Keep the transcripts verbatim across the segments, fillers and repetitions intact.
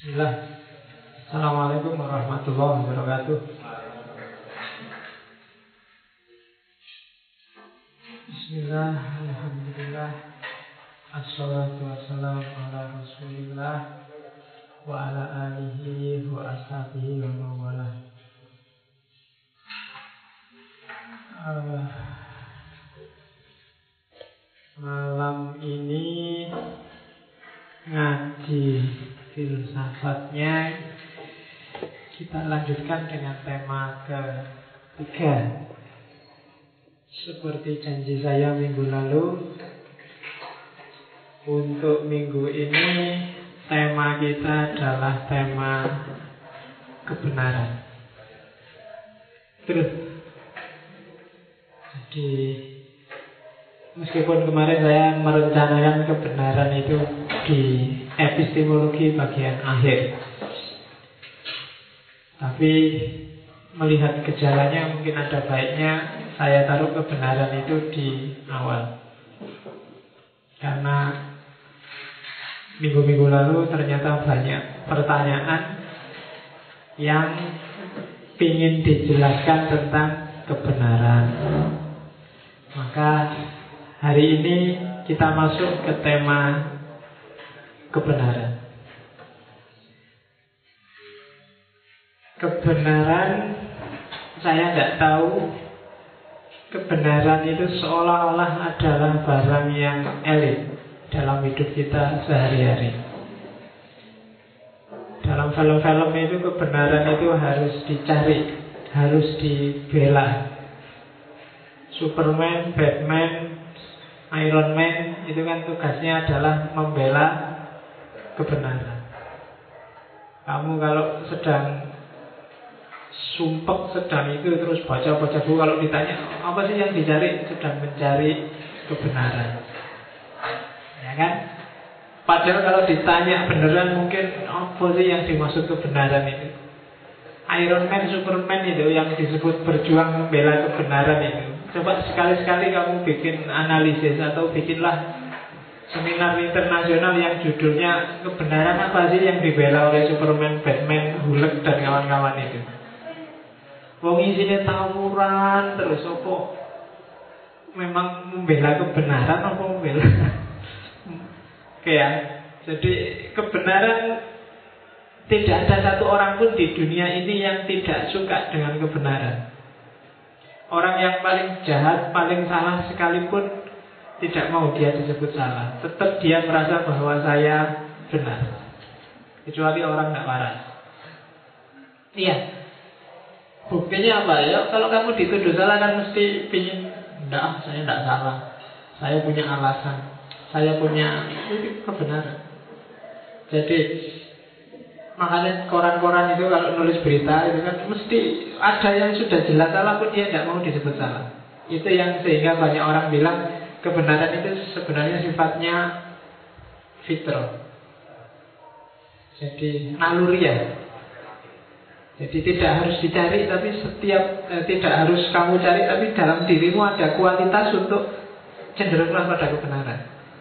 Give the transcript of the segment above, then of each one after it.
Bismillah. Assalamualaikum warahmatullahi wabarakatuh. Bismillah, alhamdulillah, assalatu wassalamu ala rasulillah wa ala alihi wa ashabihi wa mawalah. uh, Malam ini ngaji filsafatnya kita lanjutkan dengan tema ketiga. Seperti janji saya minggu lalu, untuk minggu ini tema kita adalah tema kebenaran. Terus, jadi meskipun kemarin saya merencanakan kebenaran itu di epistemologi bagian akhir, tapi melihat gejalanya mungkin ada baiknya saya taruh kebenaran itu di awal. Karena minggu-minggu lalu ternyata banyak pertanyaan yang ingin dijelaskan tentang kebenaran. Maka hari ini kita masuk ke tema kebenaran. Kebenaran, saya tidak tahu kebenaran itu seolah-olah adalah barang yang elit dalam hidup kita sehari-hari. Dalam film-film itu kebenaran itu harus dicari, harus dibela. Superman, Batman, Iron Man itu kan tugasnya adalah membela kebenaran. Kamu kalau sedang sumpek, sedang itu terus baca-baca buku, kalau ditanya apa sih yang dicari, sedang mencari kebenaran, ya kan? Padahal kalau ditanya beneran mungkin apa sih yang dimaksud kebenaran itu. Iron Man, Superman itu yang disebut berjuang membela kebenaran itu. Coba sekali-sekali kamu bikin analisis atau bikinlah seminar internasional yang judulnya kebenaran apa sih yang dibela oleh Superman, Batman, Hulk dan kawan-kawan itu. Wong isinya tawuran terus opo memang membela kebenaran apa membela? Oke ya. Jadi kebenaran, tidak ada satu orang pun di dunia ini yang tidak suka dengan kebenaran. Orang yang paling jahat, paling salah sekalipun tidak mau dia disebut salah. Tetap dia merasa bahwa saya benar. Kecuali orang tidak waras. Iya. Buktinya apa ya? Kalau kamu dituduh salah kan mesti pingin, enggak, saya tidak salah, saya punya alasan, saya punya itu kebenaran. Jadi makanya koran-koran itu kalau nulis berita itu kan mesti ada yang sudah jelas salah pun dia tidak mau disebut salah. Itu yang sehingga banyak orang bilang kebenaran itu sebenarnya sifatnya fitrah. Jadi naluriah. Jadi tidak harus dicari, tapi setiap eh, tidak harus kamu cari, tapi dalam dirimu ada kualitas untuk cenderunglah pada kebenaran.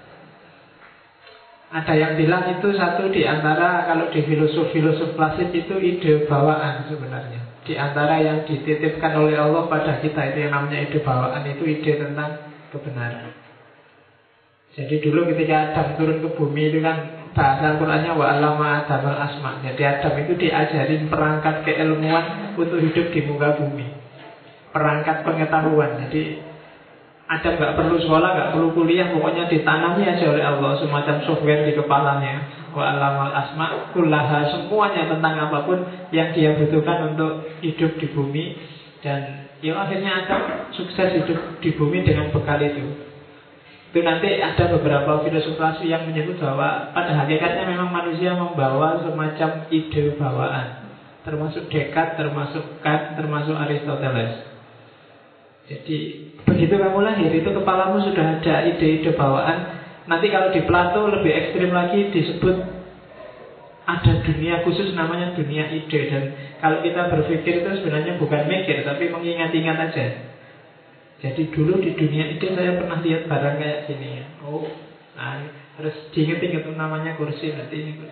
Ada yang bilang itu satu di antara, kalau di filosof-filosof klasik itu ide bawaan sebenarnya. Di antara yang dititipkan oleh Allah pada kita itu yang namanya ide bawaan, itu ide tentang kebenaran. Jadi dulu ketika Adam turun ke bumi itu kan bahasa Al-Qur'annya wa 'allama Adamal asma. Jadi Adam itu diajarin perangkat keilmuan untuk hidup di muka bumi. Perangkat pengetahuan. Jadi Adam nggak perlu sekolah, nggak perlu kuliah, pokoknya ditanami aja oleh Allah semacam software di kepalanya. Wa 'allamal asma kullaha, semuanya tentang apapun yang dia butuhkan untuk hidup di bumi. Dan ya akhirnya Adam sukses hidup di bumi dengan bekal itu. Itu nanti ada beberapa filosof klasik yang menyebut bahwa pada hakikatnya memang manusia membawa semacam ide bawaan, termasuk Descartes, termasuk Kant, termasuk Aristoteles. Jadi begitu kamu lahir itu kepalamu sudah ada ide-ide bawaan. Nanti kalau di Plato lebih ekstrim lagi disebut ada dunia khusus namanya dunia ide. Dan kalau kita berpikir itu sebenarnya bukan mikir tapi mengingat-ingat aja. Jadi dulu di dunia ide saya pernah lihat barang kayak gini ya. Oh, nah, terus diinget-inget namanya kursi, nanti ini kursi.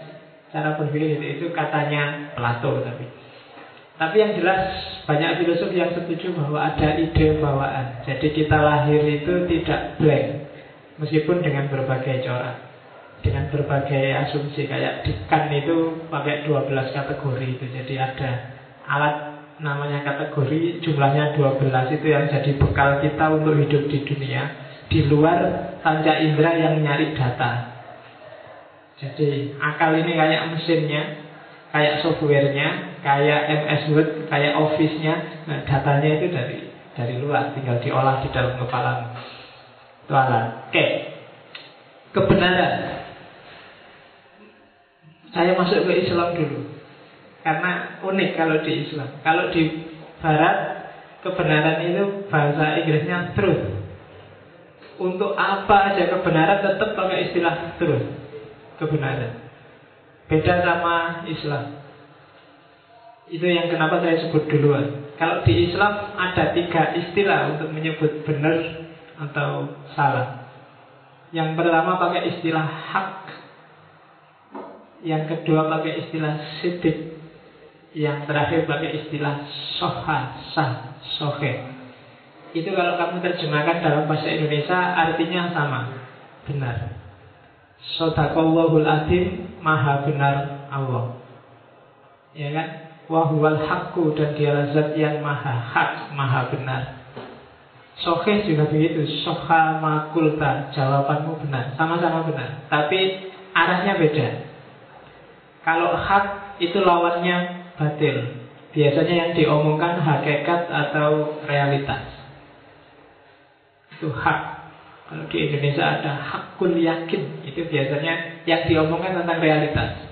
Cara berpikir itu, itu katanya Plato tapi. Tapi yang jelas banyak filosof yang setuju bahwa ada ide bawaan. Jadi kita lahir itu tidak blank, meskipun dengan berbagai corak, dengan berbagai asumsi. Kayak di Kant itu pakai dua belas kategori itu. Jadi ada alat namanya kategori, jumlahnya dua belas, itu yang jadi bekal kita untuk hidup di dunia, di luar panca indera yang nyari data. Jadi akal ini kayak mesinnya, kayak softwarenya, kayak M S Word, kayak Office-nya. Nah, datanya itu dari dari luar, tinggal diolah di dalam kepala. Itu alat. Oke. Kebenaran. Saya masuk ke Islam dulu, karena unik kalau di Islam. Kalau di Barat, kebenaran itu bahasa Inggrisnya truth. Untuk apa aja kebenaran tetap pakai istilah truth. Kebenaran. Beda sama Islam. Itu yang kenapa saya sebut duluan. Kalau di Islam ada tiga istilah untuk menyebut benar atau salah. Yang pertama pakai istilah hak. Yang kedua pakai istilah sidik. Yang terakhir pakai istilah soha, sah, sohe. Itu kalau kamu terjemahkan dalam bahasa Indonesia artinya sama, benar. Shadaqallahul adzim, maha benar Allah. Ya kan? Wa huwal haqqu, dan dialah zat yang maha hak, maha benar. Sohih juga begitu. Soha makulta, jawabanmu benar, sama-sama benar, tapi arahnya beda. Kalau hak itu lawannya batil. Biasanya yang diomongkan hakikat atau realitas. Itu hak. Kalau di Indonesia ada hakul yakin, itu biasanya yang diomongkan tentang realitas.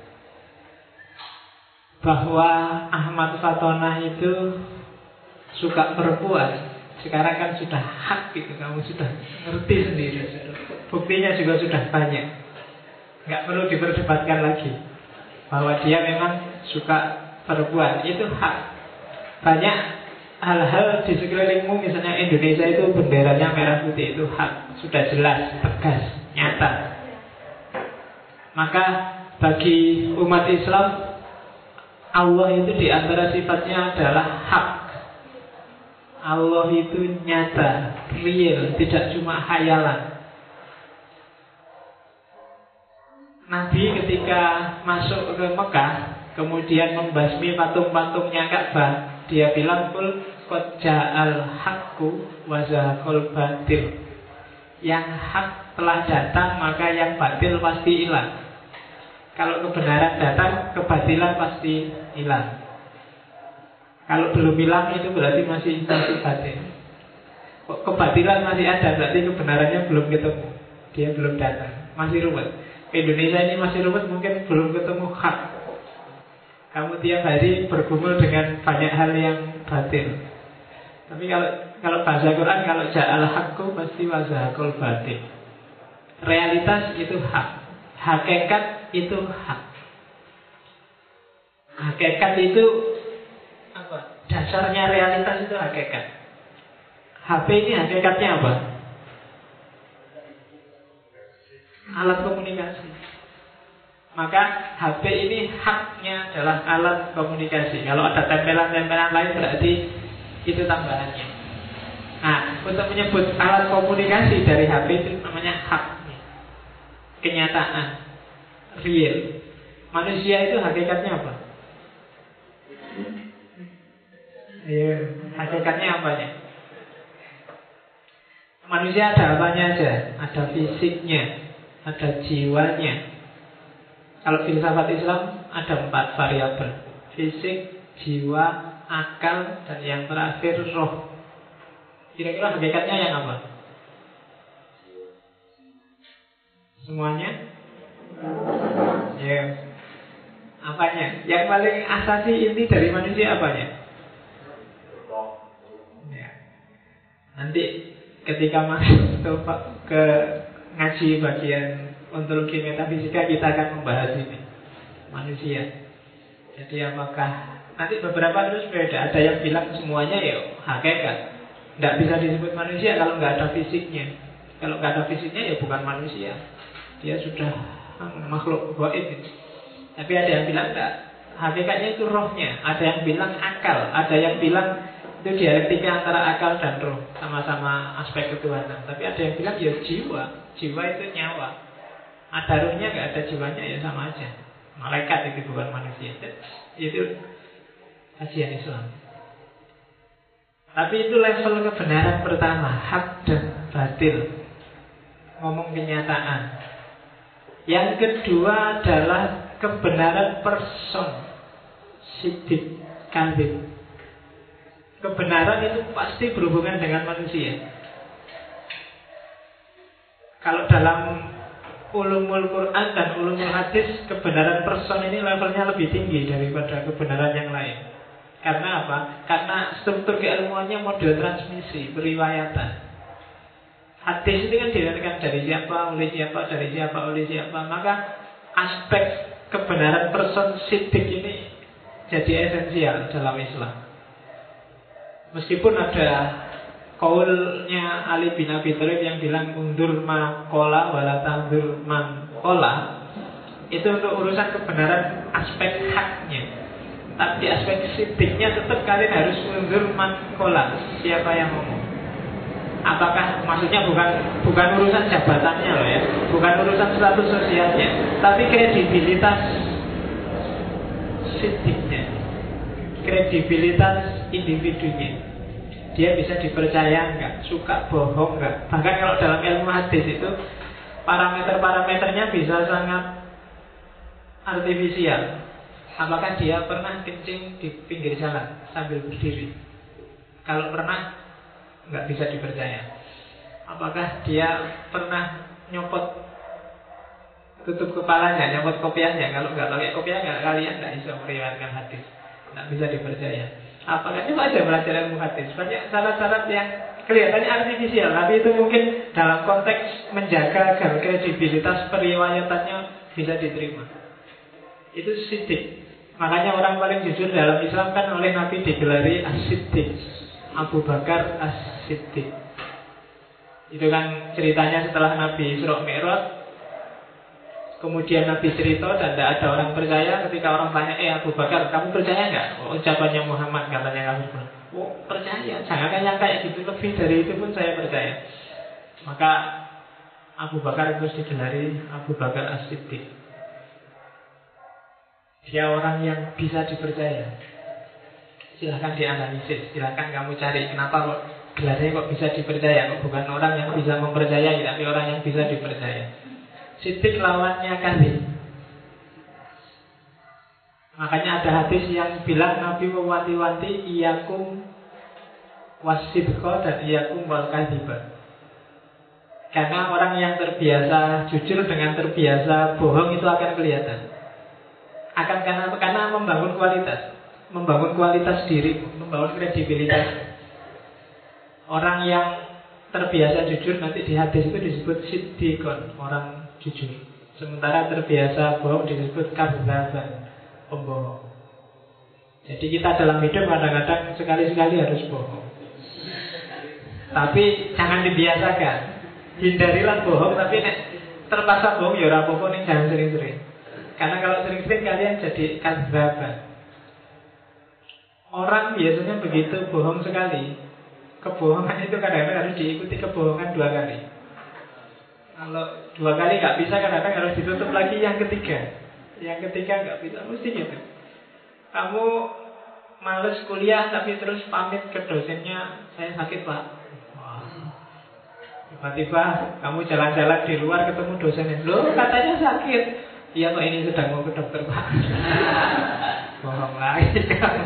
Bahwa Ahmad Fatona itu suka perempuan, sekarang kan sudah hak gitu, kamu sudah ngerti sendiri. Buktinya juga sudah banyak, nggak perlu diperdebatkan lagi bahwa dia memang suka perempuan, itu hak. Banyak hal-hal di sekelilingmu, misalnya Indonesia itu benderanya merah putih, itu hak, sudah jelas, tegas, nyata. Maka bagi umat Islam, Allah itu di antara sifatnya adalah hak. Allah itu nyata, real, tidak cuma khayalan. Nabi ketika masuk ke Mekah, kemudian membasmi patung-patungnya Ka'bah, dia bilang kul qad ja'al haqqu wa zahaqal batil. Yang hak telah datang, maka yang batil pasti hilang. Kalau kebenaran datang, kebatilan pasti hilang. Kalau belum hilang, itu berarti masih masih batil. Kok kebatilan masih ada, berarti kebenarannya belum ketemu. Dia belum datang, masih ruwet. Indonesia ini masih ruwet, mungkin belum ketemu hak. Kamu tiap hari bergumul dengan banyak hal yang batil. Tapi kalau kalau bahasa Quran, kalau ja'al haqqu pasti wazahaqul batil. Realitas itu hak, hakikat itu hak. Hakikat itu apa? Dasarnya realitas itu hakikat. H P ini hakikatnya apa? Alat komunikasi. Maka H P ini haknya adalah alat komunikasi. Kalau ada tempelan-tempelan lain berarti itu tambahannya. Nah, untuk menyebut alat komunikasi dari H P itu namanya hak. Kenyataan, real. Manusia itu hakikatnya apa? Ya, hakikatnya apanya? Manusia ada apanya aja? Ada fisiknya, ada jiwanya. Kalau filsafat Islam ada empat variabel: fisik, jiwa, akal, dan yang terakhir roh. Kira-kira hakikatnya yang apa? Semuanya? Ya. Apanya? Yang paling asasi inti dari manusia apanya? Ya. Nanti ketika masuk ke ngaji bagian ontologi metafisika, kita akan membahas ini, manusia. Jadi apakah nanti beberapa terus beda. Ada yang bilang semuanya ya hakikat, tidak bisa disebut manusia kalau nggak ada fisiknya. Kalau nggak ada fisiknya ya bukan manusia, dia sudah makhluk gaib. Tapi ada yang bilang enggak, hakikatnya itu rohnya. Ada yang bilang akal, ada yang bilang itu dialektika antara akal dan roh, sama-sama aspek ketuhanan. Tapi ada yang bilang ya jiwa, jiwa itu nyawa. Ada rohnya enggak ada jiwanya ya sama aja. Malaikat itu bukan manusia. Itu kajian Islam. Tapi itu level kebenaran pertama, hak dan batil. Ngomong kenyataan. Yang kedua adalah kebenaran person, sidik, kadzib. Kebenaran itu pasti berhubungan dengan manusia. Kalau dalam ulumul Quran dan ulumul hadis, kebenaran person ini levelnya lebih tinggi daripada kebenaran yang lain. Karena apa? Karena struktur keilmuannya model transmisi, periwayatan. Hadis itu kan diriwayatkan dari siapa, oleh siapa, dari siapa, oleh siapa. Maka aspek kebenaran person sidik ini jadi esensial dalam Islam. Meskipun ada kaulnya Ali bin Abi Thalib yang bilang undur ma kola wala tandur man kola, itu untuk urusan kebenaran aspek haknya. Tapi aspek sidiknya tetap kalian harus mundur man kola, siapa yang ngomong. Apakah maksudnya bukan bukan urusan jabatannya loh ya, bukan urusan status sosialnya, tapi kredibilitas sidiknya, kredibilitas individunya. Dia bisa dipercaya enggak, suka bohong enggak. Bahkan kalau dalam ilmu hadis itu parameter-parameternya bisa sangat artifisial. Apakah dia pernah kencing di pinggir jalan sambil berdiri? Kalau pernah, nggak bisa dipercaya. Apakah dia pernah nyopot tutup kepalanya, nyopot kopiahnya? Kalau nggak pakai kopiah, nggak kalian nggak bisa meriwayatkan hadis, nggak bisa dipercaya. Apakah itu aja belajar ilmu hadis? Banyak syarat-syarat yang kelihatannya artifisial, tapi itu mungkin dalam konteks menjaga agar kredibilitas periwayatannya bisa diterima. Itu sidik. Makanya orang paling jujur dalam Islam kan oleh Nabi digelari as-siddiq, Abu Bakar as-siddiq. Itu kan ceritanya setelah Nabi Isra Mi'raj. Kemudian Nabi cerita dan tidak ada orang percaya. Ketika orang tanya, eh Abu Bakar, kamu percaya nggak? Oh, ucapannya Muhammad katanya kamu. Oh percaya, jangan yang kayak gitu, lebih dari itu pun saya percaya. Maka Abu Bakar terus digelari Abu Bakar as-siddiq. Dia orang yang bisa dipercaya. Silahkan dianalisis, silahkan kamu cari kenapa kok gelarnya kok bisa dipercaya. Kok bukan orang yang bisa mempercayai, tapi orang yang bisa dipercaya. Siddiq lawannya kadzib. Makanya ada hadis yang bilang Nabi mewanti-wanti iyakum wasidqa dan iyakum wal kadziba. Karena orang yang terbiasa jujur dengan terbiasa bohong itu akan kelihatan. Akan karena karena membangun kualitas, membangun kualitas diri, membangun kredibilitas. Orang yang terbiasa jujur nanti di hadis itu disebut siddiqon, orang jujur. Sementara terbiasa bohong disebut kadzaban, pembohong. Jadi kita dalam hidup kadang-kadang sekali-sekali harus bohong. Tapi jangan dibiasakan. Hindarilah bohong, tapi nek terpaksa bohong ya ora apa-apa, ning jangan sering-sering. Karena kalau sering-sering kalian jadi kadzaban. Orang biasanya begitu bohong sekali, kebohongan itu kadang-kadang harus diikuti kebohongan dua kali. Kalau dua kali nggak bisa, kadang-kadang harus ditutup lagi yang ketiga. Yang ketiga nggak bisa, mesti gitu. Kamu males kuliah tapi terus pamit ke dosennya, saya sakit pak. Wah. Tiba-tiba kamu jalan-jalan di luar ketemu dosennya, loh katanya sakit. Iya pak, ini sedang mau ke dokter pak. Bohong lagi.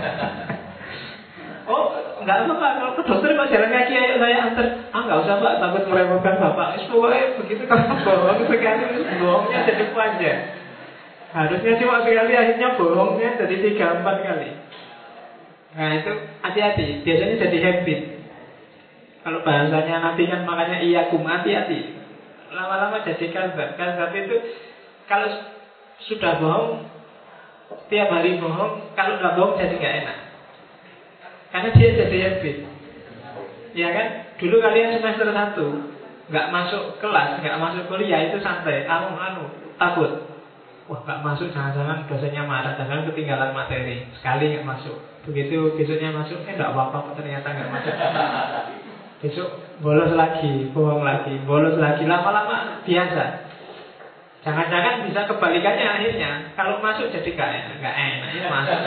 Oh enggak apa pak, kalau ke dokter kok jalan kaki, ayo saya antar. Ah enggak usah pak, takut merepotkan bapak. Pokoknya begitu kalau bohong sekali, bohongnya jadi panjang. Harusnya cuma sekali, akhirnya bohongnya jadi tiga empat kali. Nah itu hati-hati, biasanya jadi habit. Kalau bahasanya Nabi kan makanya iyakum, hati-hati. Lama-lama jadi kadzab. Kadzab itu kalau sudah bohong, tiap hari bohong, kalau nggak bohong jadi nggak enak. Karena dia jadi habit. Ya kan? Dulu kalian semester satu nggak masuk kelas, nggak masuk kuliah itu santai, anu anu takut. wah nggak masuk, jangan-jangan dosennya marah, jangan ketinggalan materi, sekali nggak masuk. Begitu besoknya masuk, eh nggak apa-apa, ternyata nggak masuk. Besok bolos lagi, bohong lagi, bolos lagi, lama-lama biasa. Jangan-jangan bisa kebalikannya akhirnya, kalau masuk jadi nggak enak, nggak enak ini masuk.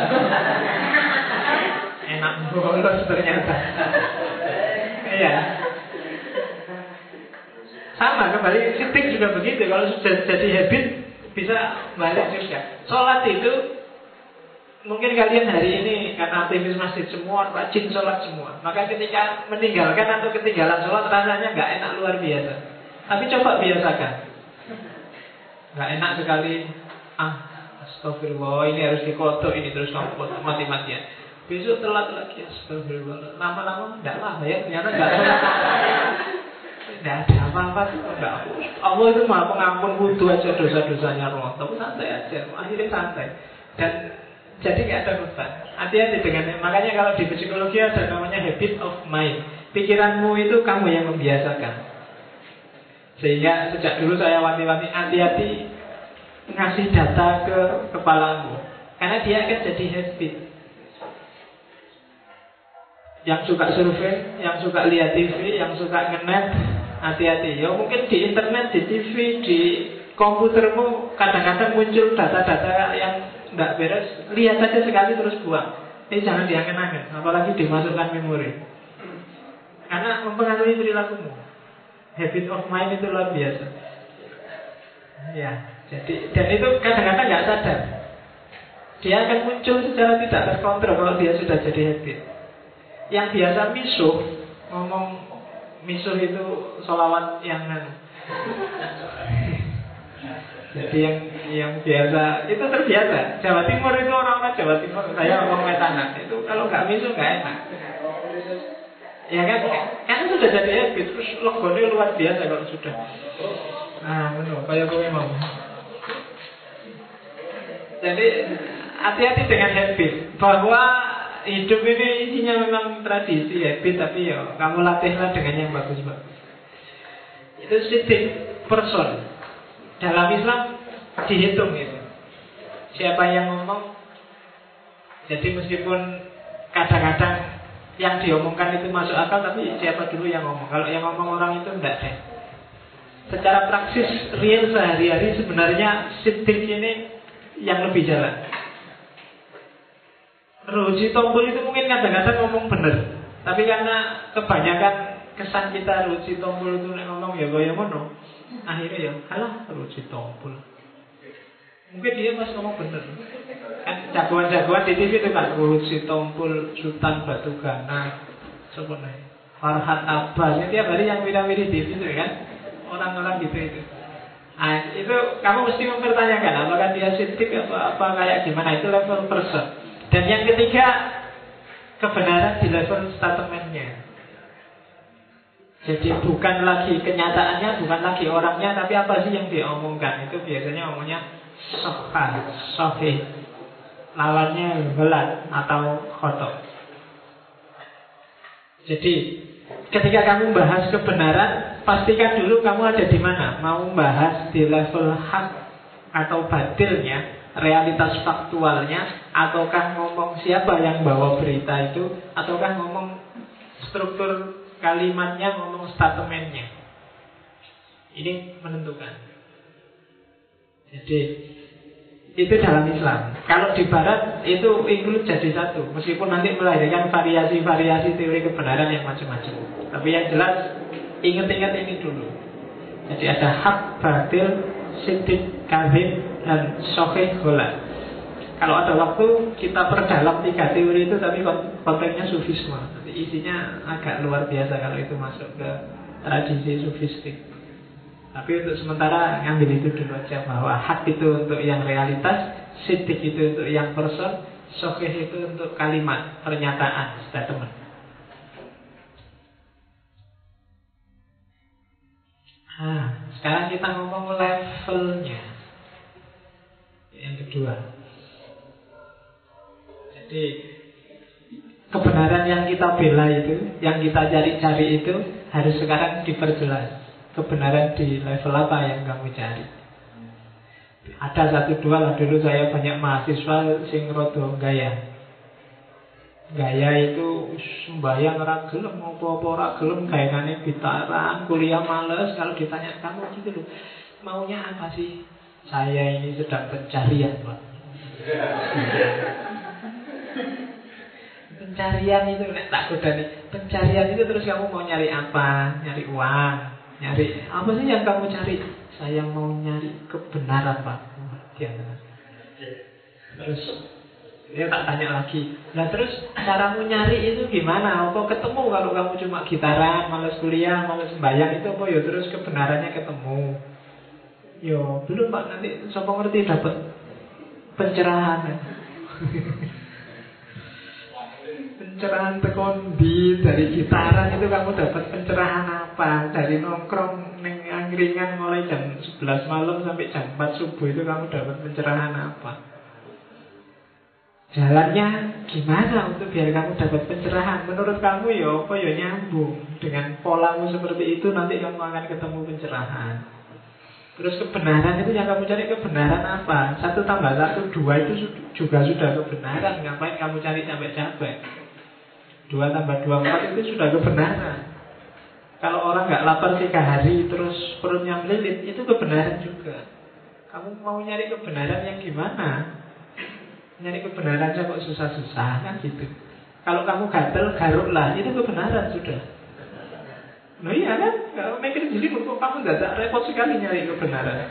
Enak bolos ternyata. Iya. Sama kembali, sitting juga begitu. Kalau sudah jadi habit, bisa balik juga. Sholat itu, mungkin kalian hari ini karena aktivis masjid semua, rajin sholat semua. Maka ketika meninggalkan atau ketinggalan sholat, rasanya nggak enak luar biasa. Tapi coba biasakan. Nggak enak sekali. Ah, astagfirullah, ini harus dikotok, ini terus kamu kotok mati-matian. Besok telat lagi, astagfirullah. Lama-lama nggak lama ya, ternyata nggak sholat. Tidak ada apa-apa. Allah itu maha pengampun, wudhu aja dosa-dosanya rontok, santai aja, akhirnya santai. Dan jadi nggak ada beban. Hati-hati dengan, makanya kalau di psikologi ada namanya habit of mind. Pikiranmu itu kamu yang membiasakan. Sehingga sejak dulu saya wanti-wanti, hati-hati ngasih data ke kepalamu, karena dia akan jadi habit. Yang suka survei, yang suka lihat T V, yang suka nge-net, hati-hati. Ya mungkin di internet, di T V, di komputermu kadang-kadang muncul data-data yang tidak beres. Lihat saja sekali terus buang. Ini jangan diangen-angen, apalagi dimasukkan memori. Karena mempengaruhi perilakumu. Habit of mind itu luar biasa. Ya, jadi dan itu kadang-kadang nggak sadar. Dia akan muncul secara tidak terkontrol kalau dia sudah jadi habit. Yang biasa misuh, ngomong misuh itu sholawat yang jadi yang yang biasa itu terbiasa. Jawa Timur itu orang-orang Jawa Timur, saya ngomong metanak itu kalau nggak misuh nggak enak. Ya kan, karena sudah jadi habit, terus logonya luar biasa kalau sudah. Nah, benar, kayak gue mau. Jadi hati-hati dengan habit, bahwa hidup ini isinya memang tradisi, habit, tapi ya kamu latihlah dengan yang bagus-bagus. Itu sitting person. Dalam Islam dihitung itu. Siapa yang ngomong. Jadi meskipun kadang-kadang yang diomongkan itu masuk akal, tapi siapa dulu yang ngomong. Kalau yang ngomong orang itu enggak deh. Secara praksis real sehari-hari sebenarnya sitting ini yang lebih jalan. Ruji tombol itu mungkin kadang-kadang ngomong bener, tapi karena kebanyakan kesan kita ruji tombol itu ngomong ya goyo ngono, akhirnya ya halah ruji tombol. Mungkin dia pas ngomong bener. Kan jagoan-jagoan di T V itu kan ruji tombol Sultan Batu Gana, siapa nih? Farhat Abbas. Ya, tiap hari yang wira-wiri T V itu kan orang-orang gitu itu. Nah, itu kamu mesti mempertanyakan apakah dia sitting apa apa kayak gimana, itu level person. Dan yang ketiga, kebenaran di level statementnya. Jadi bukan lagi kenyataannya, bukan lagi orangnya, tapi apa sih yang diomongkan. Itu biasanya omongnya sohah, sohih, lawannya belat atau khotok. Jadi ketika kamu bahas kebenaran, pastikan dulu kamu ada di mana. Mau bahas di level hak atau batilnya, realitas faktualnya, ataukah ngomong siapa yang bawa berita itu, ataukah ngomong struktur kalimatnya, ngomong statementnya. Ini menentukan. Jadi itu dalam Islam. Kalau di Barat itu include jadi satu, meskipun nanti melahirkan variasi-variasi teori kebenaran yang macam-macam. Tapi yang jelas ingat-ingat ini dulu. Jadi ada hak, batil, siddiq, kadzib, dan sahih, ghalab. Kalau ada waktu kita perdalam tiga teori itu, tapi konteksnya sufisme. Nanti isinya agak luar biasa kalau itu masuk ke tradisi sufistik. Tapi untuk sementara ngambil itu dulu aja, bahwa hak itu untuk yang realitas, siddiq itu untuk yang person, sahih itu untuk kalimat, pernyataan, statement. Nah, sekarang kita ngomong levelnya. Yang kedua, jadi kebenaran yang kita bela itu, yang kita cari-cari itu, harus sekarang diperjelas. Kebenaran di level apa yang kamu cari. Ada satu dua lah, dulu saya banyak mahasiswa sing rodo gaya. Gaya itu sembahyang ora gelem, apa-apa ora gelem, gaenane bitaran, kuliah males. Kalau ditanya kamu gitu loh, maunya apa sih? Saya ini sedang pencarian, Pak. Pencarian itu nek tak godani. Pencarian itu terus kamu mau nyari apa? Nyari uang, nyari apa sih yang kamu cari? Saya mau nyari kebenaran, Pak. Terus dia tak tanya lagi. Nah terus caramu nyari itu gimana? Apa ketemu kalau kamu cuma gitaran, males kuliah, males sembahyang itu apa ya? Terus kebenarannya ketemu. Yo belum Pak, nanti siapa ngerti dapat pencerahan. Pencerahan tekondi dari gitaran itu kamu dapat pencerahan apa? Dari nongkrong neng angkringan mulai jam sebelas malam sampai jam empat subuh itu kamu dapat pencerahan apa? Jalannya gimana untuk biar kamu dapat pencerahan? Menurut kamu ya apa ya nyambung dengan polamu seperti itu, nanti kamu akan ketemu pencerahan. Terus kebenaran itu yang kamu cari kebenaran apa? Satu tambah satu dua itu juga sudah kebenaran. Ngapain kamu cari capek-capek? Dua tambah dua empat itu sudah kebenaran. Kalau orang nggak lapar tiga hari terus perutnya melilit, itu kebenaran juga. Kamu mau nyari kebenaran yang gimana? Nyari kebenaran aja kok susah-susah kan gitu. Kalau kamu gatel, garuklah, itu kebenaran sudah. Nah iya kan? Kalau mikir jadi kok kamu nggak repot sekali nyari kebenaran.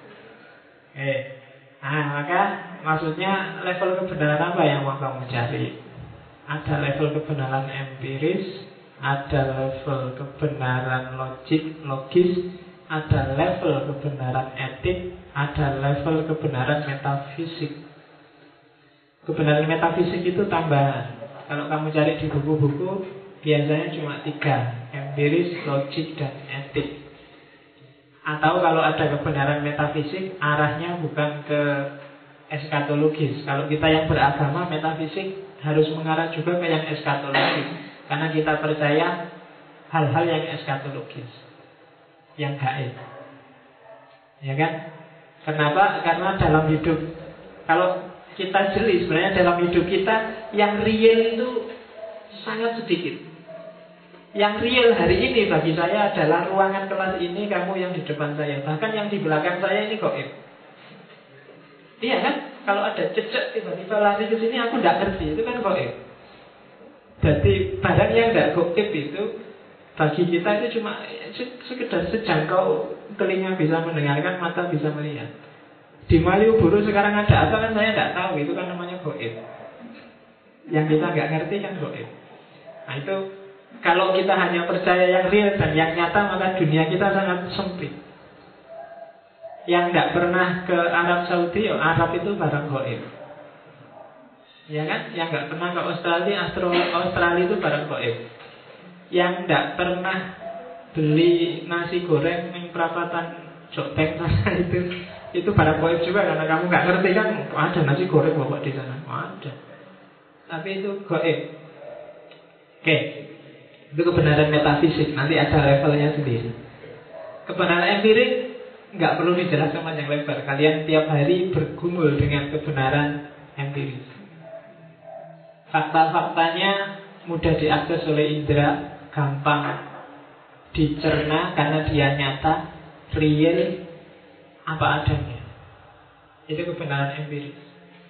Eh, nah maka maksudnya level kebenaran apa yang mau kamu cari? Ada level kebenaran empiris, ada level kebenaran logik, logis, ada level kebenaran etik, ada level kebenaran metafisik. Kebenaran metafisik itu tambahan. Kalau kamu cari di buku-buku, biasanya cuma tiga: empiris, logik, dan etik. Atau kalau ada kebenaran metafisik, arahnya bukan ke eskatologis. Kalau kita yang beragama, metafisik harus mengarah juga ke yang eskatologis, karena kita percaya hal-hal yang eskatologis, yang gaib. Ya kan? Kenapa? Karena dalam hidup, kalau kita jeli sebenarnya dalam hidup kita, yang real itu sangat sedikit. Yang real hari ini bagi saya adalah ruangan kelas ini, kamu yang di depan saya. Bahkan yang di belakang saya ini gaib. Iya kan? Kalau ada cecek tiba-tiba lari ke sini, aku tidak ngerti, itu kan gaib. Jadi barang yang tidak gaib itu bagi kita itu cuma sekedar sejangkau telinga bisa mendengarkan, mata bisa melihat. Di Malioboro sekarang ada apa kan saya tidak tahu, itu kan namanya gaib. Yang kita nggak ngerti kan gaib. Nah itu kalau kita hanya percaya yang real dan yang nyata, maka dunia kita sangat sempit. Yang nggak pernah ke Arab Saudi, ya Arab itu barang gaib. Ya kan? Yang nggak pernah ke Australia, Astro, Australia itu barang gaib. Yang nggak pernah beli nasi goreng yang perapatan Jokbeng sana itu, itu barang gaib juga, karena kamu nggak ngerti kan, ada nasi goreng bapak di sana, ada. Tapi itu gaib. Oke, itu kebenaran metafisik. Nanti ada levelnya sendiri. Kebenaran empirik nggak perlu dijelaskan panjang lebar. Kalian tiap hari bergumul dengan kebenaran empiris. Fakta-faktanya mudah diakses oleh indera, gampang dicerna karena dia nyata, real, apa adanya. Itu kebenaran empiris.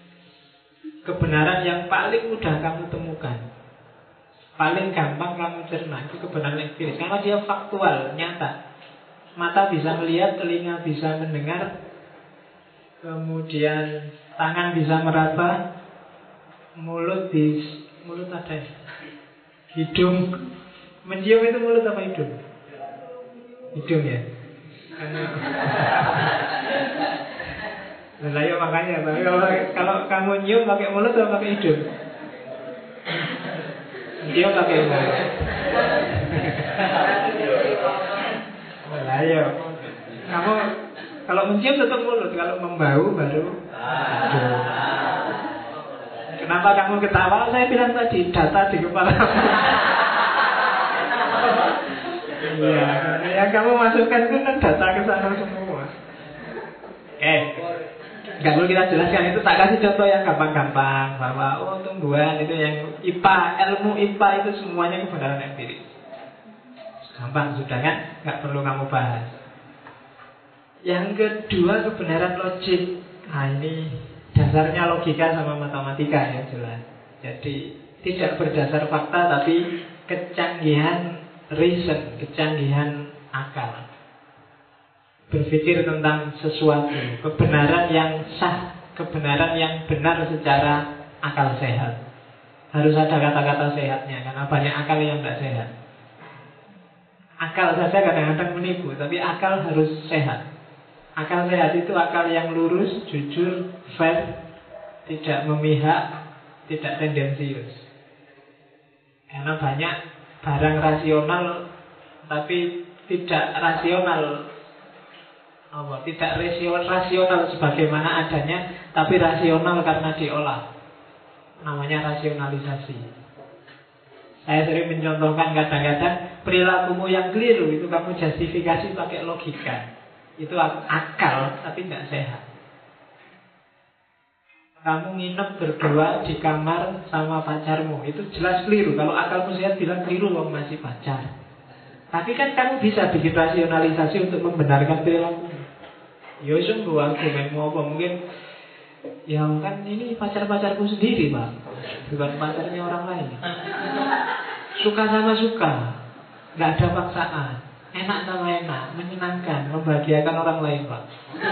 Kebenaran yang paling mudah kamu temukan, paling gampang kamu cerna, itu kebenaran empiris. Karena dia faktual, nyata. Mata bisa melihat, telinga bisa mendengar, kemudian tangan bisa meraba, mulut di mulut ada, hidung mencium, itu mulut apa hidung? Hidung ya. Nah ya makanya, tapi kalau, kalau kamu nyium pakai mulut atau pakai hidung? Dia pakai mulut. Nah ya, kamu kalau mencium tetap mulut, kalau membau baru hidung. Kenapa kamu ketawa? Saya bilang tadi data di kepala. Iya, yang kamu masukkan itu kan data ke sana semua. Eh, Nggak perlu kita jelaskan, itu tak kasih contoh yang gampang-gampang. Bahwa oh tumbuhan itu yang I P A, ilmu I P A itu semuanya kebenaran empiris. Gampang sudah kan, nggak perlu kamu bahas. Yang kedua kebenaran logik. Nah ini dasarnya logika sama matematika ya jelas. Jadi tidak berdasar fakta tapi kecanggihan reason, kecanggihan akal. Berpikir tentang sesuatu, kebenaran yang sah, kebenaran yang benar secara akal sehat. Harus ada kata-kata sehatnya, karena banyak akal yang tidak sehat. Akal saja kadang-kadang menipu, tapi akal harus sehat. Akal sehat itu akal yang lurus, jujur, fair, tidak memihak, tidak tendensius. Karena banyak barang rasional tapi tidak rasional. Oh, tidak rasional sebagaimana adanya, tapi rasional karena diolah. Namanya rasionalisasi. Saya sering mencontohkan kadang-kadang perilakumu yang keliru itu kamu justifikasi pakai logika. Itu akal tapi tidak sehat. Kamu nginep berdua di kamar sama pacarmu, itu jelas keliru. Kalau akalmu sehat bilang keliru, kamu masih pacar. Tapi kan kamu bisa bikin rasionalisasi untuk membenarkan perilaku. Ya sungguh argumenmu apa? Mungkin ya kan ini pacar-pacarku sendiri Pak, bukan pacarnya orang lain. Suka sama suka, nggak ada paksaan, enak sama enak, menyenangkan, membahagiakan orang lain Pak.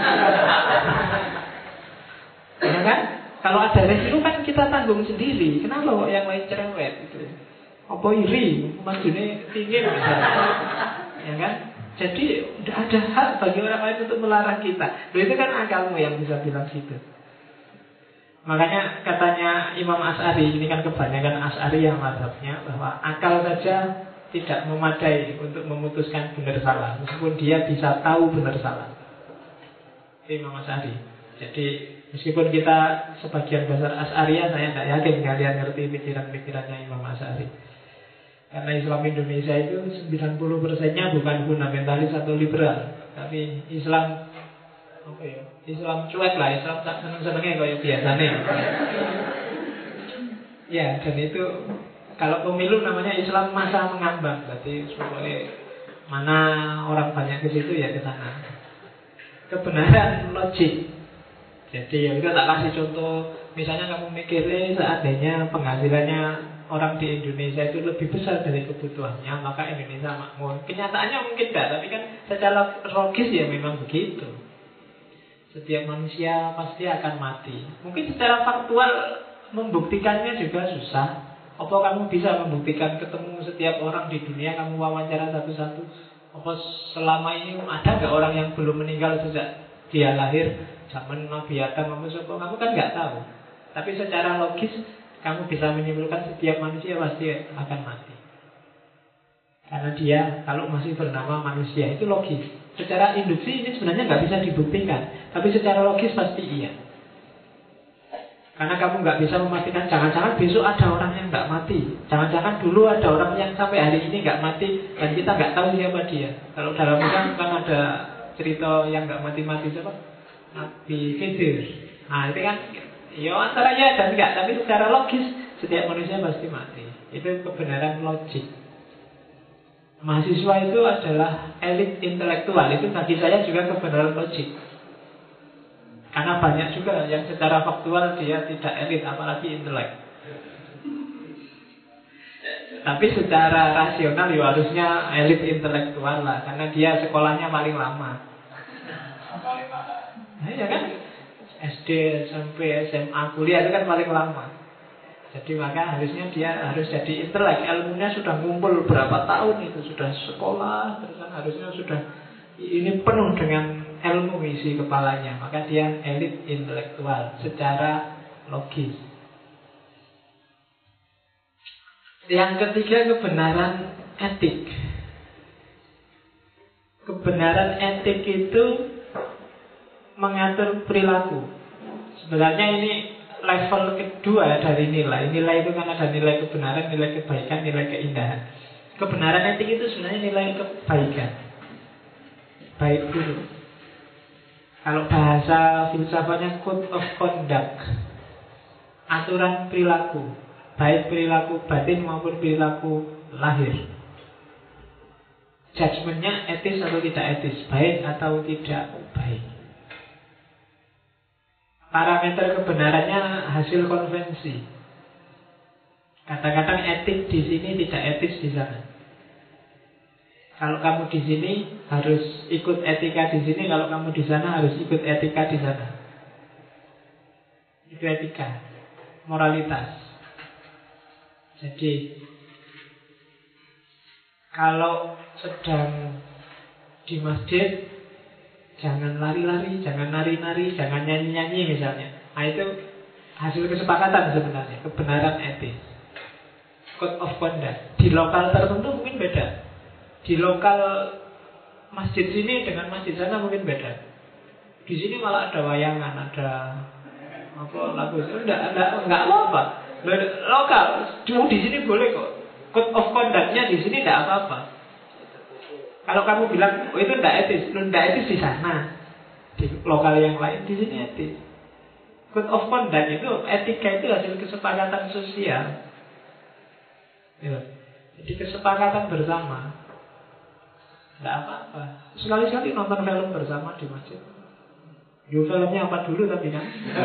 Ya kan? Kalau ada resiko kan kita tanggung sendiri. Kenapa kok yang lain cerewet itu? Apa iri? Maksudnya tinggi misalnya. Ya kan? Jadi tidak ada hak bagi orang lain untuk melarang kita. Loh, itu kan akalmu yang bisa bilang gitu. Makanya katanya Imam Asy'ari, ini kan kebanyakan Asy'ari yang mazhabnya bahwa akal saja tidak memadai untuk memutuskan benar salah, meskipun dia bisa tahu benar salah. Itu Imam Asy'ari. Jadi meskipun kita sebagian besar Asy'ariyah, saya tidak yakin kalian ngerti pikiran-pikirannya Imam Asy'ari. Karena Islam Indonesia itu sembilan puluh persennya bukan fundamentalis atau liberal, tapi Islam apa ya? Islam cuek lah, Islam tak seneng-senengnya kayak biasanya. Ya, dan itu kalau pemilu namanya Islam masa mengambang, berarti supaya mana orang banyak ke situ ya ke sana. Kebenaran logik. Jadi ya kita tak kasih contoh, misalnya kamu mikirnya seandainya penghasilannya orang di Indonesia itu lebih besar dari kebutuhannya, maka Indonesia makmur. Kenyataannya mungkin tidak, tapi kan secara logis ya memang begitu. Setiap manusia pasti akan mati. Mungkin secara faktual membuktikannya juga susah. Apa kamu bisa membuktikan ketemu setiap orang di dunia, kamu wawancara satu-satu? Apa selama ini ada nggak orang yang belum meninggal sejak dia lahir, zaman Nabi Adam, kamu kan nggak tahu. Tapi secara logis kamu bisa menyimpulkan setiap manusia pasti akan mati. Karena dia kalau masih bernama manusia, itu logis. Secara induksi ini sebenarnya nggak bisa dibuktikan, tapi secara logis pasti iya. Karena kamu nggak bisa memastikan, jangan-jangan besok ada orang yang nggak mati, jangan-jangan dulu ada orang yang sampai hari ini nggak mati dan kita nggak tahu siapa dia. Kalau dalam Islam kan ada cerita yang nggak mati-mati, siapa? Nabi Khidir. Nah itu kan ya antara ya dan enggak, tapi secara logis setiap manusia pasti mati. Itu kebenaran logik. Mahasiswa itu adalah elit intelektual. Itu bagi saya juga kebenaran logik. Karena banyak juga yang secara faktual dia tidak elit, apalagi intelek. Tapi secara rasional ya harusnya elit intelektual lah, karena dia sekolahnya paling lama. Nah, ya kan? S D, S M P, S M A, kuliah itu kan paling lama. Jadi maka harusnya dia harus jadi intelek. Ilmunya sudah ngumpul berapa tahun itu, sudah sekolah, terus kan harusnya sudah ini penuh dengan ilmu isi kepalanya. Maka dia elit intelektual secara logis. Yang ketiga kebenaran etik. Kebenaran etik itu mengatur perilaku. Sebenarnya ini level kedua dari nilai. Nilai itu kan ada nilai kebenaran, nilai kebaikan, nilai keindahan. Kebenaran etik itu sebenarnya nilai kebaikan, baik buruk. Kalau bahasa filsafatnya code of conduct, aturan perilaku, baik perilaku batin maupun perilaku lahir. Judgementnya etis atau tidak etis, baik atau tidak baik. Parameter kebenarannya hasil konvensi. Kadang-kadang etik di sini tidak etis di sana. Kalau kamu di sini harus ikut etika di sini, kalau kamu di sana harus ikut etika di sana. Itu etika, moralitas. Jadi kalau sedang di masjid, jangan lari-lari, jangan nari-nari, jangan nyanyi-nyanyi misalnya. Nah itu hasil kesepakatan sebenarnya, kebenaran etis. Code of conduct. Di lokal tertentu mungkin beda. Di lokal masjid sini dengan masjid sana mungkin beda. Di sini malah ada wayangan, ada apa lagu. Enggak, enggak, enggak apa-apa. Lokal, cuma di sini boleh kok. Code of conduct-nya di sini enggak apa-apa. Kalau kamu bilang, oh itu enggak etis, lu enggak etis di sana. Di lokal yang lain, di sini etis. Code of conduct itu, etika itu hasil kesepakatan sosial. Ya. Jadi kesepakatan bersama. Tidak apa-apa. Sekali-sekali nonton film bersama di masjid. Yo filmnya apa dulu tapi kan.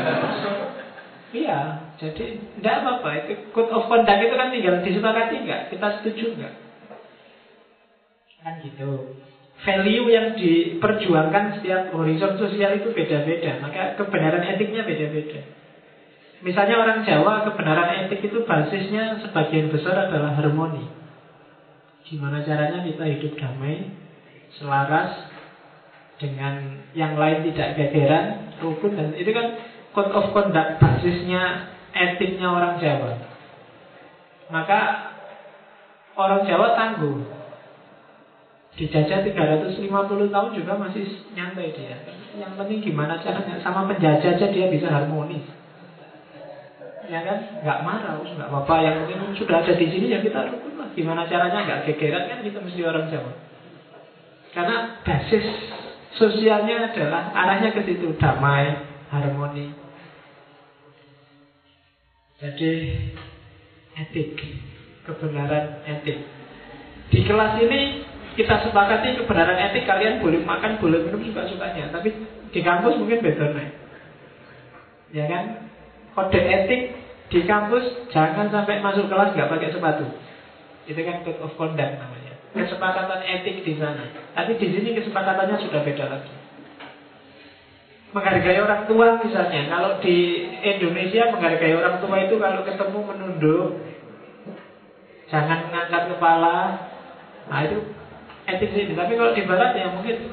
Iya, jadi tidak apa-apa. Itu code of conduct itu kan tinggal disepakati enggak, kita setuju enggak. Kan gitu. Value yang diperjuangkan setiap horizon sosial itu beda-beda. Maka kebenaran etiknya beda-beda. Misalnya orang Jawa, kebenaran etik itu basisnya sebagian besar adalah harmoni. Gimana caranya kita hidup damai, selaras, dengan yang lain tidak gegeran, rukun, dan itu kan code of conduct, basisnya etiknya orang Jawa. Maka orang Jawa tangguh. Dijajah tiga ratus lima puluh tahun juga masih nyantai dia. Yang penting gimana caranya, sama penjajah aja dia bisa harmonis. Ya kan, nggak marah, nggak apa-apa. Yang penting sudah ada di sini ya kita rukun lah. Gimana caranya nggak gegeran kan kita mesti orang Jawa. Karena basis sosialnya adalah arahnya ke situ, damai, harmoni. Jadi etik, kebenaran etik. Di kelas ini kita sepakati kebenaran etik, kalian boleh makan, boleh minum suka-sukanya. Tapi di kampus mungkin beda nih. Ya kan? Kode etik di kampus jangan sampai masuk kelas nggak pakai sepatu. Itu kan code of conduct namanya. Kesepakatan etik di sana. Tapi di sini kesepakatannya sudah beda lagi. Menghargai orang tua misalnya. Kalau di Indonesia menghargai orang tua itu kalau ketemu menunduk, jangan ngangkat kepala. Nah itu etik sini. Tapi kalau di barat ya mungkin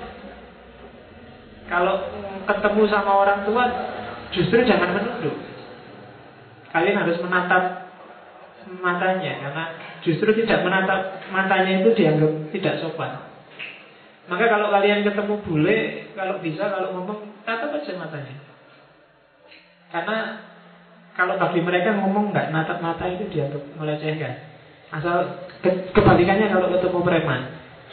kalau ketemu sama orang tua justru jangan menunduk. Kalian harus menatap matanya, karena justru tidak menatap matanya itu dianggap tidak sopan. Maka kalau kalian ketemu bule, kalau bisa, kalau ngomong, tatap aja matanya. Karena kalau bagi mereka ngomong nggak natap mata itu dianggap melecehkan. Asal ke kebalikannya kalau ketemu preman.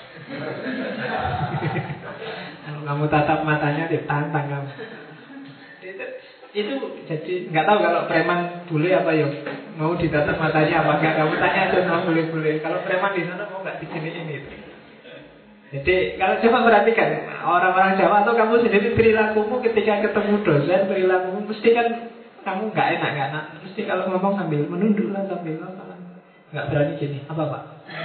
Kalau kamu tatap matanya, ditantang kamu. Itu jadi nggak tahu kalau preman bule apa ya, mau ditatap matanya apa enggak. Kamu tanya aja sama bule-bule. Kalau preman di sana mau nggak diginiin itu. Jadi kalau coba perhatikan orang-orang Jawa atau kamu sendiri, perilakumu ketika ketemu dosen, perilakumu mesti kan kamu nggak enak nggak enak. Mesti kalau ngomong sambil menunduk lah, sambil apa, nggak berani gini. Apa pak?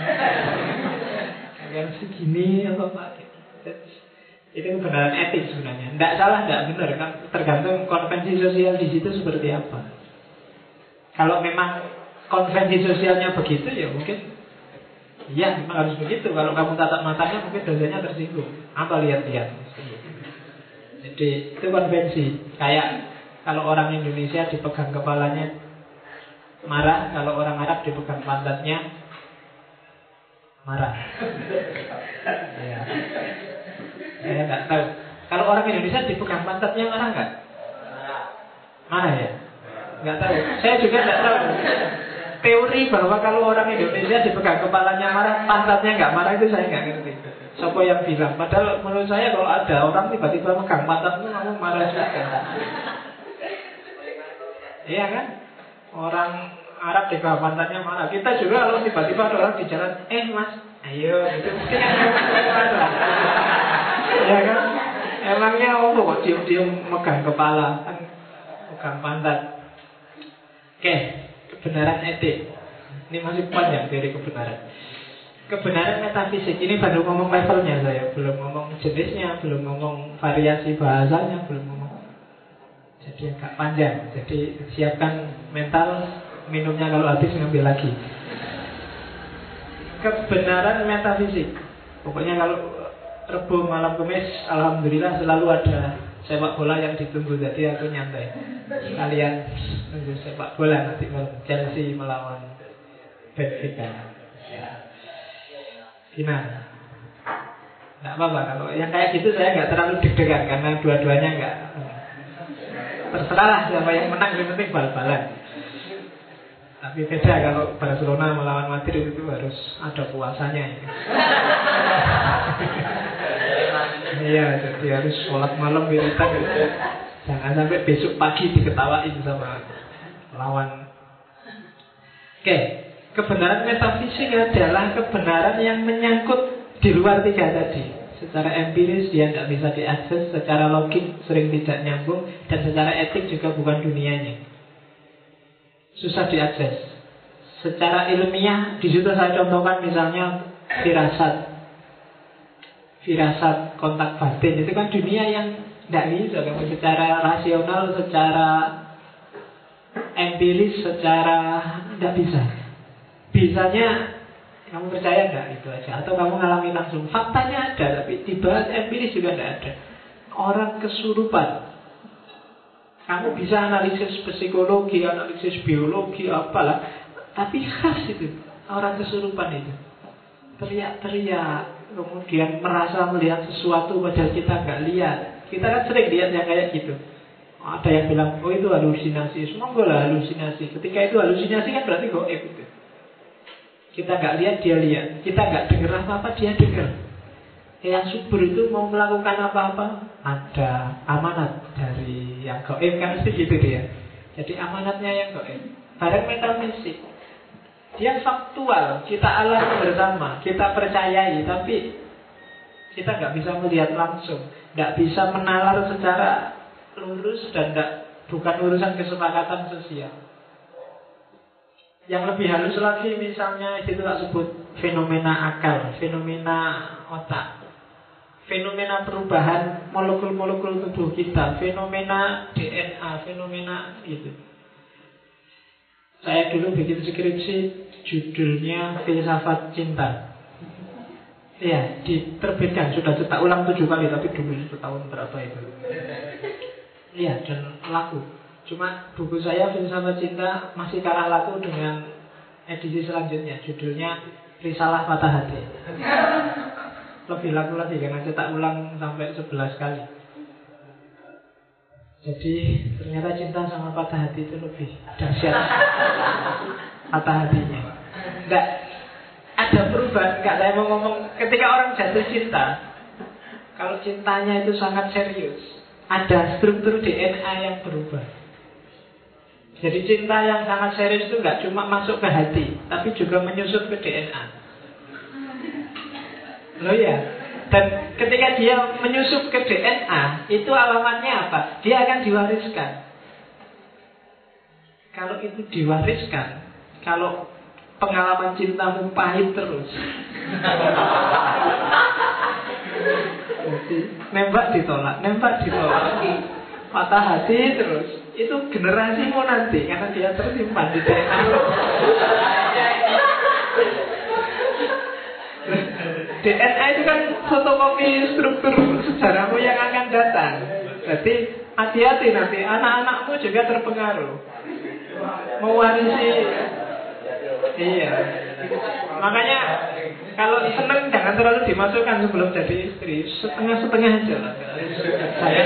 Kalian segini apa pak? Itu kebenaran etik sebenarnya. Tidak salah, tidak benar kan. Tergantung konvensi sosial di situ seperti apa. Kalau memang konvensi sosialnya begitu ya mungkin iya memang harus begitu. Kalau kamu tatap matanya mungkin dosennya tersinggung. Apa lihat-lihat. Jadi itu konvensi. Kayak kalau orang Indonesia dipegang kepalanya marah, kalau orang Arab dipegang pantatnya marah. Ya. Saya nggak tahu. Kalau orang Indonesia dipegang pantatnya marah nggak? Marah ya? Nggak tahu. Saya juga nggak tahu. teori bahwa kalau orang Indonesia dipegang kepalanya marah, pantatnya nggak marah itu saya nggak ngerti. Siapa yang bilang? Padahal menurut saya kalau ada orang tiba-tiba megang pantatmu, kamu marah juga. Iya kan? Orang Arab dipegang pantatnya marah. Kita juga kalau tiba-tiba ada orang di jalan, eh mas, ayo, itu mesti marah. Iya kan? Emangnya oh kok diem-diem megang kepala, kan megang pantat. Oke, kebenaran etik. Ini masih panjang teori kebenaran. Kebenaran metafisik ini baru ngomong levelnya saya, belum ngomong jenisnya, belum ngomong variasi bahasanya, belum ngomong. Jadi agak panjang. Jadi siapkan mental, minumnya kalau habis ngambil lagi. Kebenaran metafisik. Pokoknya kalau Rebo malam Kamis, alhamdulillah selalu ada sepak bola yang ditunggu. Jadi aku nyantai. Kalian tunggu sepak bola nanti malam Chelsea melawan Benfica. Ya. Gimana? Nggak apa-apa. Kalau yang kayak gitu saya nggak terlalu deg-degan karena dua-duanya nggak. Terserahlah siapa yang menang, yang penting bal-balan. Tapi beda kalau Barcelona melawan Madrid itu harus ada puasanya. Iya, jadi harus sholat malam wiritan gitu. Jangan sampai besok pagi diketawain sama lawan. Oke, kebenaran metafisik adalah kebenaran yang menyangkut di luar tiga tadi. Secara empiris dia tidak bisa diakses, secara logik sering tidak nyambung, dan secara etik juga bukan dunianya. Susah diakses. Secara ilmiah, di situ saya contohkan misalnya firasat. Firasat, kontak batin, itu kan dunia yang tidak bisa kamu secara rasional, secara empiris, secara tidak bisa. Bisanya kamu percaya nggak itu aja, atau kamu ngalami langsung. Faktanya ada, tapi dibahas empiris juga tidak ada. Orang kesurupan, kamu bisa analisis psikologi, analisis biologi, apalah, tapi khas itu orang kesurupan itu. Teriak-teriak, kemudian merasa melihat sesuatu padahal kita nggak lihat. Kita kan sering lihat yang kayak gitu. Ada yang bilang, oh itu halusinasi. Semua lah halusinasi. Ketika itu halusinasi kan berarti goib itu. Kita nggak lihat, dia lihat. Kita nggak dengar apa-apa, dia dengar. Yang subur itu mau melakukan apa-apa, ada amanat dari yang goib, kan mesti gitu dia. Jadi amanatnya yang goib. Barang metafisik, dia faktual, kita alami bersama, kita percayai, tapi kita nggak bisa melihat langsung, nggak bisa menalar secara lurus, dan nggak, bukan urusan kesepakatan sosial. Yang lebih halus lagi misalnya itu tak sebut fenomena akal, fenomena otak, fenomena perubahan molekul-molekul tubuh kita, fenomena D N A, fenomena itu. Saya dulu bikin skripsi judulnya Filsafat Cinta. Ya, diterbitkan, sudah cetak ulang tujuh kali, tapi dulu itu tahun berapa itu. Iya, dan laku. Cuma buku saya Filsafat Cinta masih kalah laku dengan edisi selanjutnya. Judulnya Risalah Patah Hati. Lebih laku lagi karena cetak ulang sampai sebelas kali. Jadi ternyata cinta sama patah hati itu lebih dahsyat. Patah hatinya enggak ada perubahan. Enggak, saya mau ngomong, ketika orang jatuh cinta, kalau cintanya itu sangat serius, ada struktur D N A yang berubah. Jadi cinta yang sangat serius itu enggak cuma masuk ke hati, tapi juga menyusup ke D N A. Loh ya. Dan ketika dia menyusup ke D N A, itu alamatnya apa? Dia akan diwariskan. Kalau itu diwariskan, kalau pengalaman cintamu pahit terus, jadi nembak ditolak, nembak ditolak, patah hati terus, itu generasimu nanti, karena dia tersimpan di D N A. D N A itu kan fotokopi struktur sejarahmu yang akan datang. Jadi hati-hati nanti, anak-anakmu juga terpengaruh, mewarisi. Iya. Makanya kalau seneng jangan terlalu dimasukkan sebelum jadi istri, setengah-setengah aja lah. Saya.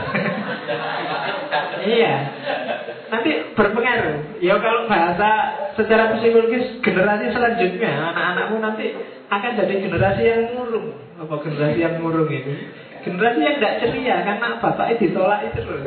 Iya. Nanti berpengaruh. Ya kalau bahasa secara psikologis generasi selanjutnya, anak-anakmu nanti akan jadi generasi yang murung. Apa generasi yang murung itu? Generasi yang tidak ceria karena bapaknya ditolak terus.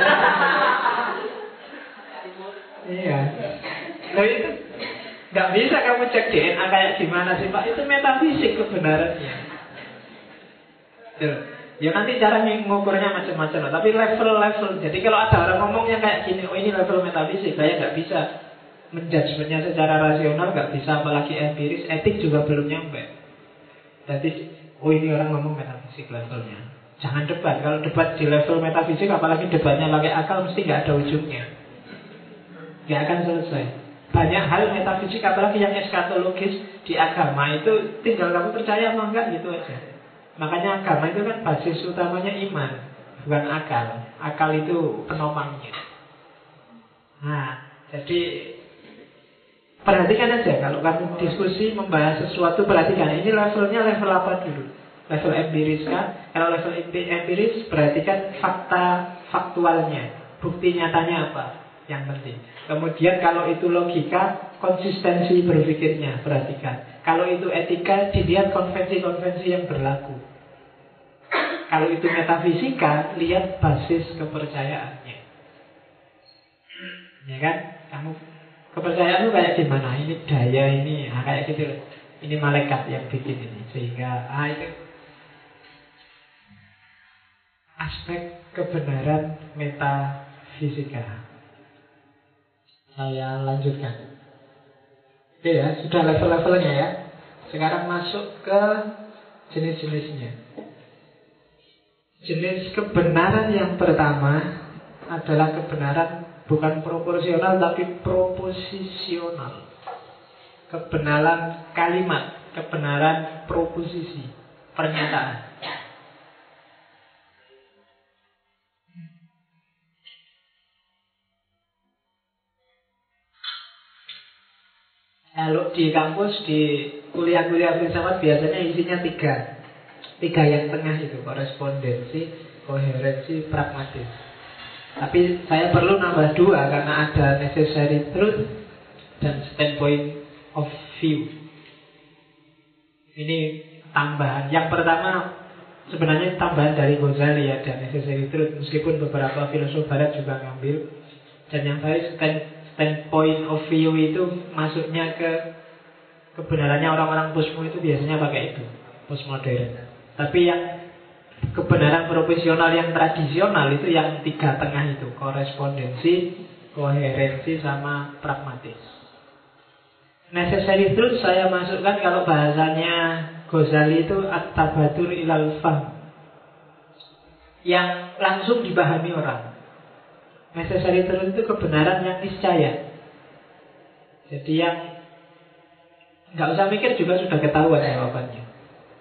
Iya. Nah itu nggak bisa kamu cek D N A kayak gimana sih Pak? Itu metafisik kebenarannya. Tuh. Ya nanti cara mengukurnya macam-macam, tapi level-level. Jadi kalau ada orang ngomongnya kayak gini, oh ini level metafisik, saya nggak bisa menjudgementnya secara rasional, nggak bisa, apalagi empiris, etik juga belum nyampe. Jadi, oh ini orang ngomong metafisik levelnya. Jangan debat. Kalau debat di level metafisik, apalagi debatnya pakai akal, mesti nggak ada ujungnya. Nggak akan selesai. Banyak hal metafisik, apalagi yang eskatologis di agama itu tinggal kamu percaya apa enggak gitu aja. Makanya agama itu kan basis utamanya iman, bukan akal. Akal itu penopangnya. Nah, jadi perhatikan aja kalau kamu diskusi membahas sesuatu, perhatikan ini levelnya level apa dulu. Level empiris kan? Kalau level empiris perhatikan fakta faktualnya, bukti nyatanya apa yang penting. Kemudian kalau itu logika, konsistensi berpikirnya perhatikan. Kalau itu etika, dilihat konvensi-konvensi yang berlaku. Kalau itu metafisika, lihat basis kepercayaannya. Ya kan? Kamu kepercayaanmu kayak gimana? Ini daya ini, nah kayak gitu loh. Ini malaikat yang bikin ini. Sehingga, ah itu aspek kebenaran metafisika. Saya lanjutkan. Oke ya, sudah level-levelnya ya. Sekarang masuk ke jenis-jenisnya. Jenis kebenaran yang pertama adalah kebenaran bukan proporsional tapi proposisional. Kebenaran kalimat, kebenaran proposisi, pernyataan. Kalau di kampus, di kuliah-kuliah filsafat biasanya isinya tiga. Tiga yang tengah itu, korespondensi, koherensi, pragmatis. Tapi saya perlu nambah dua karena ada necessary truth dan standpoint of view. Ini tambahan. Yang pertama sebenarnya tambahan dari Ghazali ya, dan necessary truth, meskipun beberapa filsuf barat juga ngambil. Dan yang tadi stand, standpoint of view itu masuknya ke kebenarannya orang-orang posmo itu biasanya pakai itu, postmodern. Tapi yang kebenaran profesional yang tradisional itu yang tiga tengah itu, korespondensi, koherensi, sama pragmatis. Necessary truth saya masukkan kalau bahasanya Ghazali itu at-tabadur ilal fahm, yang langsung dipahami orang. Necessary truth itu kebenaran yang niscaya. Jadi yang nggak usah mikir juga sudah ketahuan jawabannya.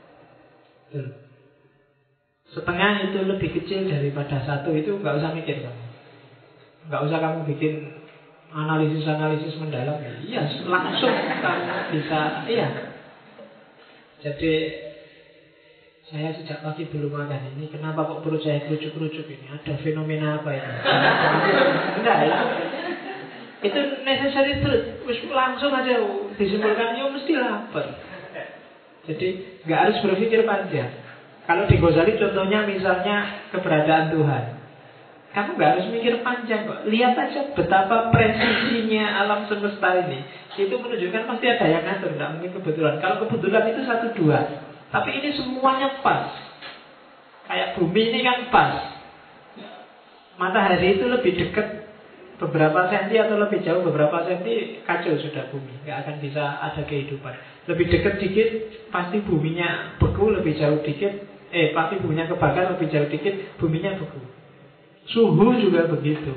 Setengah itu lebih kecil daripada satu, itu nggak usah mikir kamu. Nggak usah kamu bikin analisis-analisis mendalam. Iya, langsung kamu bisa. Iya. Jadi saya sejak pagi belum makan ini. Kenapa kok perut saya kerucuk-kerucuk ini? Ada fenomena apa ini? Enggak, itu itu necessary truth. Langsung aja disimpulkan, ya mesti lapar. Jadi nggak harus berpikir panjang. Kalau di Ghazali contohnya misalnya keberadaan Tuhan, kamu nggak harus mikir panjang kok. Lihat aja betapa presisinya alam semesta ini. Itu menunjukkan pasti ada yang ngatur, nggak mungkin kebetulan. Kalau kebetulan itu satu dua, tapi ini semuanya pas. Kayak bumi ini kan pas. Matahari itu lebih dekat beberapa senti atau lebih jauh beberapa senti, kacau sudah bumi, nggak akan bisa ada kehidupan. Lebih dekat dikit pasti buminya beku, lebih jauh dikit eh pasti buminya kebakar, lebih jauh dikit buminya beku. Suhu juga begitu.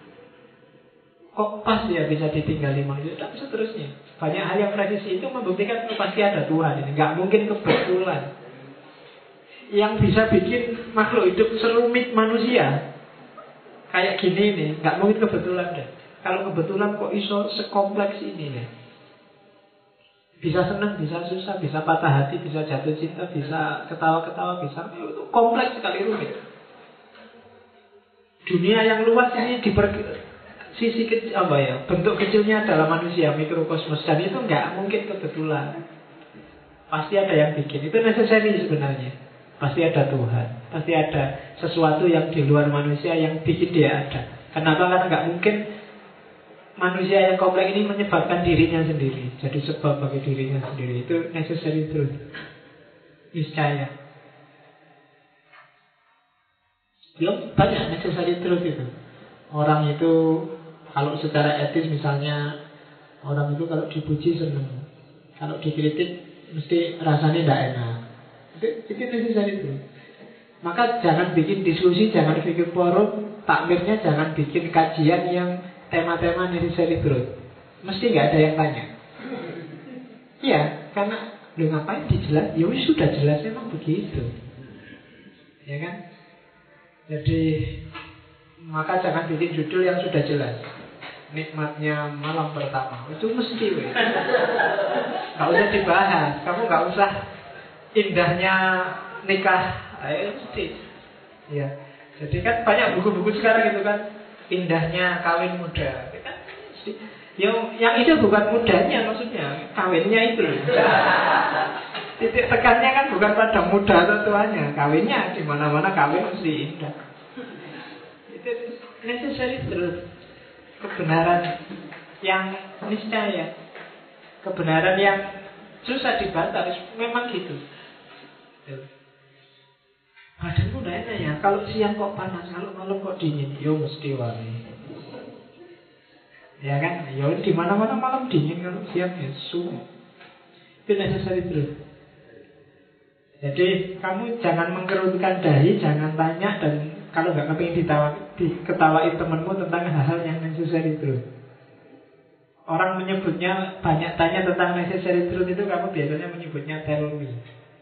Kok pas ya bisa ditinggali manusia dan seterusnya. Banyak hal yang presisi itu membuktikan oh, pasti ada Tuhan ini, nggak mungkin kebetulan. Yang bisa bikin makhluk hidup serumit manusia kayak gini nih, nggak mungkin kebetulan deh. Kalau kebetulan kok iso sekompleks ini nih. Bisa senang, bisa susah, bisa patah hati, bisa jatuh cinta, bisa ketawa-ketawa, bisa itu kompleks sekali, rumit. Dunia yang luas ini diper... sisi kecil, apa ya, bentuk kecilnya adalah manusia, mikrokosmos, dan itu nggak mungkin kebetulan. Pasti ada yang bikin. Itu necessary sebenarnya. Pasti ada Tuhan. Pasti ada sesuatu yang di luar manusia yang bikin dia ada. Kenapa? Karena nggak mungkin manusia yang kompleks ini menyebabkan dirinya sendiri. Jadi sebab bagi dirinya sendiri. Itu necessary truth. Niscaya. Belum banyak necessary truth itu. Orang itu kalau secara etis misalnya, orang itu kalau dipuji seneng, kalau dikritik mesti rasanya tidak enak. Itu, itu necessary truth. Maka jangan bikin diskusi, jangan bikin forum, takmirnya jangan bikin kajian yang tema-tema necessary truth. Mesti nggak ada yang tanya. Iya, karena lu ngapain dijelas? Ya sudah jelas memang begitu. Ya kan? Jadi maka jangan bikin judul yang sudah jelas. Nikmatnya malam pertama. Itu mesti weh. Gak usah dibahas. Kamu gak usah indahnya nikah. Ayo mesti. Ya. Jadi kan banyak buku-buku sekarang gitu kan, indahnya kawin muda. Kan mesti. Yang yang itu bukan mudanya maksudnya, kawinnya itu. Titik tekannya kan bukan pada muda atau tuanya, kawinnya di mana-mana kawin mesti indah. Itu necessary truth. Kebenaran yang niscaya, kebenaran yang susah dibantah, memang gitu. Badanmu udah enak ya, kalau siang kok panas, kalau malam kok dingin. Yo mesti wangi. Ya kan, yo di mana-mana malam dingin, kalau siang ya suhu. Itu necessary truth. Jadi kamu jangan mengkerutkan dahi, jangan tanya, dan kalau nggak kepingin ditawa, diketawain temanmu tentang hal-hal yang necessary truth. Orang menyebutnya banyak tanya tentang necessary truth itu, kamu biasanya menyebutnya tell me.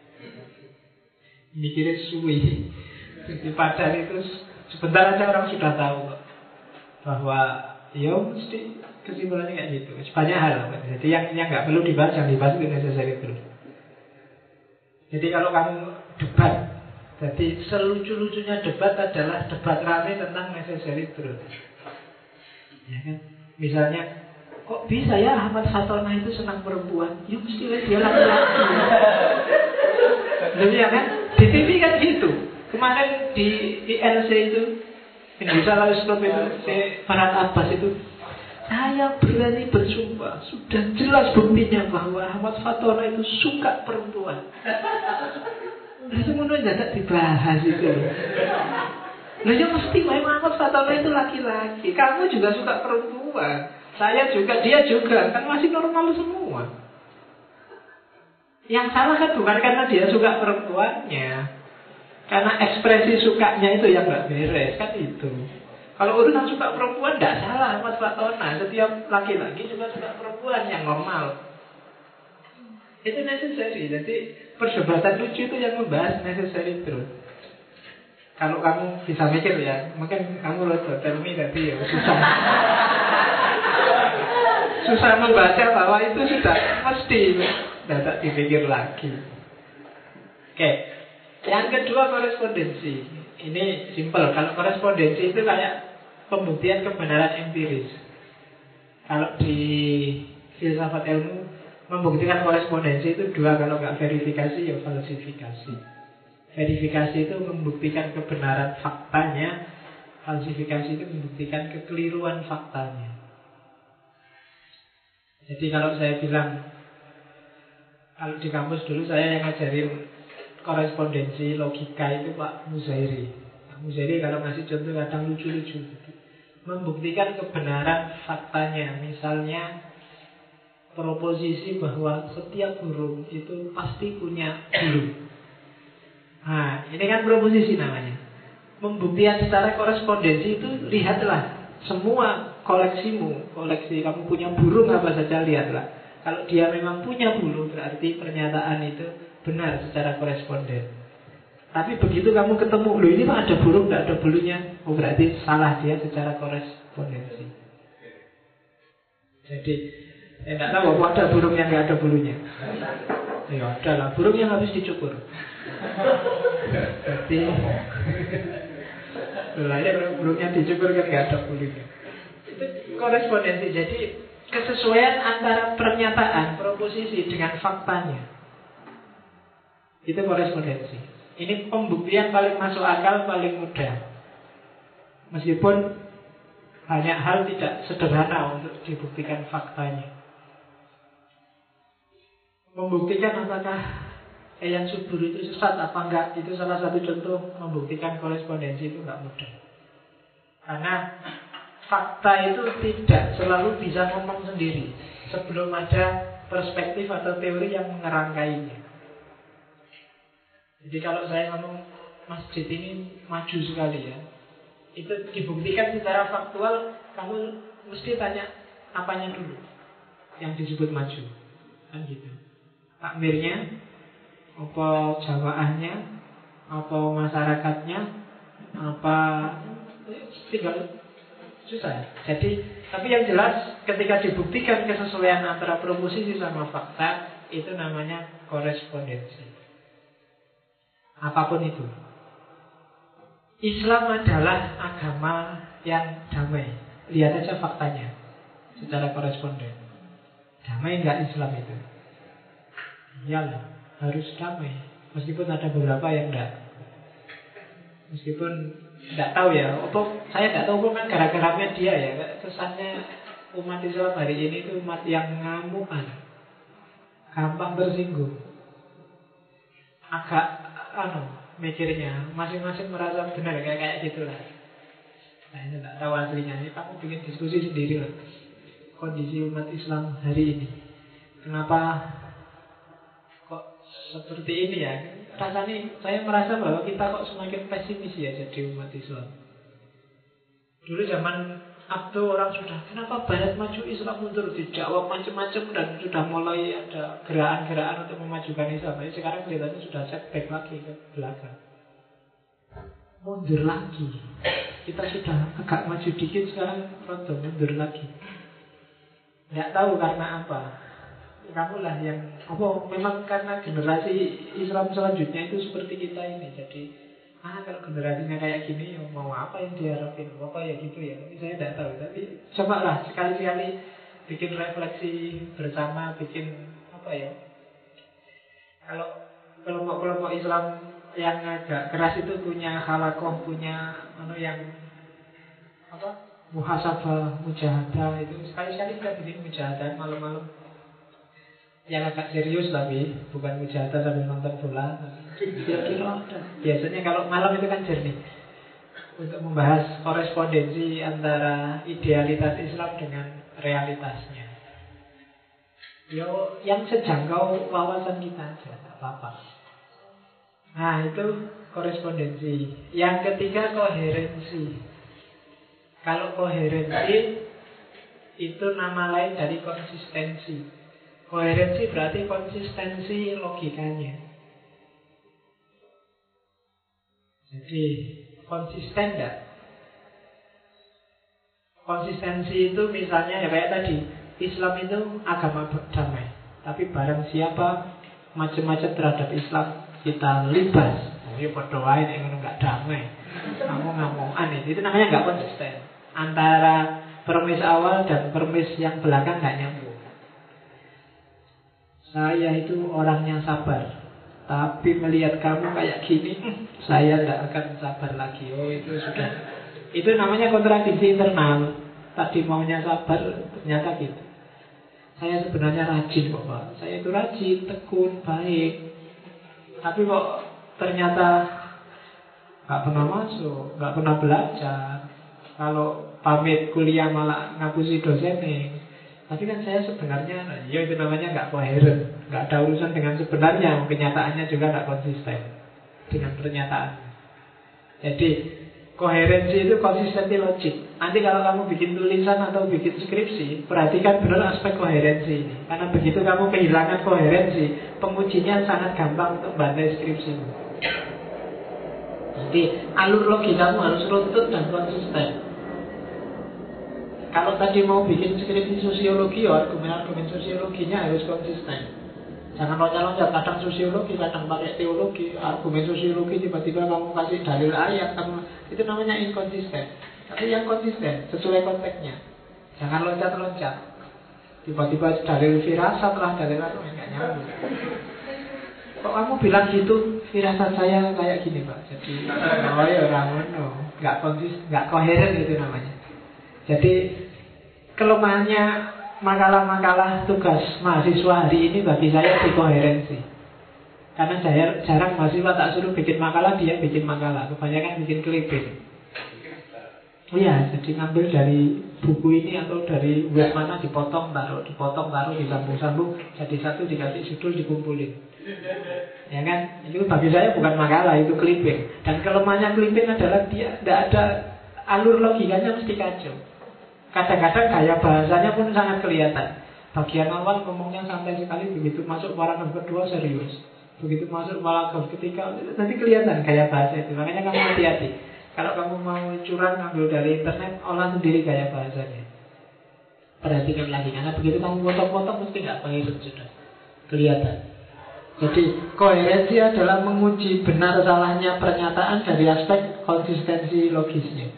Mikirnya suwi. Jadi padahal itu sebentar aja orang sudah tahu kok, bahwa ya mesti kesimpulannya kayak gitu. Banyak hal. Jadi yang yang nggak perlu dibahas, yang dibahas itu necessary truth. Jadi kalau kamu debat, jadi selucu-lucunya debat adalah debat rame tentang necessary truth. Ya kan? Misalnya, kok bisa ya Ahmad Fatona itu senang perempuan? Ya mesti dia laki-laki. Jadi ya kan? Di T V kan gitu. Kemarin di I L C itu, Indonesia Lalu Stop itu, si Farhad Abbas itu, saya berani bersumpah, sudah jelas buktinya bahwa Ahmad Fatona itu suka perempuan. Nah, semuanya tidak dibahas itu. Nah, ya mesti memang Ahmad Fatona itu laki-laki. Kamu juga suka perempuan. Saya juga, dia juga. Kan masih normal semua. Yang salah kan bukan karena dia suka perempuannya, karena ekspresi sukanya itu yang gak beres. Kan itu. Kalau urusan suka perempuan, tidak salah Ahmad Fatona. Setiap laki-laki juga suka perempuan yang normal. Itu necessary. Jadi perdebatan lucu itu yang membahas necessary truth. Kalau kamu bisa mikir ya, mungkin kamu loh tell me tadi ya susah. Susah membaca bahwa itu sudah mesti. Tidak dipikir lagi. Oke. Yang kedua korespondensi. Ini simple. Kalau korespondensi itu kayak pembuktian kebenaran empiris. Kalau di filsafat ilmu, membuktikan korespondensi itu dua, kalau nggak verifikasi ya falsifikasi. Verifikasi itu membuktikan kebenaran faktanya, falsifikasi itu membuktikan kekeliruan faktanya. Jadi kalau saya bilang, kalau di kampus dulu saya yang ngajarin korespondensi logika itu Pak Muzairi. Pak Muzairi kalau ngasih contoh kadang lucu-lucu. Membuktikan kebenaran faktanya. Misalnya proposisi bahwa setiap burung itu pasti punya bulu. Nah, ini kan proposisi namanya. Pembuktian secara korespondensi itu, lihatlah semua koleksimu, koleksi kamu punya burung apa saja, lihatlah. Kalau dia memang punya bulu, berarti pernyataan itu benar secara koresponden. Tapi begitu kamu ketemu, loh ini mah ada burung, tidak ada bulunya, oh berarti salah dia secara korespondensi. Jadi saya tidak tahu bahwa ada burung yang tidak ada bulunya. Ya ada lah, burung yang habis dicukur. Jadi lah ya, burungnya dicukur kan tidak ada bulunya. Itu Korespondensi. Jadi kesesuaian antara pernyataan, proposisi dengan faktanya. Itu korespondensi. Ini pembuktian paling masuk akal, paling mudah. Meskipun banyak hal tidak sederhana untuk dibuktikan faktanya. Membuktikan apakah Yayan Subur itu sesat apa enggak, itu salah satu contoh membuktikan korespondensi itu enggak mudah. Karena fakta itu tidak selalu bisa ngomong sendiri sebelum ada perspektif atau teori yang mengerangkainya. Jadi kalau saya ngomong masjid ini maju sekali ya, itu dibuktikan secara faktual. Kamu mesti tanya apanya dulu yang disebut maju, kan gitu. Takmirnya, apa jamaahnya, apa masyarakatnya, apa tinggal susah. Jadi, tapi yang jelas ketika dibuktikan kesesuaian antara proposisi sama fakta, itu namanya korespondensi. Apapun itu. Islam adalah agama yang damai. Lihat aja faktanya secara koresponden. Damai enggak Islam itu? Iyalah, harus damai. Meskipun ada beberapa yang enggak. Meskipun enggak tahu ya. Apa saya enggak tahu kan gara-gara media ya. Kesannya umat Islam hari ini itu umat yang ngamukan, gampang tersinggung. Agak anu mikirnya masing-masing merasa benar kayak kayak gitulah. Nah ini tidak tahu aslinya. Ini kamu bikin diskusi sendiri lah. Kondisi umat Islam hari ini. Kenapa kok seperti ini ya? Rasanya saya merasa bahwa kita kok semakin pesimis ya jadi umat Islam. Dulu zaman Abdu orang sudah, kenapa Barat maju Islam mundur, dijawab macam-macam dan sudah mulai ada gerakan-gerakan untuk memajukan Islam. Jadi sekarang kelihatannya sudah setback lagi ke belakang, mundur lagi. Kita sudah agak maju dikit, sekarang rodo mundur lagi. Nggak tahu karena apa. Kamulah yang apa? Memang karena generasi Islam selanjutnya itu seperti kita ini. Jadi ah kalau generasinya kayak gini, mau apa yang diharapin, apa ya gitu ya. Tapi saya tidak tahu. Tapi cobalah sekali-sekali bikin refleksi bersama, bikin apa ya. Kalau kelompok-kelompok Islam yang agak keras itu punya halakoh, punya anu yang apa muhasabah, mujahadah itu sekali-sekali kita bikin mujahadah malam-malam. Yang agak serius tapi bukan mujahadah sambil nonton bola. Kira-kira biasanya kalau malam itu kan jernih untuk membahas korespondensi antara idealitas Islam dengan realitasnya. Yo, yang sejangkau wawasan kita aja, tak apa-apa. Nah itu korespondensi. Yang ketiga koherensi. Kalau koherensi itu nama lain dari konsistensi. Koherensi berarti konsistensi logikanya. Jadi konsisten enggak? Konsistensi itu misalnya ya kayak tadi, Islam itu agama damai. Tapi barang siapa macam-macam terhadap Islam kita libas. Oh ya padha wae nek ngono enggak damai. Kamu ngamongan itu, itu namanya enggak konsisten. Antara permis awal dan permis yang belakang enggak nyambung. Saya itu orangnya sabar, tapi melihat kamu kayak gini, saya tidak akan sabar lagi. Oh itu sudah, itu namanya kontradiksi internal. Tadi maunya sabar, ternyata gitu. Saya sebenarnya rajin kok Pak. Saya itu rajin, tekun, baik. Tapi kok ternyata nggak pernah masuk, nggak pernah belajar. Kalau pamit kuliah malah ngapusi dosennya. Tapi kan saya sebenarnya, ya itu namanya nggak koheren, nggak ada urusan dengan sebenarnya, kenyataannya juga nggak konsisten dengan pernyataan. Jadi koherensi itu konsistensi logik. Nanti kalau kamu bikin tulisan atau bikin skripsi, perhatikan benar aspek koherensi ini. Karena begitu kamu kehilangan koherensi, pengujinya sangat gampang untuk bantai skripsimu. Jadi alur logikamu harus runtut dan konsisten. Kalau tadi mau bikin skripsi sosiologi, ya argumen-argumen sosiologinya harus konsisten. Jangan loncat-loncat, kadang sosiologi, kadang pakai teologi, argumen sosiologi tiba-tiba kamu kasih dalil ayat, kamu itu namanya inkonsisten. Tapi yang konsisten sesuai konteksnya. Jangan loncat-loncat. Tiba-tiba dalil firasat lah, dalil apa, nggak nyambung. Kok kamu bilang gitu? Firasat saya kayak gini Pak. Jadi, oh ya orang no, nggak konsis, nggak koheren itu namanya. Jadi kelemahannya makalah-makalah tugas mahasiswa hari ini bagi saya di koherensi. Karena saya jarang mahasiswa tak suruh bikin makalah, dia bikin makalah. Kebanyakan bikin clipping. Iya, jadi ngambil dari buku ini atau dari web mana, dipotong, taruh, dipotong, taruh, disambung-sambung, jadi satu, dikasih judul, dikumpulin. Ya kan? Itu bagi saya bukan makalah, itu clipping. Dan kelemahannya clipping adalah dia tidak ada alur logikanya, mesti kacau. Kadang-kadang gaya bahasanya pun sangat kelihatan. Bagian awal ngomongnya santai sekali, begitu masuk paragraf kedua serius. Begitu masuk paragraf ketiga, nanti kelihatan gaya bahasa itu. Makanya kamu hati-hati. Kalau kamu mau curang ambil dari internet, olah sendiri gaya bahasanya. Perhatikan lagi, karena begitu kamu potong-potong mesti nggak pengilut sudah kelihatan. Jadi koherensi adalah menguji benar salahnya pernyataan dari aspek konsistensi logisnya.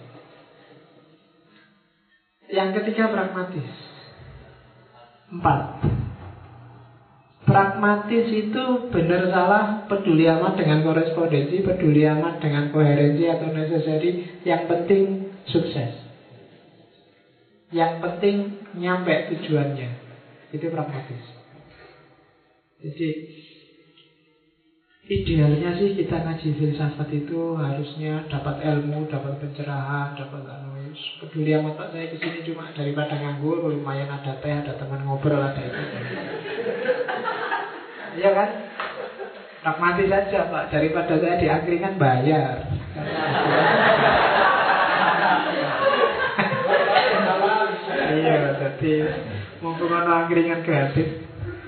Yang ketiga pragmatis. Empat. Pragmatis itu benar salah peduli amat dengan korespondensi, peduli amat dengan koherensi atau necessary. Yang penting sukses. Yang penting nyampe tujuannya. Itu pragmatis. Jadi idealnya sih kita ngaji filsafat itu harusnya dapat ilmu, dapat pencerahan, dapat anu. Peduli amat Pak, saya kesini cuma daripada nganggur, lumayan ada teh, ada teman ngobrol, ada itu. Iya kan? Pragmatis saja Pak, daripada saya di angkringan bayar. Iya, jadi mumpung ada angkringan gratis.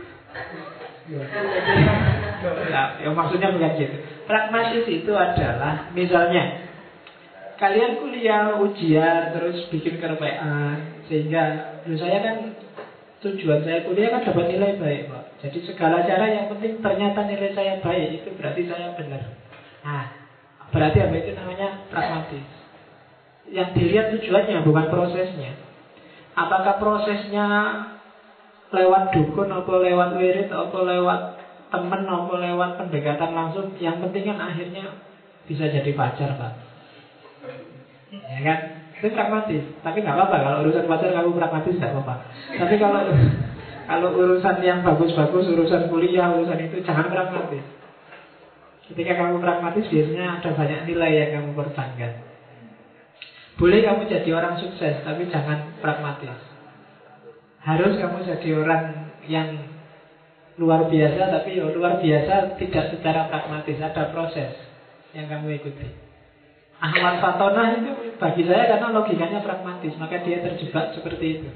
Ya, ya maksudnya bukan gitu. Pragmatis itu adalah misalnya kalian kuliah ujian terus bikin kerpean, sehingga lu saya kan tujuan saya kuliah kan dapat nilai baik Pak. Jadi segala cara yang penting ternyata nilai saya baik, itu berarti saya benar. Nah, berarti apa itu namanya pragmatis. Yang dilihat tujuannya bukan prosesnya. Apakah prosesnya lewat dukun, atau lewat wirid, atau lewat temen, atau lewat pendekatan langsung. Yang penting kan akhirnya bisa jadi pacar Pak. Ya kan? Itu pragmatis. Tapi nggak apa-apa kalau urusan pacar kamu pragmatis, nggak apa-apa. Tapi kalau kalau urusan yang bagus-bagus, urusan kuliah, urusan itu jangan pragmatis. Ketika kamu pragmatis biasanya ada banyak nilai yang kamu korbankan. Boleh kamu jadi orang sukses, tapi jangan pragmatis. Harus kamu jadi orang yang luar biasa, tapi ya luar biasa tidak secara pragmatis. Ada proses yang kamu ikuti. Ahmad Fatonah itu bagi saya karena logikanya pragmatis, maka dia terjebak seperti itu.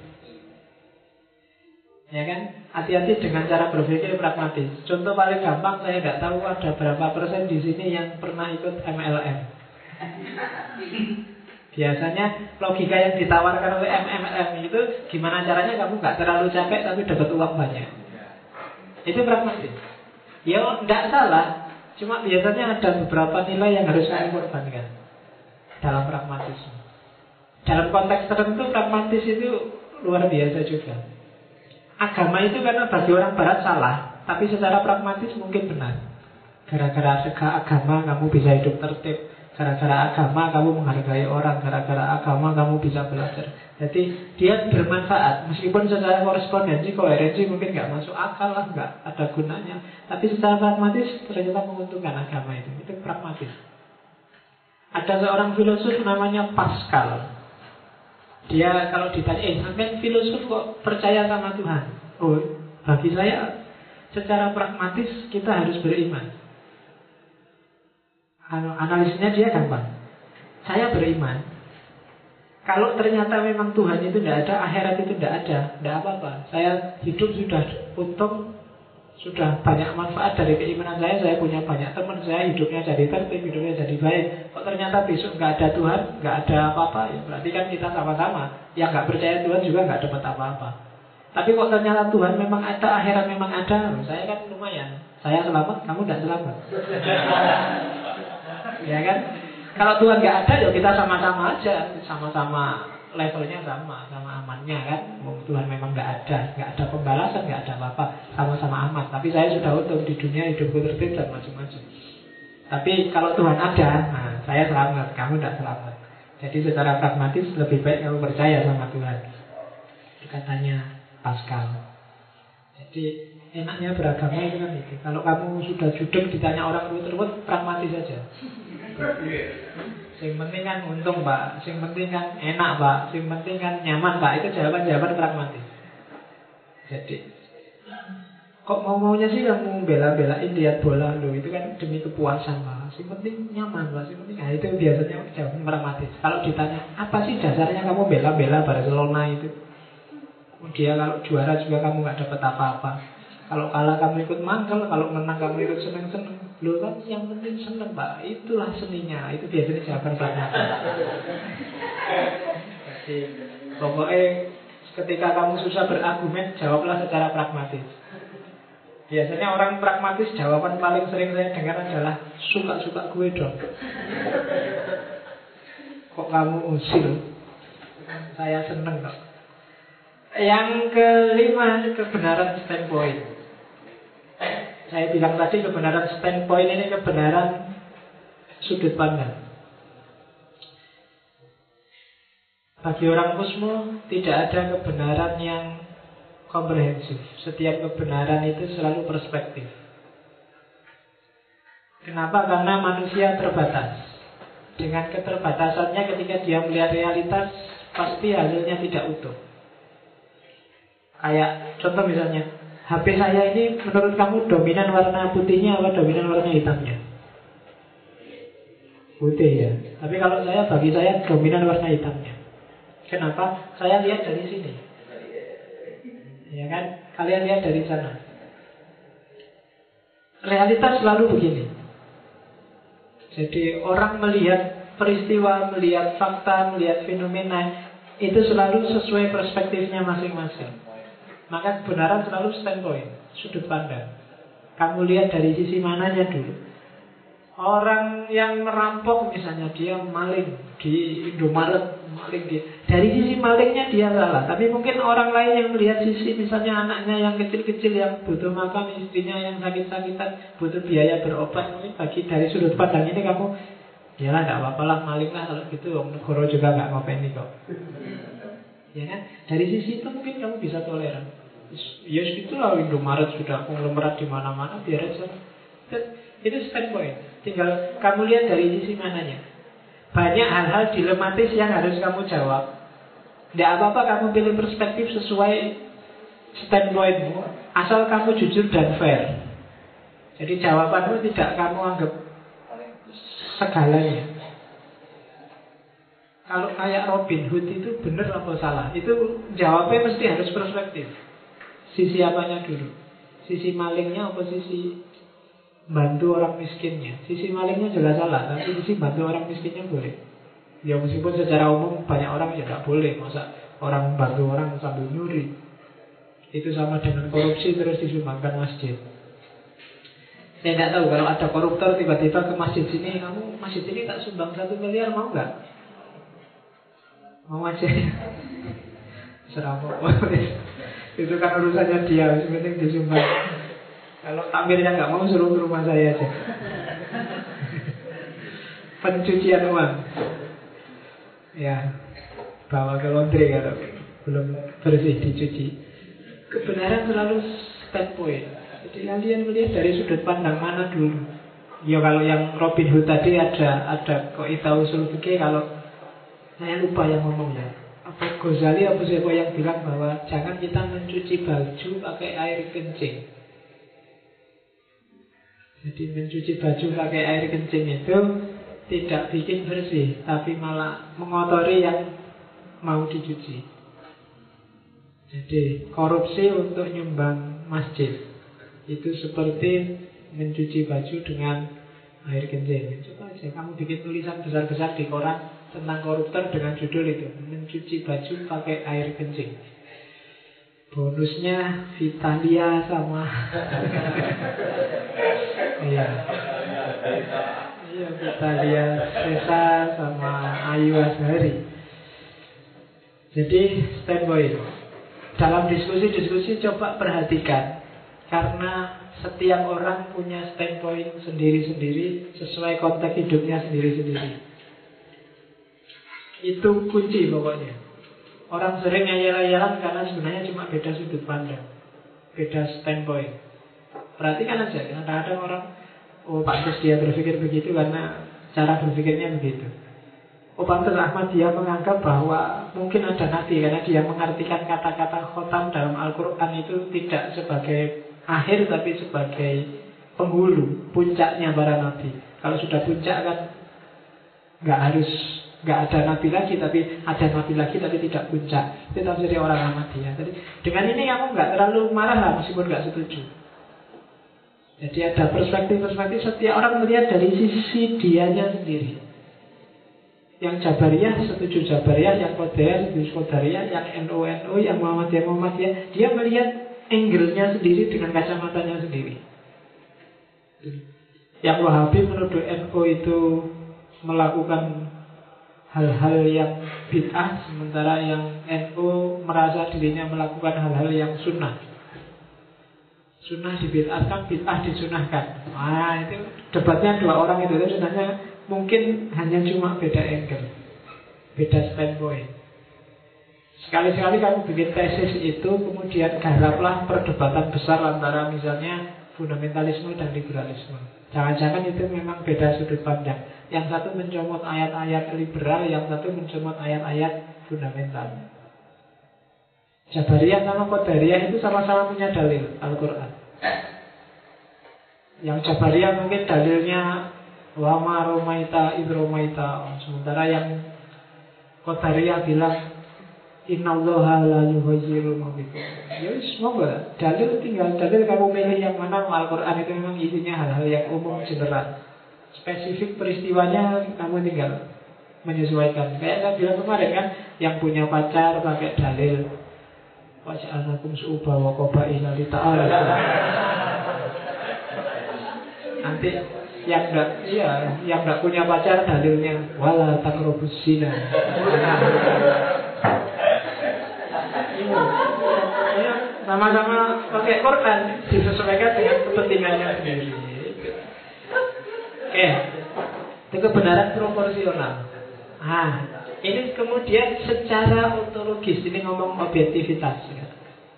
Ya kan? Hati-hati dengan cara berpikir pragmatis. Contoh paling gampang, saya tidak tahu ada berapa persen di sini yang pernah ikut M L M. Biasanya logika yang ditawarkan oleh M L M itu gimana caranya kamu nggak terlalu capek tapi dapat uang banyak. Itu pragmatis. Ya tidak salah, cuma biasanya ada beberapa nilai yang harus saya korbankan dalam pragmatisme. Dalam konteks tertentu pragmatis itu luar biasa juga. Agama itu karena bagi orang barat salah, tapi secara pragmatis mungkin benar. Gara-gara sega agama kamu bisa hidup tertib. Gara-gara agama kamu menghargai orang. Gara-gara agama kamu bisa belajar. Jadi dia bermanfaat. Meskipun secara korespondensi, koherensi mungkin gak masuk akal lah, gak ada gunanya. Tapi secara pragmatis ternyata menguntungkan agama itu. Itu pragmatis. Ada seorang filosof namanya Pascal. Dia kalau ditanya, eh sampai filosof kok percaya sama Tuhan? Oh, bagi saya secara pragmatis kita harus beriman. Analisisnya dia gampang. Saya beriman. Kalau ternyata memang Tuhan itu tidak ada, akhirat itu tidak ada, tidak apa-apa. Saya hidup sudah untung, sudah banyak manfaat dari keimanan saya. Saya punya banyak teman, saya hidupnya jadi tertib, hidupnya jadi baik. Kok ternyata besok nggak ada Tuhan, nggak ada apa-apa, ya berarti kan kita sama-sama. Yang nggak percaya Tuhan juga nggak dapat apa-apa. Tapi kok ternyata Tuhan memang ada, akhirat memang ada, saya kan lumayan. Saya selamat, kamu tidak selamat. Ya kan? Kalau Tuhan nggak ada, ya kita sama-sama aja, sama-sama levelnya sama, sama amannya kan. Tuhan memang nggak ada, nggak ada pembalasan, nggak ada apa-apa, sama-sama aman. Tapi saya sudah untung di dunia hidupku tertib dan macam-macam. Tapi kalau Tuhan ada, nah saya selamat, kamu tidak selamat. Jadi secara pragmatis lebih baik kamu percaya sama Tuhan. Itu katanya Pascal. Jadi enaknya beragama itu kan itu. Kalau kamu sudah judeng ditanya orang ruwet-ruwet, pragmatis saja. Yang penting kan untung Pak, yang penting kan enak Pak, yang penting kan nyaman Pak. Itu jawaban-jawaban pragmatis. Jadi kok mau-maunya sih kamu bela-belain lihat bola lo, itu kan demi kepuasan Pak. Yang penting nyaman Pak, yang penting, nah itu biasanya jawaban pragmatis. Kalau ditanya apa sih dasarnya kamu bela-bela Barcelona itu, dia kalau juara juga kamu nggak dapat apa-apa. Kalau kalah kamu ikut mangkel, kalau menang kamu ikut seneng-seneng. Loh kan yang penting seneng Pak, itulah seninya. Itu biasanya jawaban pragmatis. Jadi pokoknya ketika kamu susah berargumen, jawablah secara pragmatis. Biasanya orang pragmatis jawaban paling sering saya dengar adalah suka-suka gue dong. Kok kamu usil? Saya seneng kok. Yang kelima, kebenaran standpoint. Saya bilang tadi kebenaran standpoint ini kebenaran sudut pandang. Bagi orang Kusmo tidak ada kebenaran yang komprehensif. Setiap kebenaran itu selalu perspektif. Kenapa? Karena manusia terbatas. Dengan keterbatasannya ketika dia melihat realitas, pasti hasilnya tidak utuh. Kayak contoh misalnya, H P saya ini menurut kamu dominan warna putihnya atau dominan warna hitamnya? Putih ya. Tapi kalau saya, bagi saya dominan warna hitamnya. Kenapa? Saya lihat dari sini. Ya kan? Kalian lihat dari sana. Realitas selalu begini. Jadi orang melihat peristiwa, melihat fakta, melihat fenomena, itu selalu sesuai perspektifnya masing-masing. Maka kebenaran selalu standpoint, sudut pandang. Kamu lihat dari sisi mananya dulu. Orang yang merampok misalnya, dia maling di Indomaret, maling dia. Dari sisi malingnya dia salah. Tapi mungkin orang lain yang melihat sisi, misalnya anaknya yang kecil-kecil yang butuh makan, istrinya yang sakit-sakitan, butuh biaya berobat. Mungkin bagi dari sudut pandang ini kamu, ya lah gak apa-apa lah, maling lah kalau gitu. Negara juga gak ngopeni kok. Ya kan? Dari sisi itu mungkin kamu bisa toleran. Ya itulah Indomaret sudah konglomerat di mana-mana, biar aja. Itu standpoint. Tinggal kamu lihat dari sisi mananya. Banyak hal-hal dilematis yang harus kamu jawab. Tidak apa-apa kamu pilih perspektif sesuai standpointmu, asal kamu jujur dan fair. Jadi jawabanmu tidak kamu anggap segalanya. Kalau kayak Robin Hood itu benar apa salah, itu jawabnya mesti harus perspektif. Sisi apanya dulu? Sisi malingnya apa sisi bantu orang miskinnya? Sisi malingnya jelas salah, tapi sisi bantu orang miskinnya boleh. Ya meskipun secara umum banyak orang ya tidak boleh. Masa orang bantu orang sambil nyuri? Itu sama dengan korupsi terus disumbangkan masjid. Saya tidak tahu kalau ada koruptor tiba-tiba ke masjid sini, kamu masjid ini tak sumbang satu miliar, mau nggak? Mau aja. Serapok. Itu kan urusannya dia, yang penting disumbang. Kalau takmirnya nggak mau, suruh ke rumah saya aja. Pencucian uang. Ya, bawa ke laundry kalau belum bersih dicuci. Kebenaran selalu standpoint. Jadi kalian melihat dari sudut pandang mana dulu. Ya kalau yang Robin Hood tadi ada ada kok Ita usul fikih, kalau saya lupa yang ngomongnya. Apa Ghazali apa siapa yang bilang bahwa jangan kita mencuci baju pakai air kencing. Jadi mencuci baju pakai air kencing itu tidak bikin bersih, tapi malah mengotori yang mau dicuci. Jadi korupsi untuk nyumbang masjid itu seperti mencuci baju dengan air kencing. Coba aja kamu bikin tulisan besar-besar di koran tentang koruptor dengan judul itu, mencuci baju pakai air kencing. Bonusnya Vitalia sama iya iya Vitalia Sesa sama Ayu Azhari. Jadi standpoint. Dalam diskusi-diskusi coba perhatikan, karena setiap orang punya standpoint sendiri-sendiri sesuai konteks hidupnya sendiri-sendiri. Itu kunci pokoknya. Orang sering ngayal-ngayalan karena sebenarnya cuma beda sudut pandang, beda standpoint. Perhatikan aja, kadang-kadang orang, oh pantas dia berpikir begitu karena cara berpikirnya begitu. Oh pantas Ahmad dia menganggap bahwa mungkin ada nabi karena dia mengartikan kata-kata khotam dalam Al-Quran itu tidak sebagai akhir tapi sebagai penghulu, puncaknya para nabi. Kalau sudah puncak kan nggak harus, nggak ada nabi lagi, tapi ada nabi lagi tapi tidak puncak. Itu tafsir orang Ahmadiyah. Jadi dengan ini kamu nggak terlalu marah lah meskipun nggak setuju. Jadi ada perspektif-perspektif, setiap orang melihat dari sisi dianya sendiri. Yang Jabariyah setuju Jabariyah, yang Qadariyah setuju Qadariyah, yang N U N U, yang Muhammadiyah Muhammadiyah, dia melihat angle-nya sendiri dengan kacamatanya sendiri. Yang Wahabi menuduh N U itu melakukan hal-hal yang bid'ah, sementara yang N U merasa dirinya melakukan hal-hal yang sunnah. Sunnah dibid'ahkan, bid'ah disunahkan. Wah, itu debatnya dua orang itu, itu sebenarnya mungkin hanya cuma beda angle, beda standpoint. Sekali-sekali kamu bikin tesis itu, kemudian garaplah perdebatan besar antara misalnya fundamentalisme dan liberalisme. Jangan-jangan itu memang beda sudut pandang. Yang satu mencomot ayat-ayat liberal, yang satu mencomot ayat-ayat fundamental. Jabariyah sama Qadariyah itu sama-sama punya dalil Al-Quran. Yang Jabariyah mungkin dalilnya wa ma romaita id romaita, sementara yang Qadariyah bilang innallaha la yughayyiru ma bikum. Ya semoga dalil tinggal dalil, kamu pilih yang mana. Al-Quran itu memang isinya hal-hal yang umum general. Spesifik peristiwanya kamu tinggal menyesuaikan. Kayak saya bilang kemarin kan, yang punya pacar pakai dalil waj'alnakum su'uba wa qabaila lita'ala. Nanti yang enggak, iya, yang enggak punya pacar dalilnya wala taqrabus zina. Ya, sama-sama pakai Quran disesuaikan dengan kepentingannya sendiri. Oke, itu kebenaran proporsional. Ah, ini kemudian secara ontologis, ini ngomong objektivitas ya.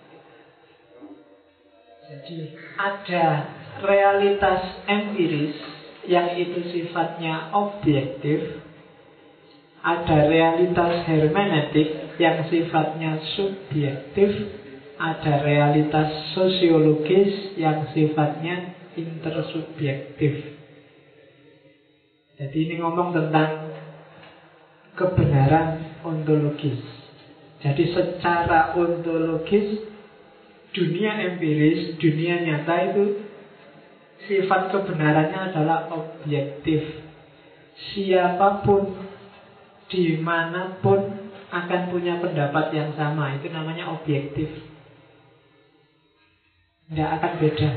Jadi ada realitas empiris yang itu sifatnya objektif, ada realitas hermeneutik yang sifatnya subjektif, ada realitas sosiologis yang sifatnya intersubjektif. Jadi ini ngomong tentang kebenaran ontologis. Jadi secara ontologis, dunia empiris, dunia nyata itu sifat kebenarannya adalah objektif. Siapapun dimanapun akan punya pendapat yang sama. Itu namanya objektif. Tidak akan beda.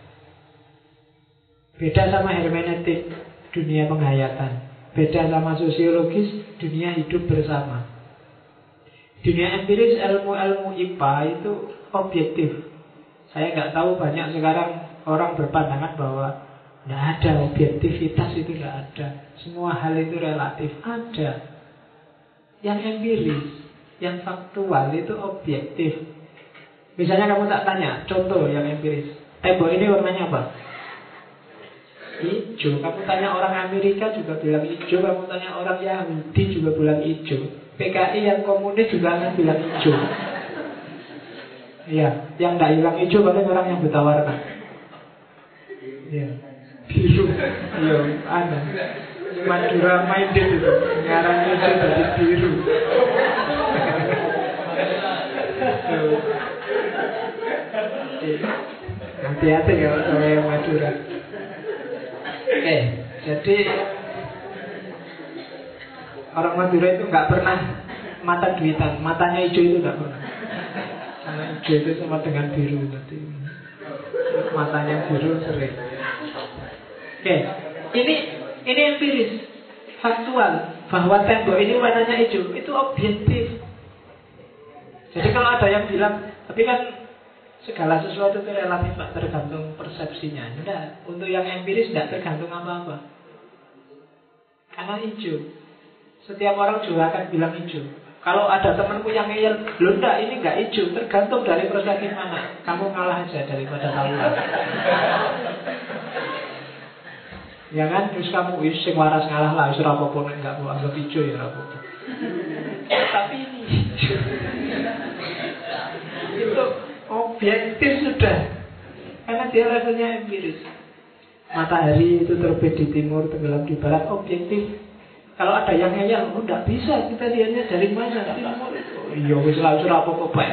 Beda sama hermeneutik, dunia penghayatan. Beda sama sosiologis, dunia hidup bersama. Dunia empiris, ilmu-ilmu I P A itu objektif. Saya nggak tahu, banyak sekarang orang berpandangan bahwa tidak ada objektivitas, itu tidak ada. Semua hal itu relatif. Ada. Yang empiris, yang faktual itu objektif. Misalnya kamu tak tanya, contoh yang empiris, tembok ini warnanya apa? Hijau. Kamu tanya orang Amerika juga bilang hijau. Kamu tanya orang Yahudi juga bilang hijau. P K I yang komunis juga akan bilang hijau. Iya, yang tidak hilang hijau paling orang yang buta warna. Iya, biru. Iya, ada Madura minded itu, ngarang hijau jadi biru. Hati-hati kalau sama yang Madura. Oke, jadi orang Madura itu nggak pernah mata duitan, matanya hijau itu nggak pernah. Karena hijau itu sama dengan biru, jadi matanya biru sering. Oke, ini ini empiris, faktual, bahwa tembok ini warnanya hijau, itu objektif. Jadi kalau ada yang bilang, tapi kan segala sesuatu itu relatif, Pak, tergantung persepsinya. Enggak, untuk yang empiris tidak tergantung apa-apa. Karena hijau. Setiap orang juga akan bilang hijau. Kalau ada temanmu yang ngeyel, loh enggak, ini enggak hijau, tergantung dari perspektif mana. Kamu ngalah aja daripada tahu. Ya kan, terus kamu wis sing waras ngalah lah, wis ora apa-apa nek enggak mau anggap hijau ya ora apa-apa. Tapi ini itu objektif sudah. Karena dia levelnya empiris. Matahari itu terbit di timur, tenggelam di barat, objektif. Kalau ada yang ngeyel, oh enggak bisa, kita lihatnya dari mana? Timur itu. Iya wis lah ora apa-apa.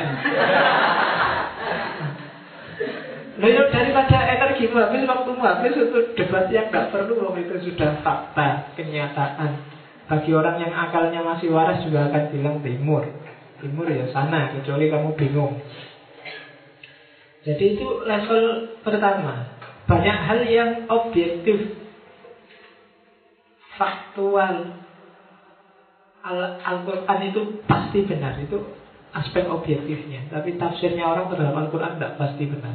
Nah, daripada energimu habis, waktumu habis, itu debat yang gak perlu. Loh, itu sudah fakta, kenyataan. Bagi orang yang akalnya masih waras juga akan bilang timur. Timur ya sana, kecuali kamu bingung. Jadi itu level pertama. Banyak hal yang objektif, faktual. Al-Quran itu pasti benar. Itu aspek objektifnya. Tapi tafsirnya orang terhadap Al-Quran tidak pasti benar.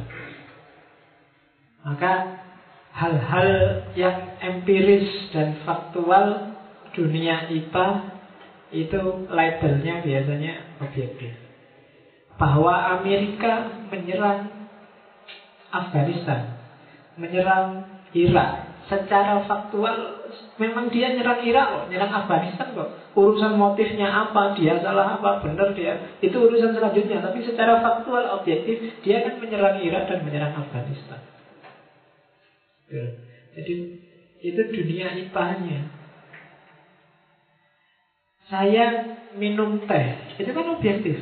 Maka hal-hal yang empiris dan faktual dunia I P A itu labelnya biasanya objektif. Bahwa Amerika menyerang Afghanistan, menyerang Irak, secara faktual memang dia nyerang Irak kok, nyerang Afghanistan kok. Urusan motifnya apa, dia salah apa, benar dia, itu urusan selanjutnya. Tapi secara faktual objektif, dia kan menyerang Irak dan menyerang Afghanistan. Jadi itu dunia I P A-nya. Saya minum teh, itu kan objektif.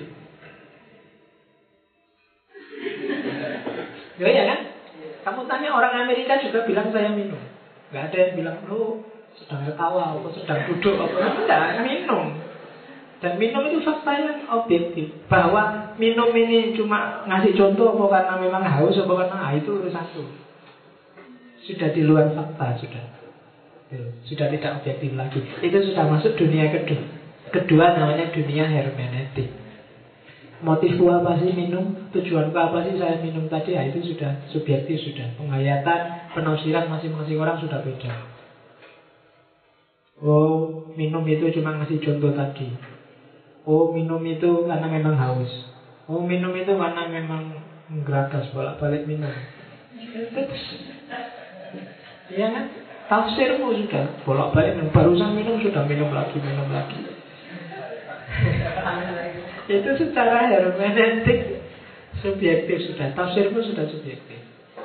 Ya, ya kan? Kamu tanya orang Amerika juga bilang saya minum. Gak ada yang bilang lu sedang ketawa atau sedang duduk apa. Enggak, minum. Dan minum itu fakta yang objektif. Bahwa minum ini cuma ngasih contoh apa karena memang haus apa karena ah, itu urusan itu. Sudah di luar fakta, sudah Sudah tidak objektif lagi. Itu sudah masuk dunia kedua. Kedua namanya dunia hermeneutik. Motifku apa sih minum? Tujuanku apa sih saya minum tadi? Ya, itu sudah subjektif, sudah. Penghayatan, penafsiran masing-masing orang sudah beda. Oh, minum itu cuma ngasih contoh tadi. Oh, minum itu karena memang haus. Oh, minum itu karena memang geragas bolak-balik minum. Iya kan? Tafsirmu sudah bolak-balik minum. Barusan minum sudah minum lagi, minum lagi. Itu secara hermeneutik subjektif sudah. Tafsirmu sudah subjektif.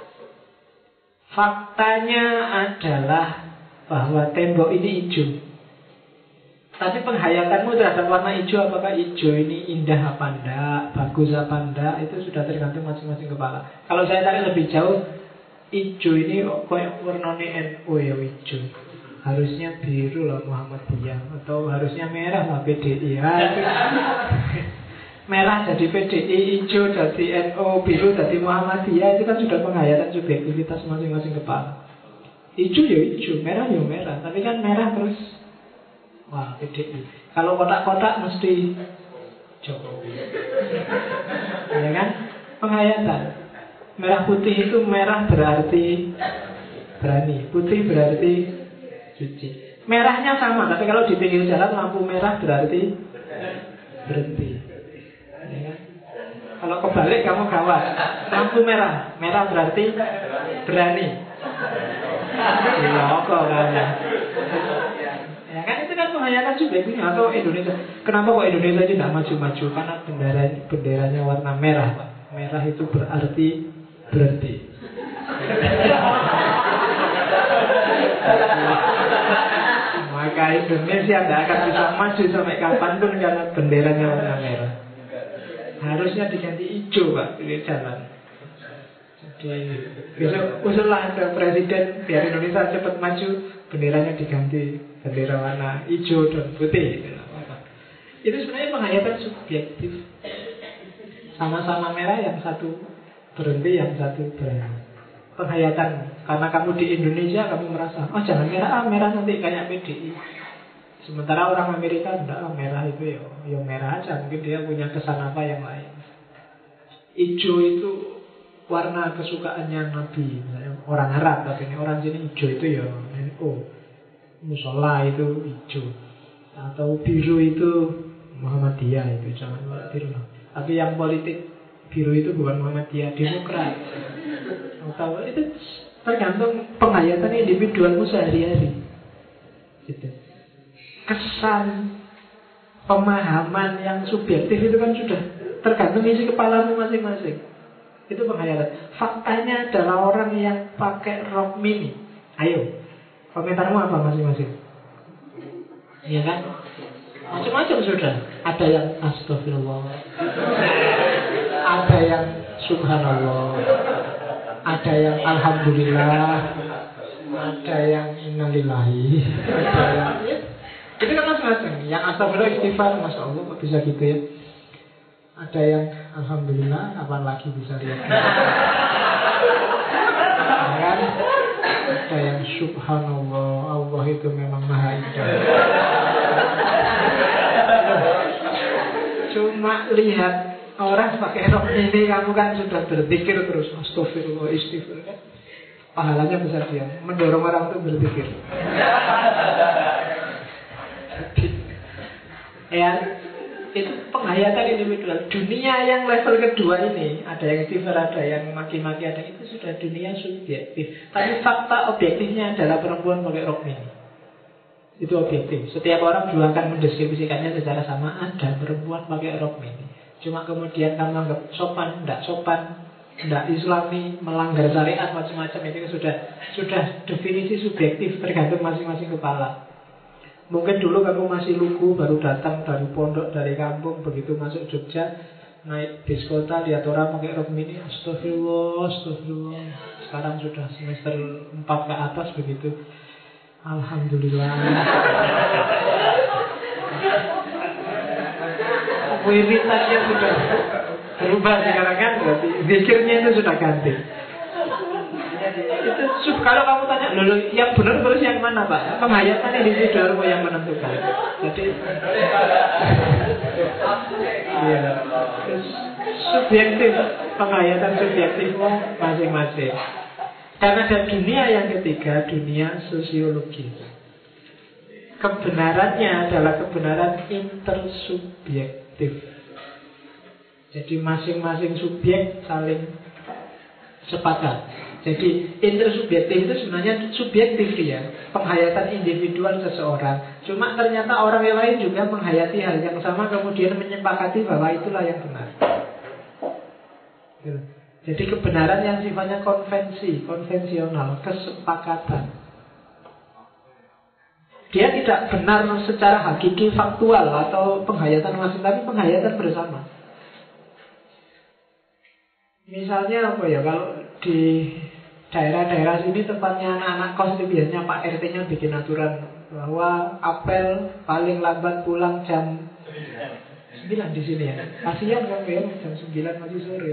Faktanya adalah bahwa tembok ini hijau. Tapi penghayatanmu terhadap warna hijau, apakah hijau ini indah apa enggak, bagus apa enggak, itu sudah tergantung masing-masing kepala. Kalau saya tarik lebih jauh, hijau ini kayak warnanya N U ya hijau. Harusnya biru lah Muhammadiyah, atau harusnya merah lah P D I. Ya, merah jadi P D I, hijau jadi N U, biru jadi Muhammadiyah. Itu kan sudah penghayatan subjektivitas masing-masing kepala. Hijau ya hijau, merah ya merah. Tapi kan merah terus wah P D I. Kalau kotak-kotak mesti Jokowi. Ya kan? Penghayatan. Merah putih itu merah berarti berani, putih berarti suci. Merahnya sama, tapi kalau di pinggir jalan lampu merah berarti berhenti. Ya kan? Kalau kebalik kamu gawat. Lampu merah, merah berarti berani. Ya kok kan? Ya kan itu kan penghayatan subjektif. Atau Indonesia, kenapa kok Indonesia ini tidak maju-maju? Karena bendera benderanya warna merah, Pak. Merah itu berarti berhenti. Maka Indonesia tidak akan bisa maju sampai kapanpun karena benderanya warna merah. Harusnya diganti hijau, Pak, di jalan. Jadi besok usullah ada presiden biar Indonesia cepat maju, benderanya diganti bendera warna hijau dan putih. Itu sebenarnya penghayatan subjektif. Sama-sama merah, yang satu berhenti, yang satu berani. Penghayatan. Karena kamu di Indonesia, kamu merasa, oh jangan merah, ah, merah nanti kayak P D I. Sementara orang Amerika enggak, merah itu ya, ya merah aja. Mungkin dia punya kesan apa yang lain. Hijau itu warna kesukaannya Nabi. Misalnya orang Arab, tapi ini orang sini hijau itu ya N U. Musola itu hijau. Atau biru itu Muhammadiyah itu, jangan khawatir lah. Tapi yang politik biru itu bukan Muhammadiyah, Demokrat. Atau itu tergantung penghayatan individualmu sehari-hari. Gitu. Kesan, pemahaman yang subjektif itu kan sudah tergantung isi kepalamu masing-masing. Itu penghayatan. Faktanya adalah orang yang pakai rok mini. Ayo, komentarmu apa masing-masing? Iya kan? Macam-macam sudah. Ada yang astagfirullah, ada yang subhanallah, ada yang alhamdulillah, ada yang innalillahi, ada yang itu kan macam-macam. Yang astagfirullah istighfar, masya Allah kok bisa gitu ya. Ada yang alhamdulillah, kapan lagi bisa lihat? Kan? Ada yang subhanallah, Allah itu memang maha indah. Cuma lihat orang pakai rok ini, kamu kan sudah berpikir terus astagfirullah istighfar kan? Pahalanya besar dia, mendorong orang untuk berpikir. Ya, itu penghayatan individual. Dunia yang level kedua ini, ada yang istighfar, ada yang maki-maki, ada itu sudah dunia subjektif. Tapi fakta objektifnya adalah perempuan pakai rok mini. Itu objektif. Setiap orang juga akan mendeskripsikannya secara sama. Ada perempuan pakai rok mini. Cuma kemudian kamu anggap sopan, tidak sopan, tidak islami, melanggar syariat, macam-macam. Itu sudah sudah definisi subjektif, tergantung masing-masing kepala. Mungkin dulu kamu masih lugu, baru datang dari pondok, dari kampung, begitu masuk Jogja, naik bis kota, lihat orang pakai rok mini, astagfirullah, astagfirullah. Sekarang sudah semester empat ke atas begitu, alhamdulillah. Wiritannya sudah berubah sekarang kan, berarti zikirnya itu sudah ganti. Itu kalau kamu tanya, lho, yang benar terus yang mana Pak? Penghayatan individualmu yang menentukan. Jadi iya, subjektif, penghayatan subjektifmu masing-masing. Karena ada dunia yang ketiga, dunia sosiologis. Kebenarannya adalah kebenaran intersubjektif. Jadi masing-masing subjek saling sepakat. Jadi intersubjektif itu sebenarnya subjektif ya, penghayatan individual seseorang. Cuma ternyata orang yang lain juga menghayati hal yang sama, kemudian menyepakati bahwa itulah yang benar. Jadi kebenaran yang sifatnya konvensi, konvensional, kesepakatan. Dia tidak benar secara hakiki, faktual atau penghayatan masing, tapi penghayatan bersama. Misalnya apa ya, kalau di daerah-daerah sini tempatnya anak-anak kos itu biasanya Pak R T-nya bikin aturan bahwa apel paling lambat pulang jam sembilan di sini ya. Kasihan kan ya, jam sembilan masih sore.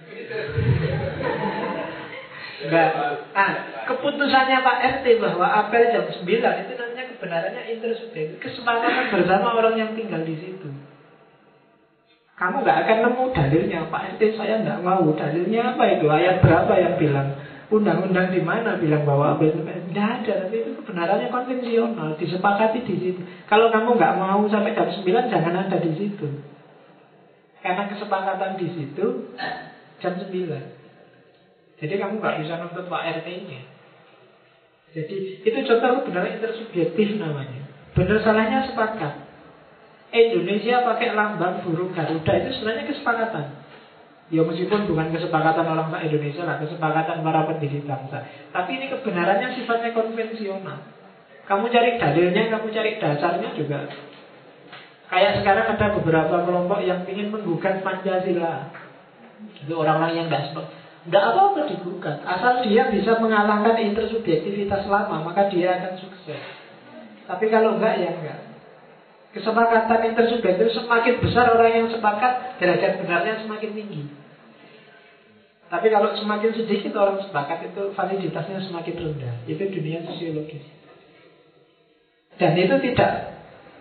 Enggak. Ah, keputusannya Pak R T bahwa apel jam sembilan itu namanya kebenarannya intersubjektif, kesepakatan bersama orang yang tinggal di situ. Kamu nggak akan nemu dalilnya, Pak R T saya nggak mau. Dalilnya apa itu? Ayat berapa yang bilang? Undang-undang di mana bilang bahwa apel tidak ada, tapi itu kebenarannya konvensional, disepakati di situ. Kalau kamu nggak mau sampai jam sembilan, jangan ada di situ. Karena kesepakatan di situ jam sembilan. Jadi kamu nggak bisa nuntut Pak R T-nya. Jadi itu contoh kebenaran intersubjektif namanya. Benar salahnya sepakat. Indonesia pakai lambang burung Garuda itu sebenarnya kesepakatan. Ya meskipun bukan kesepakatan orang tak Indonesia lah, kesepakatan para pendiri bangsa. Tapi ini kebenarannya sifatnya konvensional. Kamu cari dalilnya, kamu cari dasarnya juga. Kayak sekarang ada beberapa kelompok yang ingin menggugat Pancasila. Itu orang-orang yang tidak sepakat. Tidak apa-apa digugat. Asal dia bisa mengalahkan intersubjektivitas lama, maka dia akan sukses. Tapi kalau enggak, ya enggak. Kesepakatan intersubjektif semakin besar orang yang sepakat, derajat benarnya semakin tinggi. Tapi kalau semakin sedikit orang sepakat, itu validitasnya semakin rendah. Itu dunia sosiologis. Dan itu tidak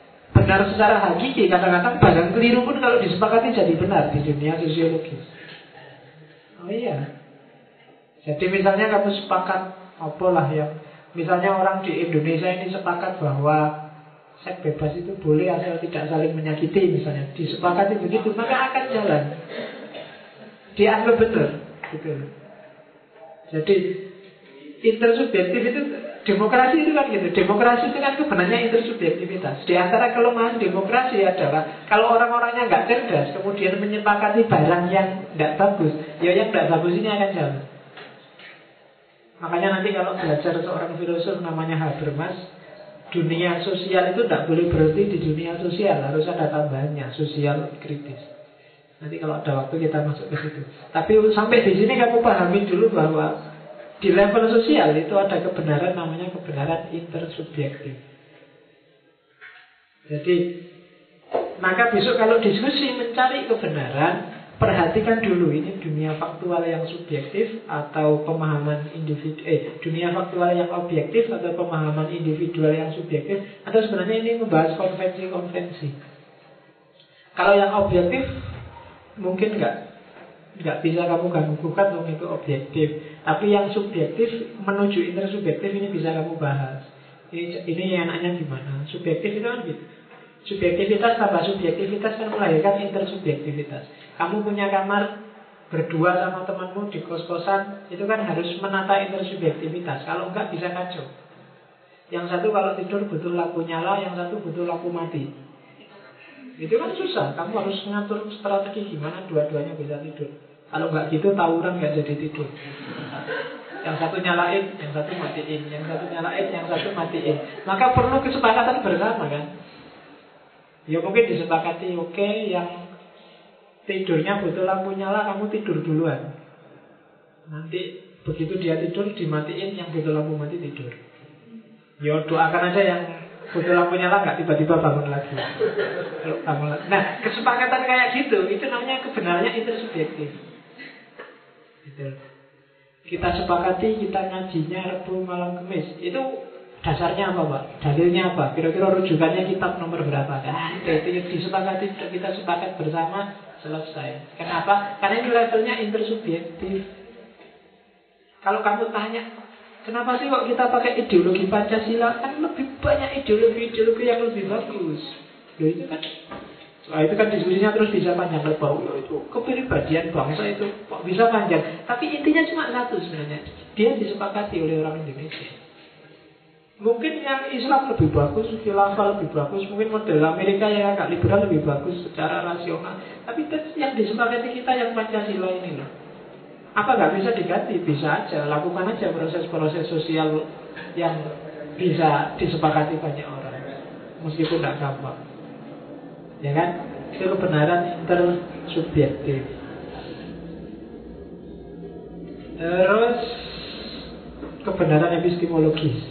benar secara hakiki. Kadang-kadang barang keliru pun kalau disepakati jadi benar di dunia sosiologis. Oh iya. Jadi misalnya kamu sepakat apalah yang, misalnya orang di Indonesia ini sepakat bahwa seks bebas itu boleh asal tidak saling menyakiti, misalnya disepakati begitu, maka akan jalan. Dianggap benar, gitu. Jadi intersubjektif itu, demokrasi itu kan gitu. Demokrasi itu kan sebenarnya intersubjektivitas. Di antara kelemahan demokrasi adalah kalau orang-orangnya nggak cerdas, kemudian menyepakati barang yang nggak bagus, ya yang nggak bagus ini akan jalan. Makanya nanti kalau belajar seorang filosof namanya Habermas, dunia sosial itu tidak boleh berhenti di dunia sosial, harus ada tambahannya, sosial kritis. Nanti kalau ada waktu kita masuk ke situ. Tapi sampai di sini kamu pahami dulu bahwa di level sosial itu ada kebenaran namanya kebenaran intersubjektif. Jadi, maka besok kalau diskusi mencari kebenaran, perhatikan dulu ini dunia faktual yang subjektif atau pemahaman individu, eh dunia faktual yang objektif atau pemahaman individual yang subjektif, atau sebenarnya ini membahas konvensi-konvensi. Kalau yang objektif mungkin enggak nggak bisa kamu ganggu-gugat dong, itu objektif. Tapi yang subjektif menuju intersubjektif ini bisa kamu bahas. Ini, ini enaknya gimana? Subjektif itu kan gitu. Subjektivitas tambah subjektivitas kan melahirkan intersubjektivitas. Kamu punya kamar berdua sama temanmu di kos-kosan, itu kan harus menata intersubjektivitas. Kalau enggak bisa kacau. Yang satu kalau tidur butuh lampu nyala, yang satu butuh lampu mati. Itu kan susah. Kamu harus ngatur strategi gimana dua-duanya bisa tidur. Kalau nggak gitu tawuran nggak jadi tidur. Yang satu nyalain, yang satu matiin, yang satu nyalain, yang satu matiin. Maka perlu kesepakatan bersama kan. Ya mungkin disepakati, oke, okay, yang tidurnya butuh lampu nyala, kamu tidur duluan. Nanti begitu dia tidur dimatiin, yang butuh lampu mati tidur. Ya doakan aja yang butuh lampu nyala nggak tiba-tiba bangun lagi. Bangun lagi. Nah, kesepakatan kayak gitu, itu namanya kebenarannya intersubjektif. Gitu. Kita sepakati, kita ngajinya Rabu malam Kamis. Itu dasarnya apa, Pak? Dalilnya apa? Kira-kira rujukannya kitab nomor berapa? Nah, itu disepakati, kita sepakat bersama, selesai. Kenapa? Karena ini levelnya intersubjektif. Kalau kamu tanya, kenapa sih kok kita pakai ideologi Pancasila? Kan lebih banyak ideologi-ideologi yang lebih bagus. Loh itu kan, soal itu kan diskusinya terus bisa panjang lebar. Loh itu kepribadian bangsa itu kok bisa panjang. Tapi intinya cuma satu sebenarnya. Dia disepakati oleh orang Indonesia. Mungkin yang Islam lebih bagus, khilafah lebih bagus, mungkin model Amerika yang agak liberal lebih bagus secara rasional. Tapi yang disepakati kita yang Pancasila ini loh. Apa nggak bisa diganti? Bisa aja, lakukan aja proses-proses sosial yang bisa disepakati banyak orang, meskipun tidak gampang. Ya kan? Itu kebenaran intersubjektif. Terus kebenaran epistemologis.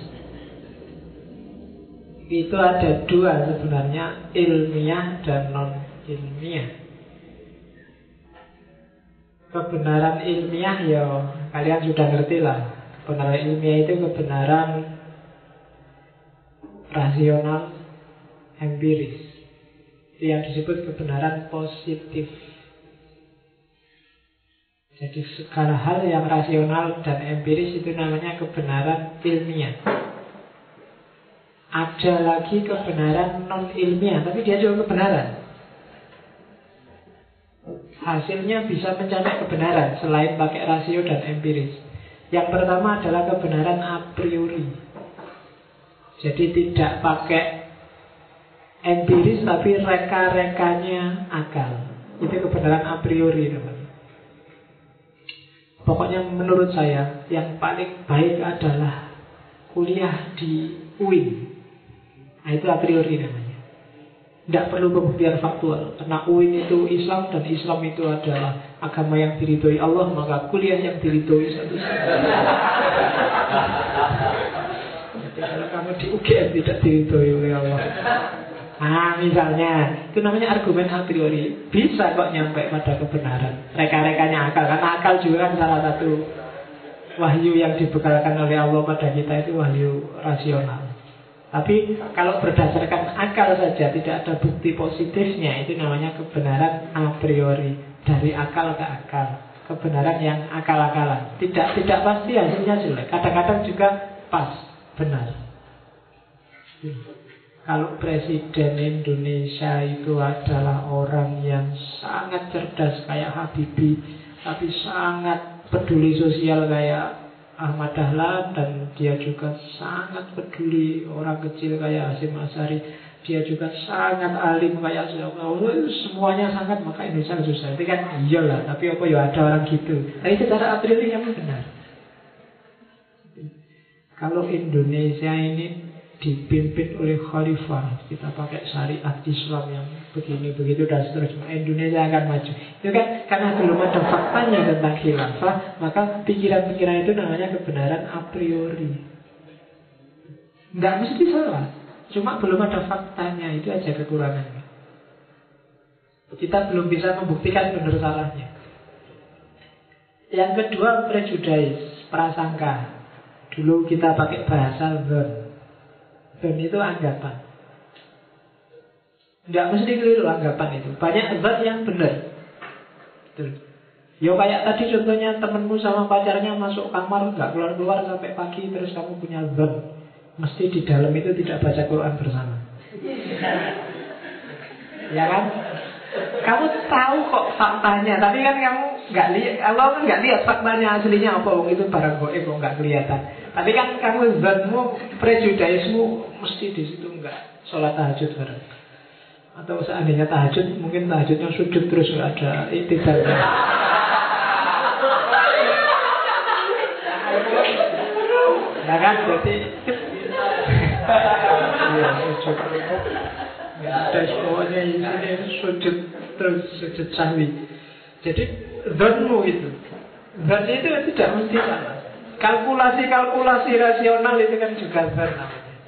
Itu ada dua sebenarnya, ilmiah dan non-ilmiah. Kebenaran ilmiah ya kalian sudah ngerti lah. Kebenaran ilmiah itu kebenaran rasional, empiris. Itu yang disebut kebenaran positif. Jadi segala hal yang rasional dan empiris itu namanya kebenaran ilmiah. Ada lagi kebenaran non-ilmiah, tapi dia juga kebenaran. Hasilnya bisa mencapai kebenaran selain pakai rasio dan empiris. Yang pertama adalah kebenaran a priori. Jadi tidak pakai empiris tapi reka-rekanya akal. Itu kebenaran a priori namanya. Pokoknya menurut saya yang paling baik adalah kuliah di U I N. Nah itu a priori namanya. Tidak perlu pembuktian faktual. Karena U I N itu Islam dan Islam itu adalah agama yang diridhoi Allah, maka kuliah yang diridhoi satu-satunya. Jadi kalau kamu di U G M tidak diridhoi oleh Allah. Nah misalnya, itu namanya argumen a priori. Bisa kok nyampe pada kebenaran. Reka-rekanya akal. Karena akal juga kan salah satu wahyu yang dibekalkan oleh Allah pada kita itu wahyu rasional. Tapi kalau berdasarkan akal saja, tidak ada bukti positifnya, itu namanya kebenaran a priori, dari akal ke akal, kebenaran yang akal-akalan. Tidak tidak pasti hasilnya jelek, kadang-kadang juga pas, benar. Kalau Presiden Indonesia itu adalah orang yang sangat cerdas kayak Habibie, tapi sangat peduli sosial kayak Ahmad Dahlan, dan dia juga sangat peduli orang kecil kayak Hasyim Asyari, dia juga sangat alim kayak oh, semuanya sangat, maka Indonesia susah. Itu kan iyalah, tapi apa ya ada orang gitu. Tapi secara a priori yang benar. Kalau Indonesia ini dipimpin oleh khalifah, kita pakai syariat Islam yang begini begitu dan seterusnya, Indonesia akan maju. Itu kan karena belum ada faktanya tentang khilafah, maka pikiran-pikiran itu namanya kebenaran a priori. Nggak mesti salah, cuma belum ada faktanya, itu aja kekurangannya. Kita belum bisa membuktikan benar salahnya. Yang kedua, prejudice, prasangka. Dulu kita pakai bahasa zon. Dan itu anggapan. Nggak mesti keliru anggapan itu. Banyak zat yang benar. Betul. Yo kayak tadi contohnya temenmu sama pacarnya masuk kamar nggak keluar-keluar sampai pagi, terus kamu punya zat mesti di dalam itu tidak baca Quran bersama. Ya kan? Kamu tahu kok faktanya, tapi kan kamu nggak lihat. Allah kan nggak lihat faktanya aslinya apa. Wong itu barang goib kok nggak kelihatan. Tapi kan kamu zanmu, prejudice-mu mesti di situ nggak sholat tahajud bareng. Atau seandainya tahajud, mungkin tahajudnya sujud terus nggak ada iktidalnya. Ya kan, berarti ya sujud. Ya ada semuanya ini sujud terus sujud sahwi. Jadi zanmu itu, zan itu tidak mesti salah. Kalkulasi-kalkulasi rasional itu kan juga benar.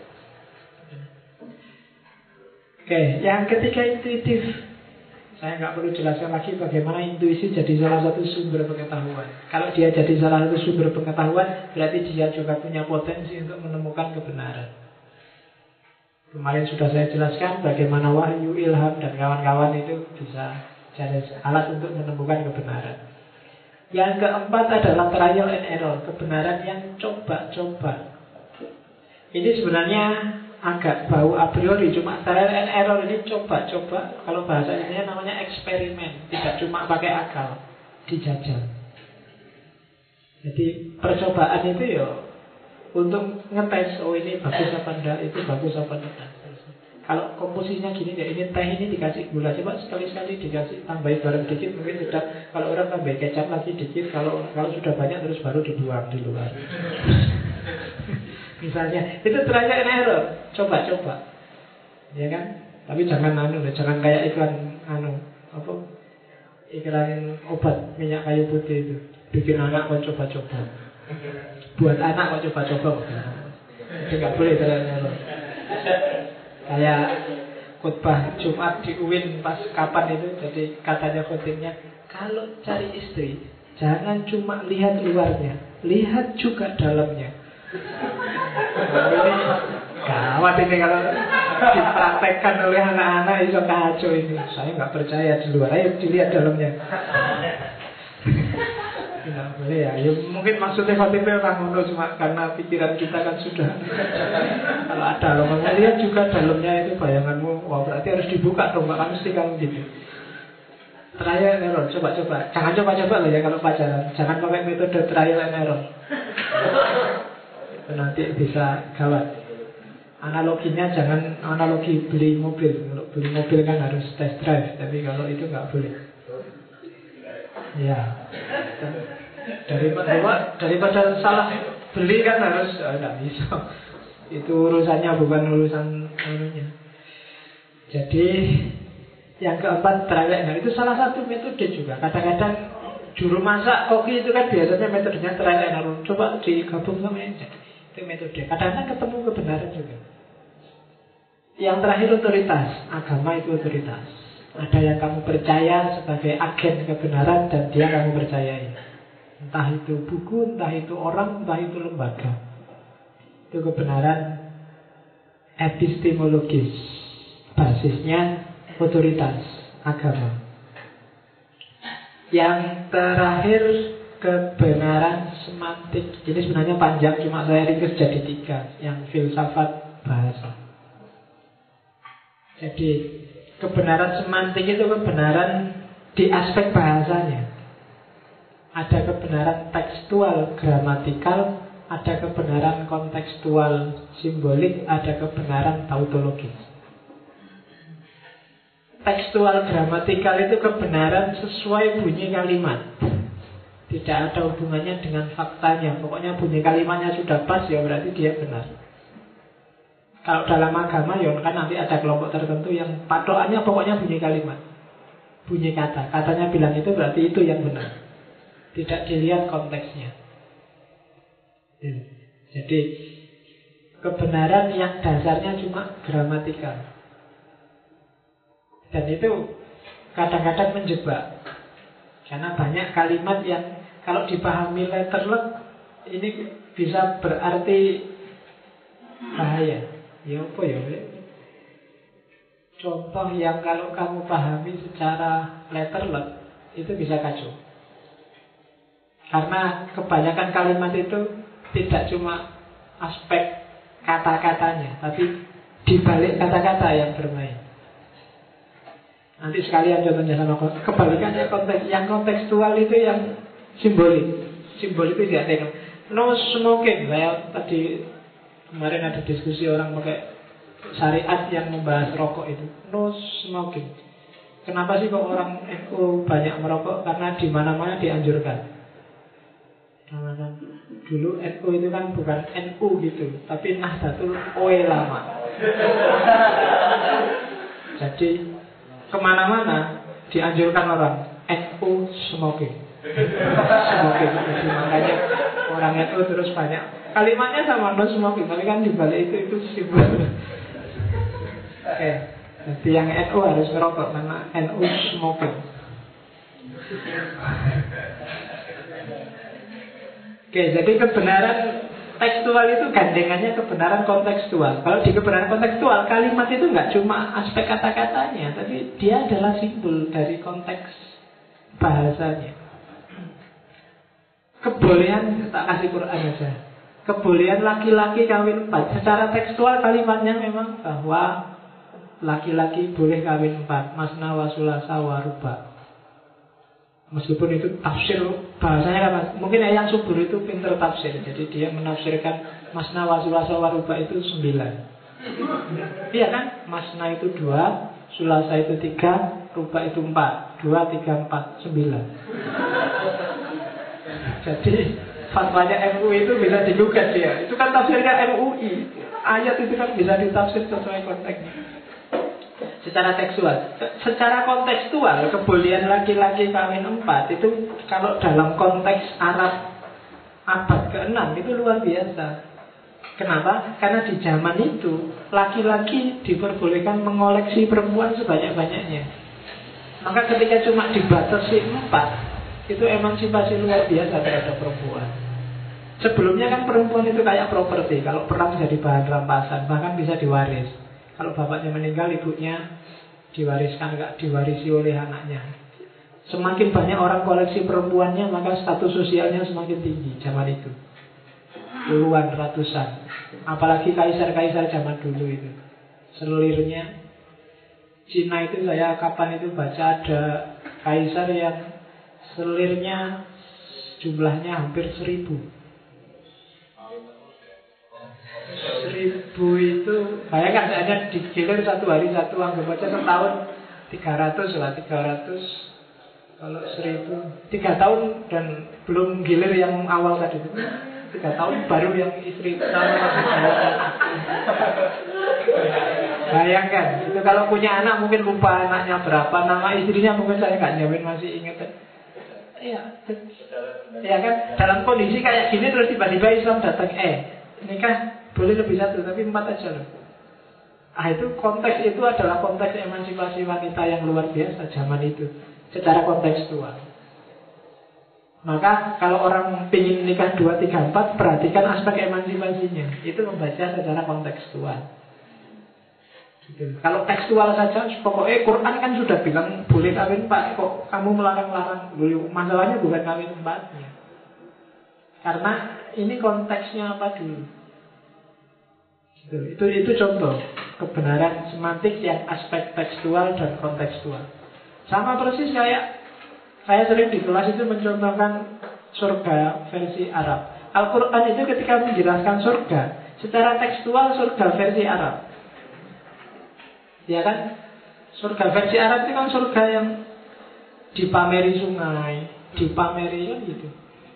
Oke, yang ketiga intuitif. Saya nggak perlu jelaskan lagi bagaimana intuisi jadi salah satu sumber pengetahuan. Kalau dia jadi salah satu sumber pengetahuan, berarti dia juga punya potensi untuk menemukan kebenaran. Kemarin sudah saya jelaskan bagaimana wahyu, ilham, dan kawan-kawan itu bisa jadi alat untuk menemukan kebenaran. Yang keempat adalah trial and error, kebenaran yang coba-coba. Ini sebenarnya agak bau a priori, cuma trial and error ini coba-coba. Kalau bahasa Indonesia namanya eksperimen, tidak cuma pakai akal, dijajal. Jadi percobaan itu ya untuk ngetes, oh ini bagus apa enggak, itu bagus apa enggak. Kalau komposisinya gini ya, ini teh ini dikasih gula, coba sekali-sekali dikasih tambahin garam dikit, mungkin sudah. Kalau orang tambah kecap lagi dikit, kalau kalau sudah banyak terus baru dibuang di luar. Misalnya, itu trial and error, coba-coba, ya kan? Tapi jangan anu, jangan kayak iklan anu apa? Iklan obat minyak kayu putih itu, bikin anak kok coba-coba, buat anak kok coba-coba, itu nggak boleh trial and error. Kayak khutbah Jumat di U I N pas kapan itu, jadi katanya khotibnya, kalau cari istri jangan cuma lihat luarnya, lihat juga dalamnya. Ini gawat ini kalau dipraktekkan oleh anak-anak itu kacau ini. Saya nggak percaya di luar, ayo dilihat dalamnya. Tidak boleh ya. Ya mungkin maksudnya khotibnya orang ngono, cuma karena pikiran kita kan sudah kalau ada loh lihat juga dalamnya itu bayanganmu, wah berarti harus dibuka dong, kan mesti kamu gitu. Trial and error, coba-coba. Jangan coba-coba loh ya kalau pacaran. Jangan pakai metode trial and error. Itu nanti bisa gawat. Analoginya jangan analogi beli mobil. Kalau beli mobil kan harus test drive, tapi kalau itu nggak boleh. Ya. Daripada daripada salah beli kan harus oh, nggak bisa. Itu urusannya bukan urusan anunya. Jadi yang keempat trial and error itu salah satu metode juga. Kadang-kadang juru masak koki itu kan biasanya metodenya trial and error. Coba digabung sama ini. Itu metode. Kadang-kadang ketemu kebenaran juga. Yang terakhir otoritas. Agama itu otoritas. Ada yang kamu percaya sebagai agen kebenaran dan dia kamu percayai. Entah itu buku, entah itu orang, entah itu lembaga. Itu kebenaran epistemologis, basisnya otoritas agama. Yang terakhir kebenaran semantik. Ini sebenarnya panjang, cuma saya ringkas jadi tiga. Yang filsafat bahasa. Jadi kebenaran semantik itu kebenaran di aspek bahasanya. Ada kebenaran tekstual gramatikal, ada kebenaran kontekstual simbolik, ada kebenaran tautologis. Tekstual gramatikal itu kebenaran sesuai bunyi kalimat. Tidak ada hubungannya dengan faktanya. Pokoknya bunyi kalimatnya sudah pas, ya berarti dia benar. Kalau dalam agama ya kan nanti ada kelompok tertentu yang patokannya pokoknya bunyi kalimat, bunyi kata. Katanya bilang itu berarti itu yang benar. Tidak dilihat konteksnya. Jadi kebenaran yang dasarnya cuma gramatikal. Dan itu kadang-kadang menjebak. Karena banyak kalimat yang kalau dipahami letterlek ini bisa berarti bahaya. Ya apa ya? Contoh yang kalau kamu pahami secara letterlek itu bisa kacau. Karena kebanyakan kalimat itu tidak cuma aspek kata-katanya, tapi dibalik kata-kata yang bermain. Nanti sekalian contohnya sama kebalikannya konteks. Yang kontekstual itu yang simbolik. Simbolik itu tidak ada. No smoking. Saya tadi kemarin ada diskusi orang pakai syariat yang membahas rokok itu. No smoking. Kenapa sih kok orang N U banyak merokok? Karena di mana-mana dianjurkan. Nah, kan dulu N U itu kan bukan N U gitu, tapi Nahdlatul Ulama. Jadi kemana-mana dianjurkan orang N U smoking. Smoking. Jadi makanya orang N U terus banyak. Kalimatnya sama no smoking, tapi kan dibalik itu itu simbol. Oke. Okay. Jadi yang N U harus merokok karena N U smoking. Oke, jadi kebenaran tekstual itu gandengannya kebenaran kontekstual. Kalau di kebenaran kontekstual, kalimat itu nggak cuma aspek kata-katanya, tapi dia adalah simbol dari konteks bahasanya. Kebolehan, tak kasih Quran aja. Kebolehan laki-laki kawin empat. Secara tekstual kalimatnya memang bahwa laki-laki boleh kawin empat. Masna wa sulasa wa ruba. Meskipun itu tafsir bahasanya kan, mungkin yang subur itu pinter tafsir. Jadi dia menafsirkan masna wa sulasa wa ruba itu sembilan. Iya kan? Masna itu dua, sulasa itu tiga, ruba itu empat. Dua, tiga, empat, sembilan. Jadi fatwanya M U I itu bisa digugat dia. Itu kan tafsirnya M U I. Ayat itu kan bisa ditafsir sesuai konteksnya. Secara tekstual, secara kontekstual kebolehan laki-laki kawin empat itu kalau dalam konteks Arab abad keenam itu luar biasa. Kenapa? Karena di zaman itu laki-laki diperbolehkan mengoleksi perempuan sebanyak-banyaknya. Maka ketika cuma dibatasi empat, itu emansipasi luar biasa terhadap perempuan. Sebelumnya kan perempuan itu kayak properti. Kalau perang jadi bahan rampasan, bahkan bisa diwaris. Kalau bapaknya meninggal, ibunya diwariskan, nggak diwarisi oleh anaknya. Semakin banyak orang koleksi perempuannya, maka status sosialnya semakin tinggi zaman itu. Puluhan, ratusan. Apalagi kaisar-kaisar zaman dulu itu. Selirnya Cina itu, saya kapan itu baca ada kaisar yang selirnya jumlahnya hampir seribu. Seribu itu, bayangkan hanya digilir satu hari satu, anggap aja setahun tiga ratus lah, tiga ratus. Kalau seribu, tiga tahun dan belum gilir yang awal tadi. Tiga tahun baru yang istri pertama. Bayangkan, itu kalau punya anak mungkin lupa anaknya berapa, nama istrinya mungkin saya nggak jamin masih ingat. Iya, ya kan, dalam kondisi kayak gini terus tiba-tiba Islam datang, eh nikah boleh lebih satu, tapi empat aja loh. Ah, itu konteks itu adalah konteks emansipasi wanita yang luar biasa zaman itu, secara kontekstual. Maka kalau orang ingin nikah dua, tiga, empat, perhatikan aspek emansipasinya. Itu membaca secara kontekstual. Gitu. Kalau tekstual saja, pokoknya Quran kan sudah bilang boleh kawin empat, kok kamu melarang-larang? Masalahnya bukan kawin empatnya, karena ini konteksnya apa dulu. Gitu. Itu itu contoh kebenaran semantik yang aspek tekstual dan kontekstual. Sama persis kayak saya sering di kelas itu mencontohkan surga versi Arab. Al-Quran itu ketika menjelaskan surga, secara tekstual surga versi Arab. Ya kan? Surga versi Arab itu kan surga yang dipameri sungai, dipameri kan gitu.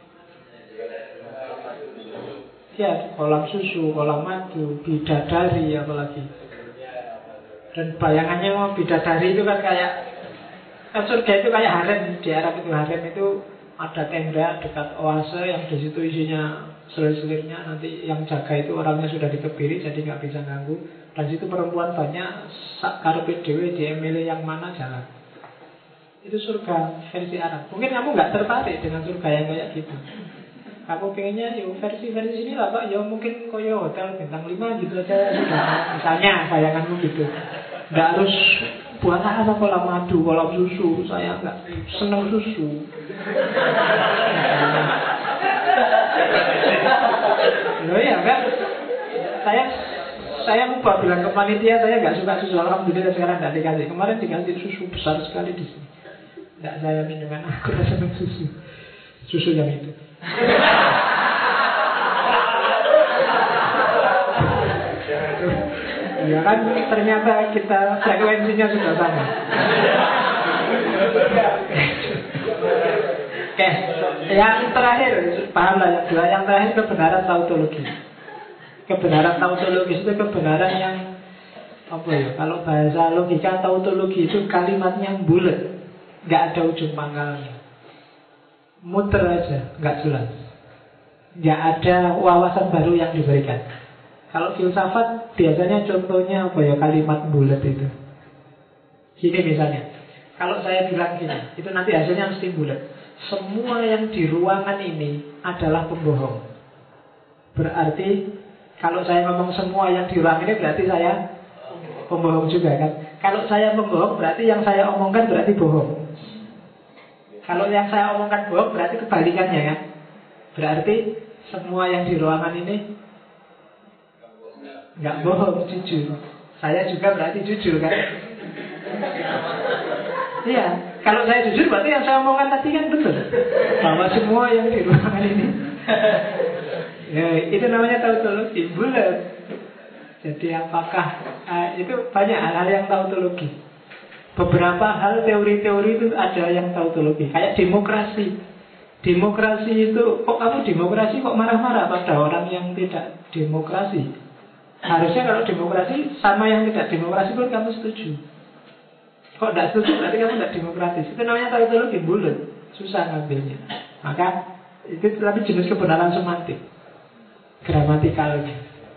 Ya, kolam susu, kolam madu, bidadari apalagi. Dan bayangannya mau bidadari itu kan kayak kan surga itu kayak harem. Di Arab itu harem itu ada tenda dekat oase yang di situ isinya selir-selirnya. Nanti yang jaga itu orangnya sudah dikebiri jadi nggak bisa ganggu. Dan situ perempuan banyak, sak karepe dhewe diemile yang mana jalan. Itu surga versi Arab. Mungkin kamu nggak tertarik dengan surga yang kayak gitu. Kamu pengennya yo versi-versi sini lah Pak, yo mungkin koyo hotel bintang lima gitu aja sudah. Misalnya bayanganmu gitu. Nggak harus buat apa kolam madu, kolam susu. Saya nggak senang susu. Loh ya kan? Saya Saya lupa bilang ke panitia saya nggak suka susu. Alhamdulillah sekarang nggak dikasih. Kemarin dikasih susu besar sekali di sini. Nggak saya minum, aku rasa senang susu. Susu yang itu. Ya kan ternyata kita frekuensinya sudah sama. Oke, yang terakhir pahamlah yang dua. Yang terakhir kebenaran tautologi. Kebenaran tautologis itu kebenaran yang apa ya? Kalau bahasa logika tautologi itu kalimatnya bulat, nggak ada ujung pangkalnya, muter aja, nggak jelas, nggak ada wawasan baru yang diberikan. Kalau filsafat biasanya contohnya apa ya? Kalimat bulat itu. Gini misalnya, kalau saya bilang gini, itu nanti hasilnya mesti bulat. Semua yang di ruangan ini adalah pembohong. Berarti kalau saya ngomong semua yang di ruangan ini berarti saya pembohong juga kan. Kalau saya pembohong berarti yang saya omongkan berarti bohong. Kalau yang saya omongkan bohong berarti kebalikannya kan. Berarti semua yang di ruangan ini nggak bohong, jujur. Saya juga berarti jujur kan. Iya, kalau saya jujur berarti yang saya omongkan tadi kan betul, bahwa semua yang di ruangan ini. Ya, itu namanya tautologi bulat. Jadi apakah uh, itu banyak hal-hal yang tautologi. Beberapa hal teori-teori itu ada yang tautologi. Kayak demokrasi. Demokrasi itu, kok kamu demokrasi kok marah-marah pada orang yang tidak demokrasi? Harusnya kalau demokrasi sama yang tidak demokrasi pun kamu setuju. Kok tidak setuju berarti kamu tidak demokratis. Itu namanya tautologi bulat. Susah ngambilnya. Maka itu tapi jenis kebenaran semantik, gramatikalnya.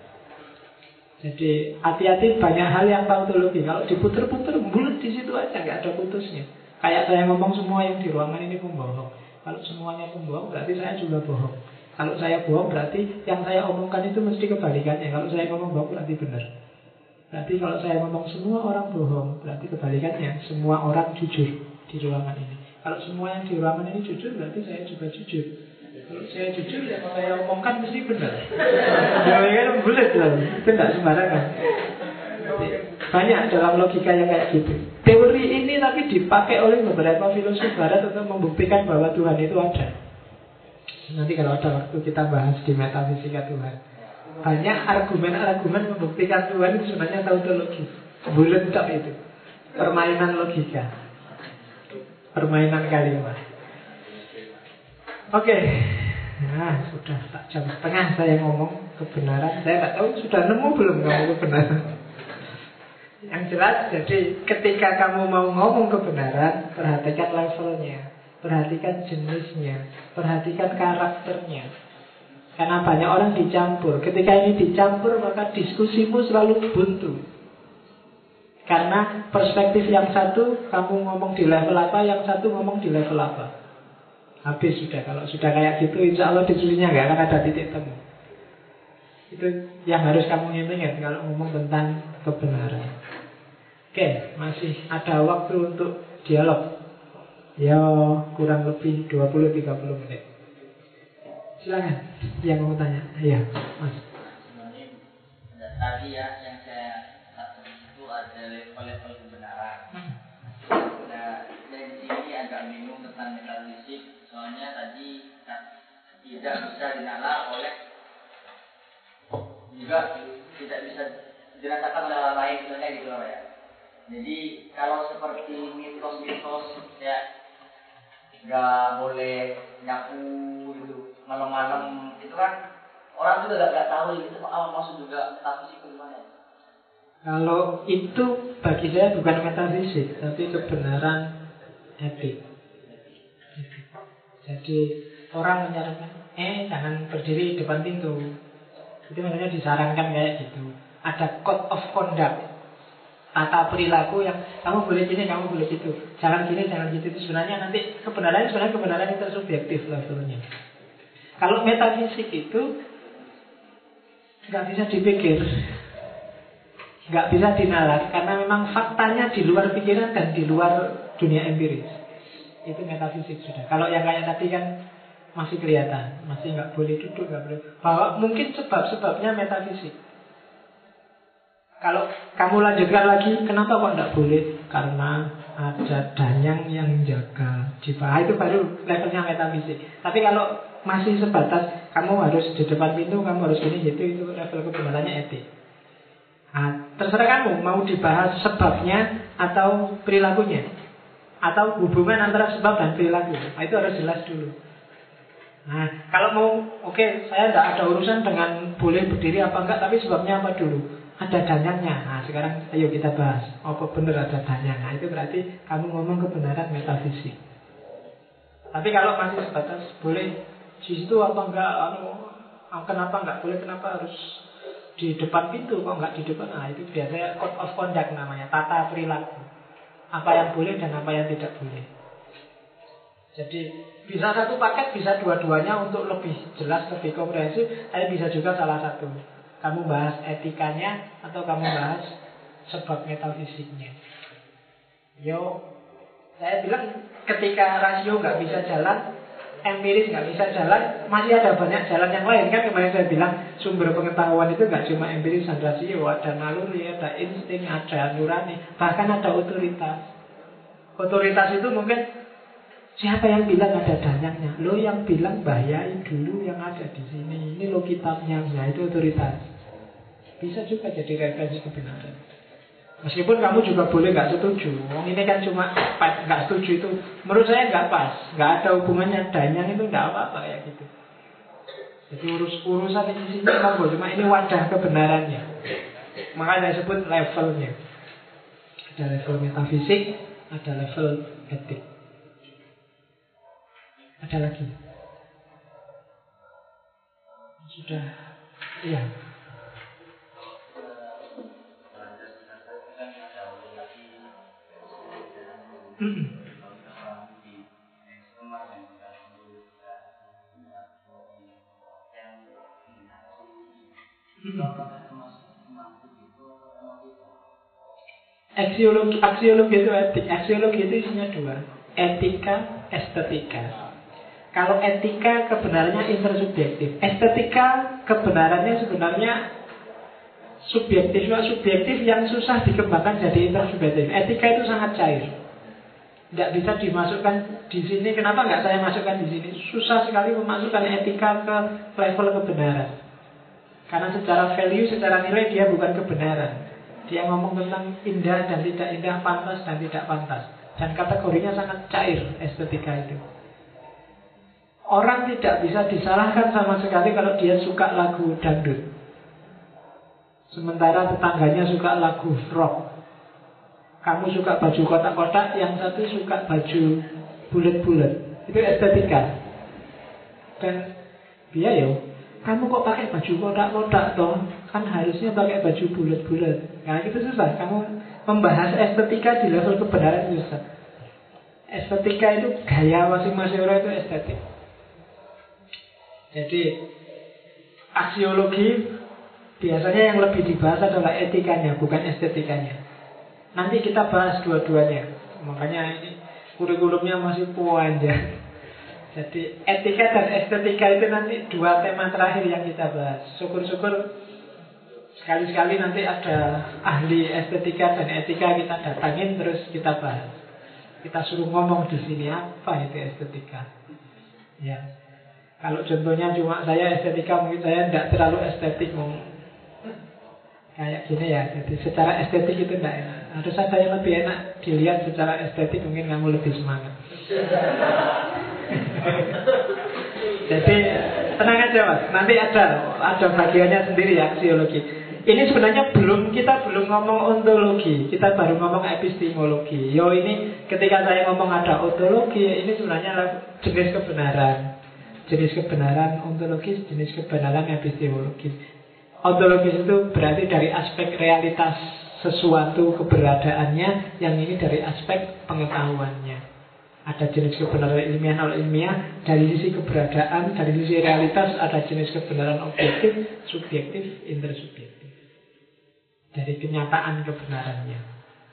Jadi hati-hati banyak hal yang tautologi. Kalau diputer-puter bulat di situ aja, nggak ada putusnya. Kayak saya ngomong semua yang di ruangan ini pembohong. Kalau semuanya pembohong berarti saya juga bohong. Kalau saya bohong berarti yang saya omongkan itu mesti kebalikannya. Kalau saya ngomong bohong berarti benar. Berarti kalau saya ngomong semua orang bohong berarti kebalikannya, semua orang jujur di ruangan ini. Kalau semua yang di ruangan ini jujur berarti saya juga jujur. Kalau saya jujur, yang saya omongkan mesti benar. Jangan bulat lah, itu tidak sembarangan. Banyak dalam logika yang kayak gitu. Teori ini tapi dipakai oleh beberapa filosof barat untuk membuktikan bahwa Tuhan itu ada. Nanti kalau ada waktu kita bahas di metafisika Tuhan. Banyak argumen-argumen membuktikan Tuhan itu sebenarnya tautologi. Bulat tak itu. Permainan logika. Permainan kalimat. Oke, okay. Nah sudah tak jam setengah saya ngomong kebenaran. Saya tak tahu sudah nemu belum kamu kebenaran. Yang jelas, jadi ketika kamu mau ngomong kebenaran, perhatikan levelnya, perhatikan jenisnya, perhatikan karakternya. Karena banyak orang dicampur. Ketika ini dicampur, maka diskusimu selalu buntu. Karena perspektif yang satu kamu ngomong di level apa, yang satu ngomong di level apa. Habis sudah. Kalau sudah kayak gitu, insya Allah diskusinya nggak akan ada titik temu. Itu yang harus kamu ingat kalau ngomong tentang kebenaran. Oke, masih ada waktu untuk dialog. Ya, kurang lebih dua puluh sampai tiga puluh menit. Silakan yang mau tanya. Iya, Mas. Tadi ya yang saya satu itu ada level-level kebenaran. Hmm. Nah, dari sini agak bingung tentang metafisik. Soalnya tadi tidak bisa dinalar oleh, juga tidak bisa dirasakan oleh orang lain, misalnya gitu loh ya. Jadi kalau seperti mitos-mitos ya nggak boleh nyapu gitu malam-malam, itu kan orang juga nggak tahu itu apa maksud juga metafisik gimana. Kalau itu bagi saya bukan metafisik, tapi kebenaran etik. Jadi orang menyarankan, eh jangan berdiri di depan pintu. Itu maksudnya disarankan kayak gitu. Ada code of conduct, tata perilaku yang kamu boleh gini, kamu boleh gitu, jangan gini, jangan gitu. Itu sebenarnya nanti kebenaran sebenarnya kebenaran itu subjektif levelnya. Kalau metafisik itu nggak bisa dipikir, nggak bisa dinalar, karena memang faktanya di luar pikiran dan di luar dunia empiris. Itu metafisik sudah. Kalau yang kayak tadi kan masih kelihatan, masih nggak boleh duduk, nggak boleh. Bahwa mungkin sebab-sebabnya metafisik. Kalau kamu lanjutkan lagi, kenapa kok nggak boleh? Karena ada danyang yang jaga. Jika itu baru levelnya metafisik. Tapi kalau masih sebatas kamu harus di depan pintu, kamu harus gini gitu, itu level kebenarannya etik. Nah, terserah kamu mau dibahas sebabnya atau perilakunya, atau hubungan antara sebab dan perilaku. Nah, itu harus jelas dulu. Nah, kalau mau, oke, okay, saya tidak ada urusan dengan boleh berdiri apa enggak, tapi sebabnya apa dulu? Ada danyangnya. Nah, sekarang ayo kita bahas. Apa benar ada danyang? Nah, itu berarti kamu ngomong kebenaran metafisik. Tapi kalau masih sebatas boleh di situ apa enggak, anu, kenapa enggak boleh, kenapa harus di depan pintu, kok enggak di depan? Nah, itu biasanya code of conduct namanya, tata perilaku. Apa yang boleh dan apa yang tidak boleh. Jadi bisa satu paket, bisa dua-duanya untuk lebih jelas, lebih komprehensif. Tapi bisa juga salah satu. Kamu bahas etikanya atau kamu bahas sebab metafisiknya. Yo, saya bilang ketika rasio nggak bisa jalan, empiris nggak bisa jalan, masih ada banyak jalan yang lain. Kan kemarin saya bilang sumber pengetahuan itu nggak cuma empiris dan rasio, ada naluri, ada insting, ada nurani, bahkan ada otoritas. Otoritas itu mungkin siapa yang bilang ada danyangnya? Lo yang bilang bahayain dulu yang ada di sini. Ini lo kitabnya, nah itu otoritas. Bisa juga jadi referensi kebenaran. Meskipun kamu juga boleh nggak setuju. Wong ini kan cuma nggak setuju itu, menurut saya nggak pas, nggak ada hubungannya. Danyang itu nggak apa-apa kayak gitu. Jadi urus urusan di sini monggo, cuma ini wadah kebenarannya. Makanya disebut levelnya. Ada level metafisik, ada level etik. Ada lagi? Sudah, iya. Hmm. Aksiologi, aksiologi itu etik. Aksiologi itu isinya dua, etika, estetika. Kalau etika kebenarannya intersubjektif, estetika kebenarannya sebenarnya subjektif. Subjektif yang susah dikembangkan jadi intersubjektif. Etika itu sangat cair, nggak bisa dimasukkan di sini. Kenapa nggak saya masukkan di sini? Susah sekali memasukkan etika ke level kebenaran. Karena secara value, secara nilai dia bukan kebenaran. Dia ngomong tentang indah dan tidak indah, pantas dan tidak pantas. Dan kategorinya sangat cair estetika itu. Orang tidak bisa disalahkan sama sekali kalau dia suka lagu dangdut, sementara tetangganya suka lagu rock. Kamu suka baju kotak-kotak, yang satu suka baju bulat-bulat. Itu estetika. Dan dia yo, kamu kok pakai baju kotak-kotak toh? Kan harusnya pakai baju bulat-bulat. Nah itu susah. Kamu membahas estetika di level kebenaran itu susah. Estetika itu gaya masing-masing orang, itu estetik. Jadi aksiologi biasanya yang lebih dibahas adalah etikanya, bukan estetikanya. Nanti kita bahas dua-duanya. Makanya ini kurikulumnya masih panjang. Jadi etika dan estetika itu nanti dua tema terakhir yang kita bahas. Syukur-syukur sekali-sekali nanti ada ahli estetika dan etika kita datangin, terus kita bahas. Kita suruh ngomong di sini apa itu estetika. Ya. Kalau contohnya cuma saya estetika, mungkin saya tidak terlalu estetik mau kayak gini ya. Jadi secara estetik itu tidak enak. Harus ada yang lebih enak dilihat secara estetik, mungkin kamu lebih semangat. Jadi tenang aja mas, nanti ada ada bagiannya sendiri ya, aksiologi. Ini sebenarnya belum, kita belum ngomong ontologi, kita baru ngomong epistemologi. Yo ini ketika saya ngomong ada ontologi, ini sebenarnya jenis kebenaran. Jenis kebenaran ontologis, jenis kebenaran epistemologis. Ontologis itu berarti dari aspek realitas sesuatu keberadaannya, yang ini dari aspek pengetahuannya. Ada jenis kebenaran ilmiah, non ilmiah. Dari sisi keberadaan, dari sisi realitas, ada jenis kebenaran objektif, subjektif, intersubjektif. Dari kenyataan kebenarannya.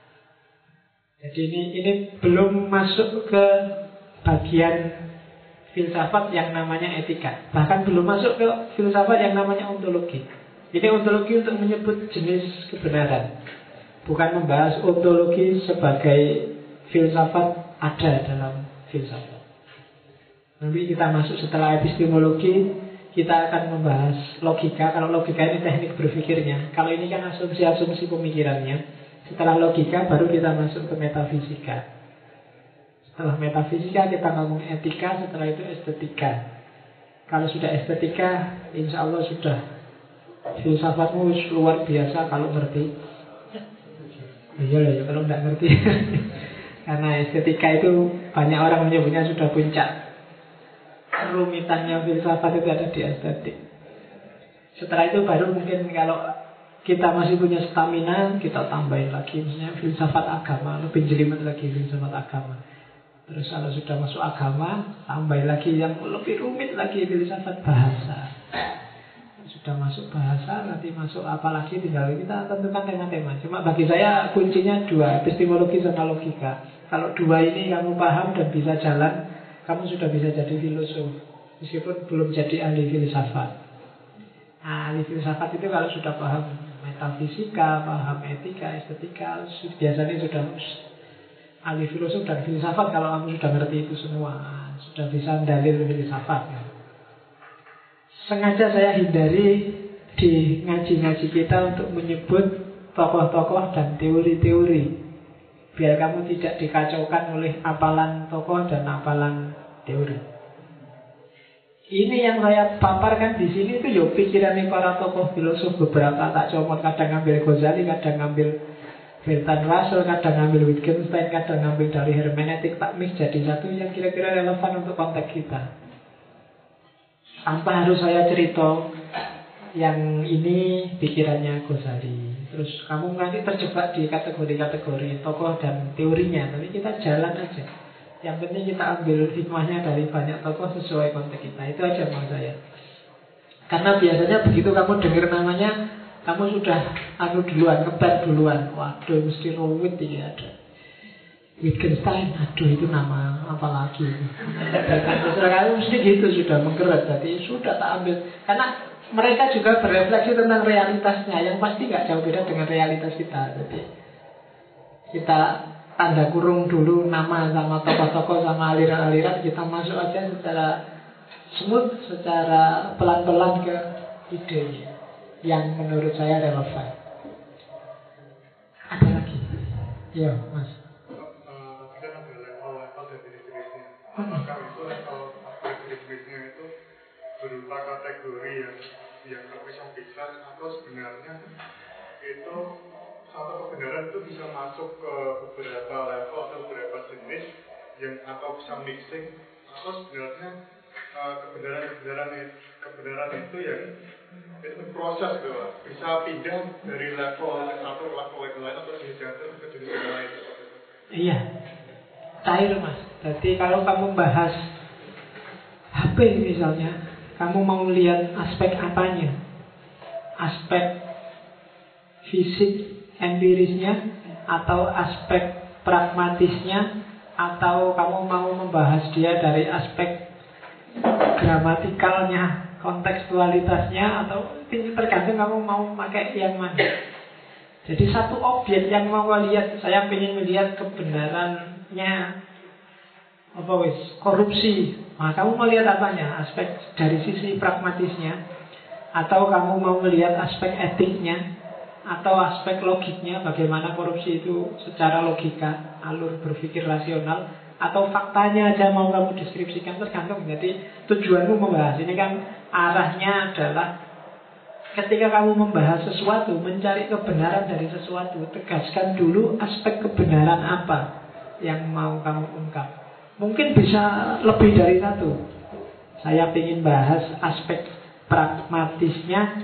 Jadi ini ini belum masuk ke bagian filsafat yang namanya etika. Bahkan belum masuk ke filsafat yang namanya ontologi. Ini ontologi untuk menyebut jenis kebenaran, bukan membahas ontologi sebagai filsafat ada dalam filsafat. Nanti kita masuk setelah epistemologi, kita akan membahas logika. Kalau logika ini teknik berpikirnya, kalau ini kan asumsi-asumsi pemikirannya. Setelah logika baru kita masuk ke metafisika. Setelah metafisika kita ngomong etika, setelah itu estetika. Kalau sudah estetika, insya Allah sudah filsafatmu luar biasa kalau ngerti. Iya lah ya kalau nggak ngerti. Karena estetika itu banyak orang menyebutnya sudah puncak. Rumitannya filsafat itu ada di estetik. Setelah itu baru mungkin kalau kita masih punya stamina, kita tambahin lagi misalnya filsafat agama, lebih jelimet lagi filsafat agama. Terus kalau sudah masuk agama, tambahin lagi yang lebih rumit lagi filsafat bahasa. Sudah masuk bahasa, nanti masuk apa lagi, tinggal kita tentukan tema-tema. Cuma bagi saya kuncinya dua, epistemologi sama logika. Kalau dua ini kamu paham dan bisa jalan, kamu sudah bisa jadi filosof, meskipun belum jadi ahli filsafat. Nah, ahli filsafat itu kalau sudah paham metafisika, paham etika, estetika, biasanya sudah ahli filosof dan filsafat. Kalau kamu sudah ngerti itu semua, sudah bisa dalil filsafat. Sengaja saya hindari di ngaji-ngaji kita untuk menyebut tokoh-tokoh dan teori-teori, biar kamu tidak dikacaukan oleh hafalan tokoh dan hafalan teori. Ini yang saya paparkan di sini itu yo pikirannya para tokoh filosof. Beberapa tak comot, kadang ngambil Ghazali, kadang ngambil Bertrand Russell, kadang ngambil Wittgenstein, kadang ngambil dari hermeneutik, tak mix jadi satu yang kira-kira relevan untuk konteks kita. Tanpa harus saya cerita yang ini pikirannya Ghazali, terus kamu nanti terjebak di kategori-kategori tokoh dan teorinya. Tapi kita jalan aja. Yang penting kita ambil hikmahnya dari banyak tokoh sesuai konteks kita. Itu aja mau saya. Karena biasanya begitu kamu dengar namanya, kamu sudah anu duluan, ngebat duluan. Waduh, mesti rumit ini ada Wittgenstein, aduh itu nama apa lagi? Terserah kamu mesti gitu, sudah menggerak. Jadi sudah tak ambil. Karena mereka juga berefleksi tentang realitasnya, yang pasti nggak jauh beda dengan realitas kita. Jadi kita tanda kurung dulu nama sama tokoh-tokoh sama aliran-aliran, kita masuk aja secara smooth, secara pelan-pelan ke idenya yang menurut saya relevan. Ada lagi? Iya, Mas. Apakah itu level jenis-jenisnya itu berupa kategori yang yang terpisah-pisah, atau sebenarnya itu satu kebenaran itu bisa masuk ke beberapa level atau beberapa jenis yang atau bisa mixing, atau sebenarnya uh, kebenaran-kebenaran kebenaran itu yang itu proses gitu, bisa pindah dari level satu ke level yang lain atau jenis yang satu ke jenis yang lain. Iya, cair Mas. Jadi kalau kamu bahas H P misalnya, kamu mau lihat aspek apanya? Aspek fisik empirisnya atau aspek pragmatisnya, atau kamu mau membahas dia dari aspek gramatikalnya, kontekstualitasnya, atau tergantung kamu mau pakai yang mana. Jadi satu objek yang mau lihat, saya ingin melihat kebenarannya apa wis korupsi. Nah, kamu mau lihat apanya? Aspek dari sisi pragmatisnya, atau kamu mau melihat aspek etiknya, atau aspek logiknya, bagaimana korupsi itu secara logika, alur berpikir rasional, atau faktanya aja mau kamu deskripsikan, tergantung. Jadi tujuanmu membahas ini kan arahnya adalah ketika kamu membahas sesuatu, mencari kebenaran dari sesuatu, tegaskan dulu aspek kebenaran apa yang mau kamu ungkap. Mungkin bisa lebih dari satu. Saya ingin bahas aspek pragmatisnya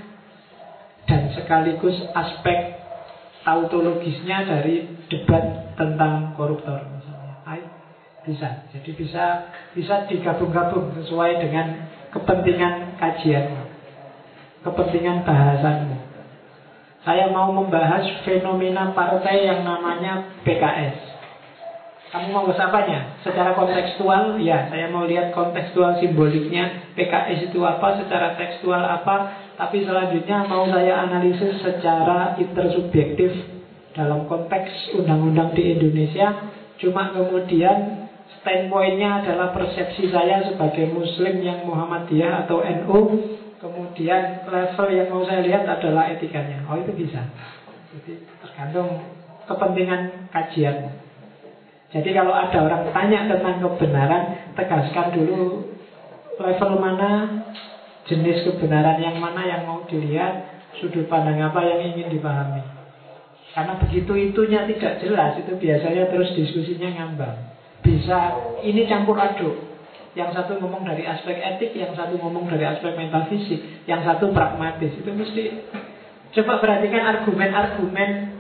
dan sekaligus aspek tautologisnya dari debat tentang koruptor misalnya. Ay, bisa. Jadi bisa bisa digabung-gabung sesuai dengan kepentingan kajianmu, kepentingan bahasanmu. Saya mau membahas fenomena partai yang namanya P K S. Kamu mau bahas apanya? Secara kontekstual, ya saya mau lihat kontekstual simboliknya P K S itu apa, secara tekstual apa. Tapi selanjutnya mau saya analisis secara intersubjektif dalam konteks undang-undang di Indonesia. Cuma kemudian standpointnya adalah persepsi saya sebagai Muslim yang Muhammadiyah atau N U. Kemudian level yang mau saya lihat adalah etikanya. Oh, itu bisa. Jadi tergantung kepentingan kajian. Jadi kalau ada orang tanya tentang kebenaran, tegaskan dulu level mana, jenis kebenaran yang mana yang mau dilihat, sudut pandang apa yang ingin dipahami. Karena begitu itunya tidak jelas, itu biasanya terus diskusinya ngambang. Bisa ini campur aduk. Yang satu ngomong dari aspek etik, yang satu ngomong dari aspek metafisik, yang satu pragmatis. Itu mesti coba perhatikan argumen-argumen.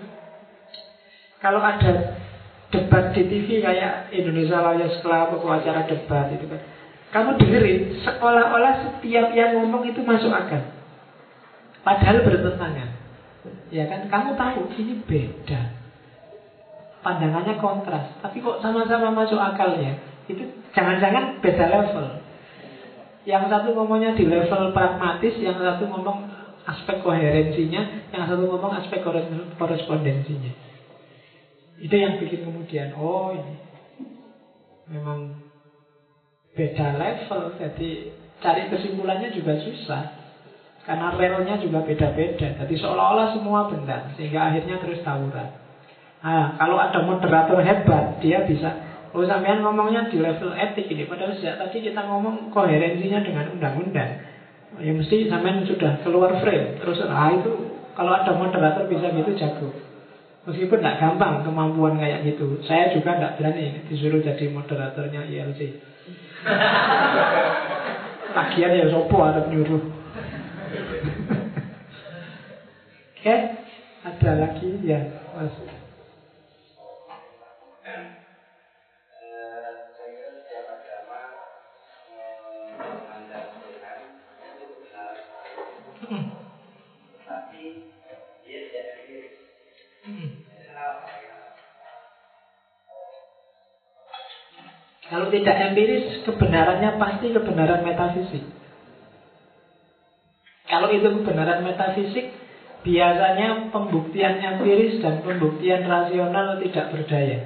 Kalau ada debat di T V kayak Indonesia Lawyers Club atau acara debat itu kan, kamu dengerin seolah-olah setiap yang ngomong itu masuk akal, padahal bertentangan. Ya kan, kamu tahu ini beda, pandangannya kontras, tapi kok sama-sama masuk akalnya. Itu jangan-jangan beda level. Yang satu ngomongnya di level pragmatis, yang satu ngomong aspek koherensinya, yang satu ngomong aspek korespondensinya. Itu yang bikin kemudian, oh ini memang beda level. Jadi cari kesimpulannya juga susah, karena relnya juga beda-beda. Jadi seolah-olah semua benar, sehingga akhirnya terus tawuran. Nah, kalau ada moderator hebat, dia bisa, oh sampean ngomongnya di level etik ini, padahal sejak tadi kita ngomong koherensinya dengan undang-undang. Ya mesti sampean sudah keluar frame. Terus ah itu kalau ada moderator bisa gitu, jago. Meskipun tidak gampang kemampuan kayak gitu. Saya juga tidak berani disuruh jadi moderatornya I L C. Lagian ya sopo ada nyuruh. Oke, okay. Ada lagi ya Mas. Kalau tidak empiris, kebenarannya pasti kebenaran metafisik. Kalau itu kebenaran metafisik, biasanya pembuktian empiris dan pembuktian rasional tidak berdaya.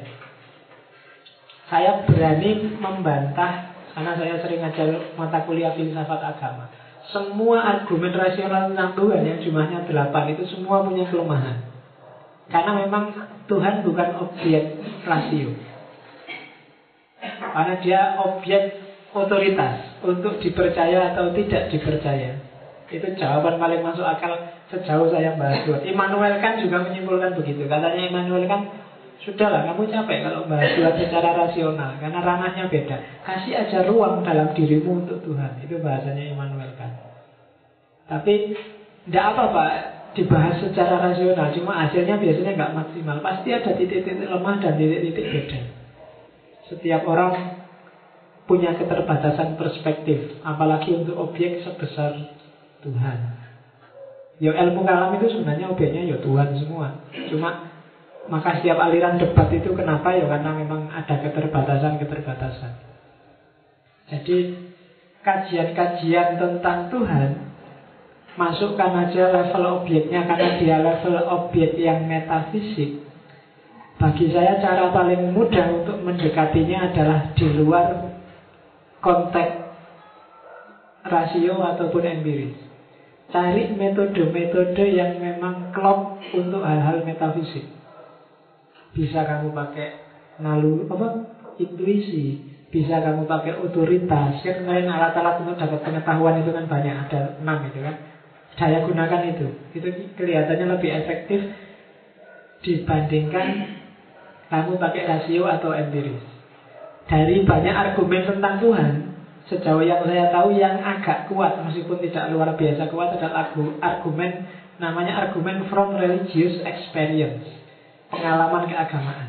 Saya berani membantah, karena saya sering ngajar mata kuliah filsafat agama. Semua argumen rasional tentang Tuhan yang jumlahnya delapan itu semua punya kelemahan. Karena memang Tuhan bukan objek rasio. Karena dia objek otoritas untuk dipercaya atau tidak dipercaya. Itu jawaban paling masuk akal sejauh saya bahas Tuhan. Immanuel Kant juga menyimpulkan begitu. Katanya Immanuel Kant, sudahlah kamu capek kalau bahas Tuhan secara rasional, karena ranahnya beda. Kasih aja ruang dalam dirimu untuk Tuhan. Itu bahasanya Immanuel Kant. Tapi tidak apa-apa dibahas secara rasional, cuma hasilnya biasanya nggak maksimal. Pasti ada titik-titik lemah dan titik-titik beda. Setiap orang punya keterbatasan perspektif, apalagi untuk objek sebesar Tuhan. Ya ilmu kalam itu sebenarnya objeknya ya Tuhan semua. Cuma Maka setiap aliran debat itu kenapa? Ya karena memang ada keterbatasan-keterbatasan. Jadi kajian-kajian tentang Tuhan, masukkan aja level objeknya, karena dia level objek yang metafisik. Bagi saya cara paling mudah untuk mendekatinya adalah di luar konteks rasio ataupun empiris. Cari metode-metode yang memang klop untuk hal-hal metafisik. Bisa kamu pakai nalu apa? Intuisi, bisa kamu pakai otoritas. Kan kalian alat-alat untuk dapat pengetahuan itu kan banyak, ada enam itu kan. Saya gunakan itu. Itu kelihatannya lebih efektif dibandingkan kamu pakai rasio atau empiris. Dari banyak argumen tentang Tuhan, sejauh yang saya tahu yang agak kuat, meskipun tidak luar biasa kuat, adalah argumen, namanya argumen from religious experience, pengalaman keagamaan.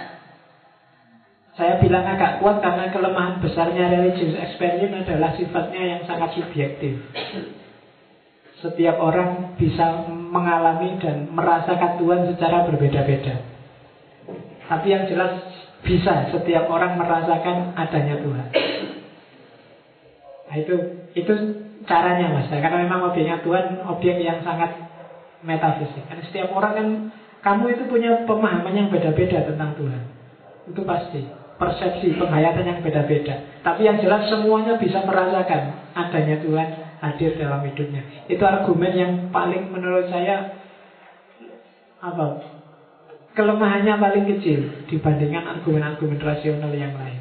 Saya bilang agak kuat karena kelemahan besarnya religious experience adalah sifatnya yang sangat subjektif. Setiap orang bisa mengalami dan merasakan Tuhan secara berbeda-beda. Tapi yang jelas bisa setiap orang merasakan adanya Tuhan. Nah itu itu caranya mas. Karena memang objeknya Tuhan objek yang sangat metafisik. Karena setiap orang kan, kamu itu punya pemahaman yang beda-beda tentang Tuhan. Itu pasti. Persepsi, penghayatan yang beda-beda. Tapi yang jelas semuanya bisa merasakan adanya Tuhan hadir dalam hidupnya. Itu argumen yang paling menurut saya apa? Kelemahannya paling kecil dibandingkan argumen-argumen rasional yang lain.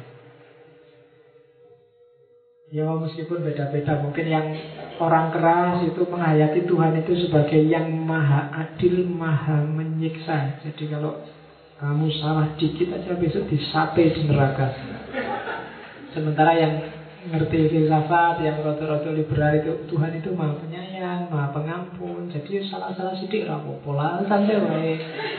Ya meskipun beda-beda, mungkin yang orang keras itu menghayati Tuhan itu sebagai yang maha adil, maha menyiksa. Jadi kalau kamu salah dikit aja besok disape di neraka. Sementara yang ngerti filsafat, yang roto-roto liberal itu, Tuhan itu maha penyayang, maha pengampun. Jadi salah-salah sidik rapopo lah, santai wae.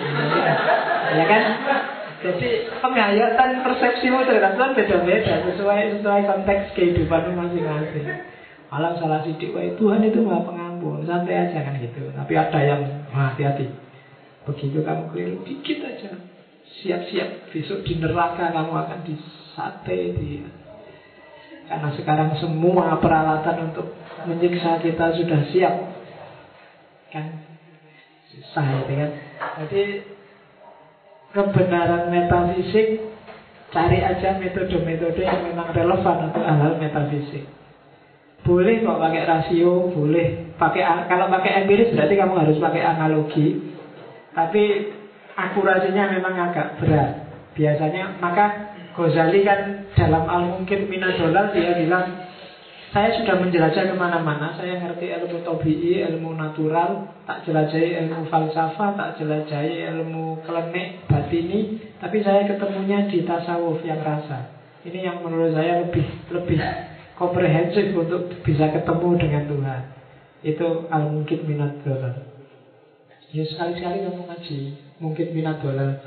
Ya kan? Jadi penghayatan persepsimu terhadap Tuhan beda-beda sesuai sesuai konteks kehidupanmu masing-masing. Malah salah sidik wae, Tuhan itu maha pengampun, santai aja kan gitu. Tapi ada yang hati-hati. Begitu kamu keliru dikit aja, siap-siap besok di neraka kamu akan disate di. Karena sekarang semua peralatan untuk menyiksa kita sudah siap. Kan susah itu kan. Jadi kebenaran metafisik, cari aja metode-metode yang memang relevan untuk hal-hal metafisik. Boleh kok pakai rasio, boleh pakai, kalau pakai empiris berarti kamu harus pakai analogi. Tapi akurasinya memang agak berat. Biasanya maka Ghazali kan dalam Al-Mungkin Minadolal dia bilang, saya sudah menjelajah kemana-mana. Saya ngerti ilmu tabi'i, ilmu natural, tak jelajahi ilmu falsafah, tak jelajahi ilmu klenik, batini, tapi saya ketemunya di tasawuf yang rasa. Ini yang menurut saya lebih lebih komprehensif untuk bisa ketemu dengan Tuhan. Itu Al-Mungkin Minadolal. Ya sekali-sekali kamu ngaji Mungkin Minadolal,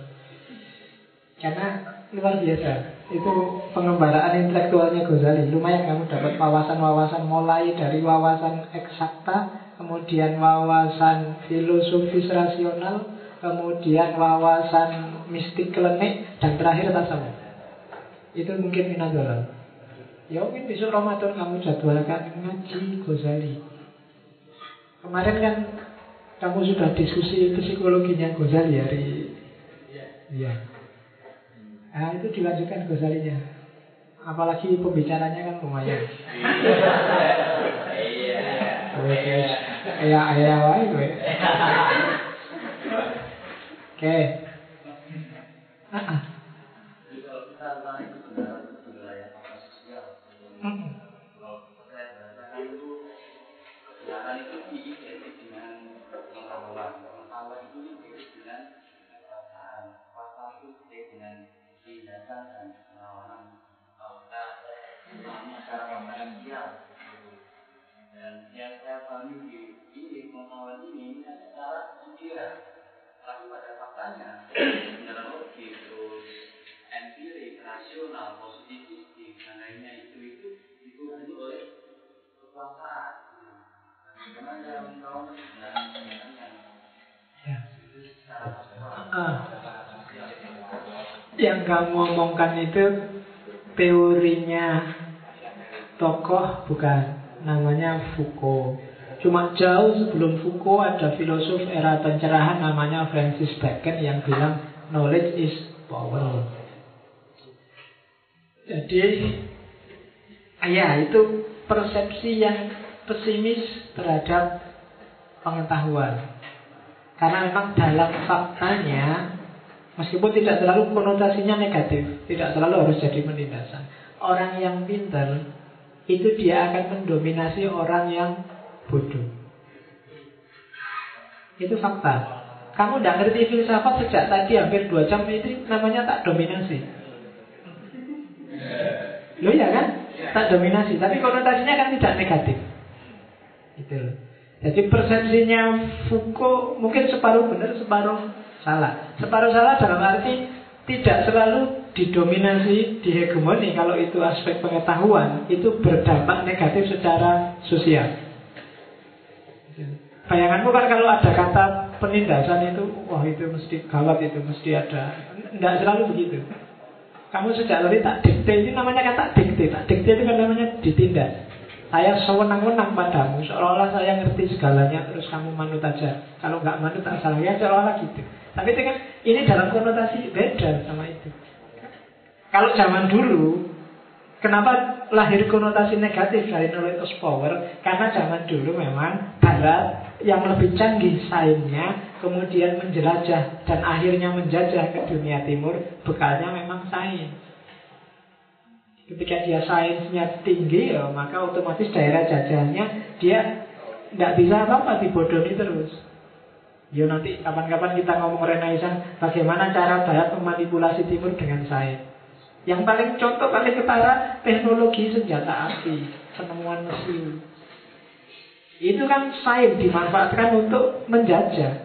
karena luar biasa. Itu pengembaraan intelektualnya Ghazali. Lumayan kamu dapat wawasan-wawasan, mulai dari wawasan eksakta, kemudian wawasan filosofis rasional, kemudian wawasan mistik klenik, dan terakhir tasawuf. Itu Mungkin Minadolal. Ya mungkin besok Ramadan kamu jadwalkan ngaji Ghazali. Kemarin kan kamu sudah diskusi psikologinya Ghazali hari. Iya. Nah itu dilanjutkan Ghazalinya. Apalagi pembicaranya kan lumayan. Iya, iya, wae kowe. Oke. Heeh. Kebenaran itu diidentikan dengan pengetahuan. Pengetahuan itu identik dengan perasaan. Perasaan itu identik dengan tindakan dan pengalaman. Nah, ini secara gambaran dia. Dan yang saya pahami di ini pengetahuan ini kan secara pikiran. Tapi pada faktanya, secara logik, terus empirik, rasional, positivistik, dan lainnya itu itu dikurangin oleh kekuasaan. Karena dalam kaum sebenarnya yang Ya. itu secara Ah, Yang kamu omongkan itu teorinya tokoh bukan, namanya Foucault. Cuma jauh sebelum Foucault ada filosof era pencerahan namanya Francis Bacon yang bilang knowledge is power. Jadi ya itu persepsi yang pesimis terhadap pengetahuan. Karena memang dalam faktanya, meskipun tidak selalu konotasinya negatif, tidak selalu harus jadi penindasan. Orang yang pintar itu dia akan mendominasi orang yang bodoh. Itu fakta. Kamu tidak ngerti filsafat sejak tadi hampir dua jam, itu namanya tak dominasi. Loh ya kan? Tak dominasi, tapi konotasinya kan tidak negatif. Itu loh. Jadi persepsinya Foucault mungkin separuh benar, separuh salah. Separuh salah dalam arti tidak selalu didominasi, dihegemoni. Kalau itu aspek pengetahuan, itu berdampak negatif secara sosial. Bayanganmu kan kalau ada kata penindasan itu, wah itu mesti gawat, itu mesti ada. Tidak selalu begitu. Kamu sejak tadi tak dikte, ini namanya kata dikte. Tak dikte itu kan namanya ditindas. Saya sewenang-wenang padamu, seolah-olah saya ngerti segalanya, terus kamu manut aja. Kalau nggak manut tak salah, ya seolah-olah gitu. Tapi itu kan, ini dalam konotasi beda sama itu. Kalau zaman dulu, kenapa lahir konotasi negatif dari knowledge is power? Karena zaman dulu memang Barat yang lebih canggih sainsnya, kemudian menjelajah dan akhirnya menjajah ke dunia timur, bekalnya memang sains. Ketika dia sainsnya tinggi, ya, maka otomatis daerah jajahnya dia tidak bisa apa-apa, dibodohi terus. Ya nanti kapan-kapan kita ngomong Renaissance, bagaimana cara Barat memanipulasi Timur dengan sains. Yang paling contoh, paling ketara, teknologi senjata api, penemuan mesiu. Itu kan sains dimanfaatkan untuk menjajah.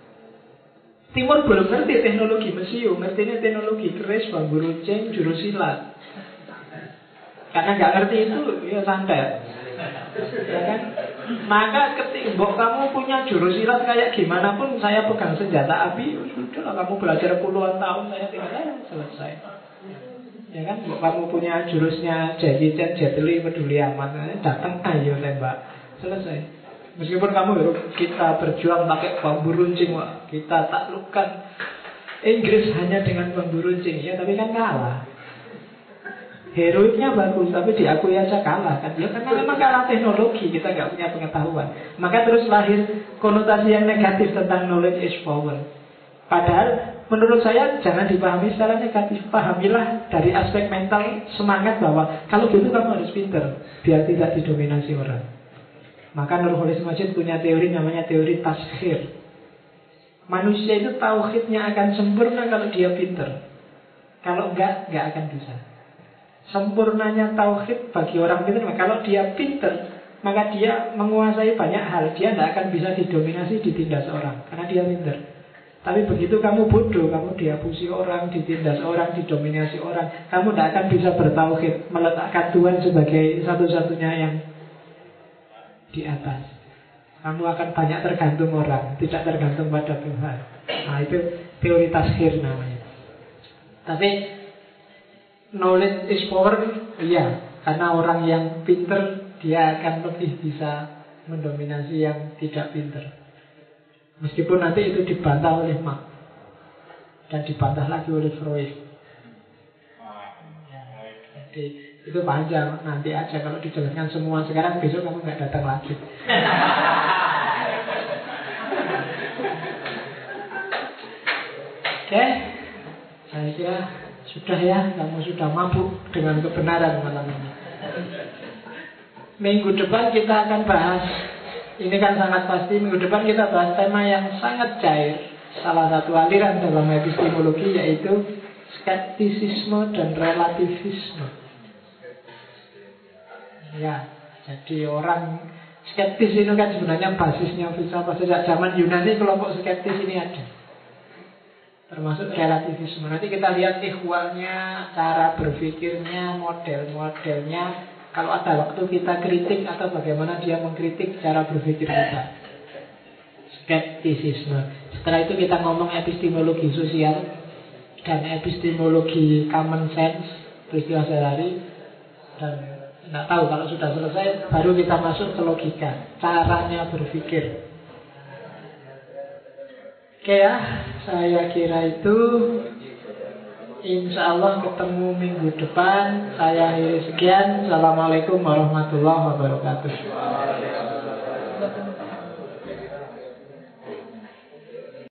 Timur belum ngerti teknologi mesiu, ngertinya teknologi keris, bambu runcing, jurus silat. Karena nggak ngerti itu, ya santet, ya kan? Maka ketika kamu punya jurus silat kayak gimana pun, saya pegang senjata api, sudahlah kamu belajar puluhan tahun, saya tinggal ya, selesai. Ya kan? Kamu punya jurusnya Jackie Chan, Jet Li, peduli amat, datang ayo tembak, selesai. Meskipun kamu kita berjuang pakai bambu runcing, wah, kita taklukkan Inggris hanya dengan bambu runcing, ya tapi kan kalah. Heroiknya bagus, tapi diakui aja kalah kan? Ya karena memang kalah teknologi, kita nggak punya pengetahuan. Maka terus lahir konotasi yang negatif tentang knowledge is power. Padahal menurut saya jangan dipahami secara negatif. Pahamilah dari aspek mental, semangat bahwa kalau gitu kamu harus pintar biar tidak didominasi orang. Maka Nurholis Majid punya teori namanya teori taskhir. Manusia itu tauhidnya akan sempurna kalau dia pintar. Kalau enggak, enggak akan bisa. Sempurnanya tauhid bagi orang pintar, kalau dia pintar, maka dia menguasai banyak hal. Dia tidak akan bisa didominasi, ditindas orang, karena dia pintar. Tapi begitu kamu bodoh, kamu diabusi orang, ditindas orang, didominasi orang, kamu tidak akan bisa bertauhid, meletakkan Tuhan sebagai satu-satunya yang di atas. Kamu akan banyak tergantung orang, tidak tergantung pada Tuhan. Nah itu teori taskhir namanya. Tapi knowledge is power, iya. Karena orang yang pinter, dia akan lebih bisa mendominasi yang tidak pinter. Meskipun nanti itu dibantah oleh Marx dan dibantah lagi oleh Freud. Jadi itu panjang, nanti aja kalau dijelaskan semua sekarang, besok kamu nggak datang lagi. Oke, okay. Saya kira sudah ya, kamu sudah mabuk dengan kebenaran malam ini. Minggu depan kita akan bahas, ini kan sangat pasti, minggu depan kita bahas tema yang sangat cair. Salah satu aliran dalam epistemologi yaitu skeptisisme dan relativisme. Ya, jadi orang skeptis itu kan sebenarnya basisnya filsafat. Sejak zaman Yunani kelompok skeptis ini ada, termasuk relativisme. Nanti kita lihat ikhwalnya, cara berpikirnya, model-modelnya. Kalau ada waktu kita kritik atau bagaimana dia mengkritik cara berpikir kita. Skeptisisme. Setelah itu kita ngomong epistemologi sosial. dan epistemologi common sense, peristiwa sehari. Dan tidak tahu kalau sudah selesai baru kita masuk ke logika, caranya berpikir. Oke ya, saya kira itu. Insya Allah ketemu minggu depan. Saya akhiri sekian. Assalamualaikum warahmatullahi wabarakatuh.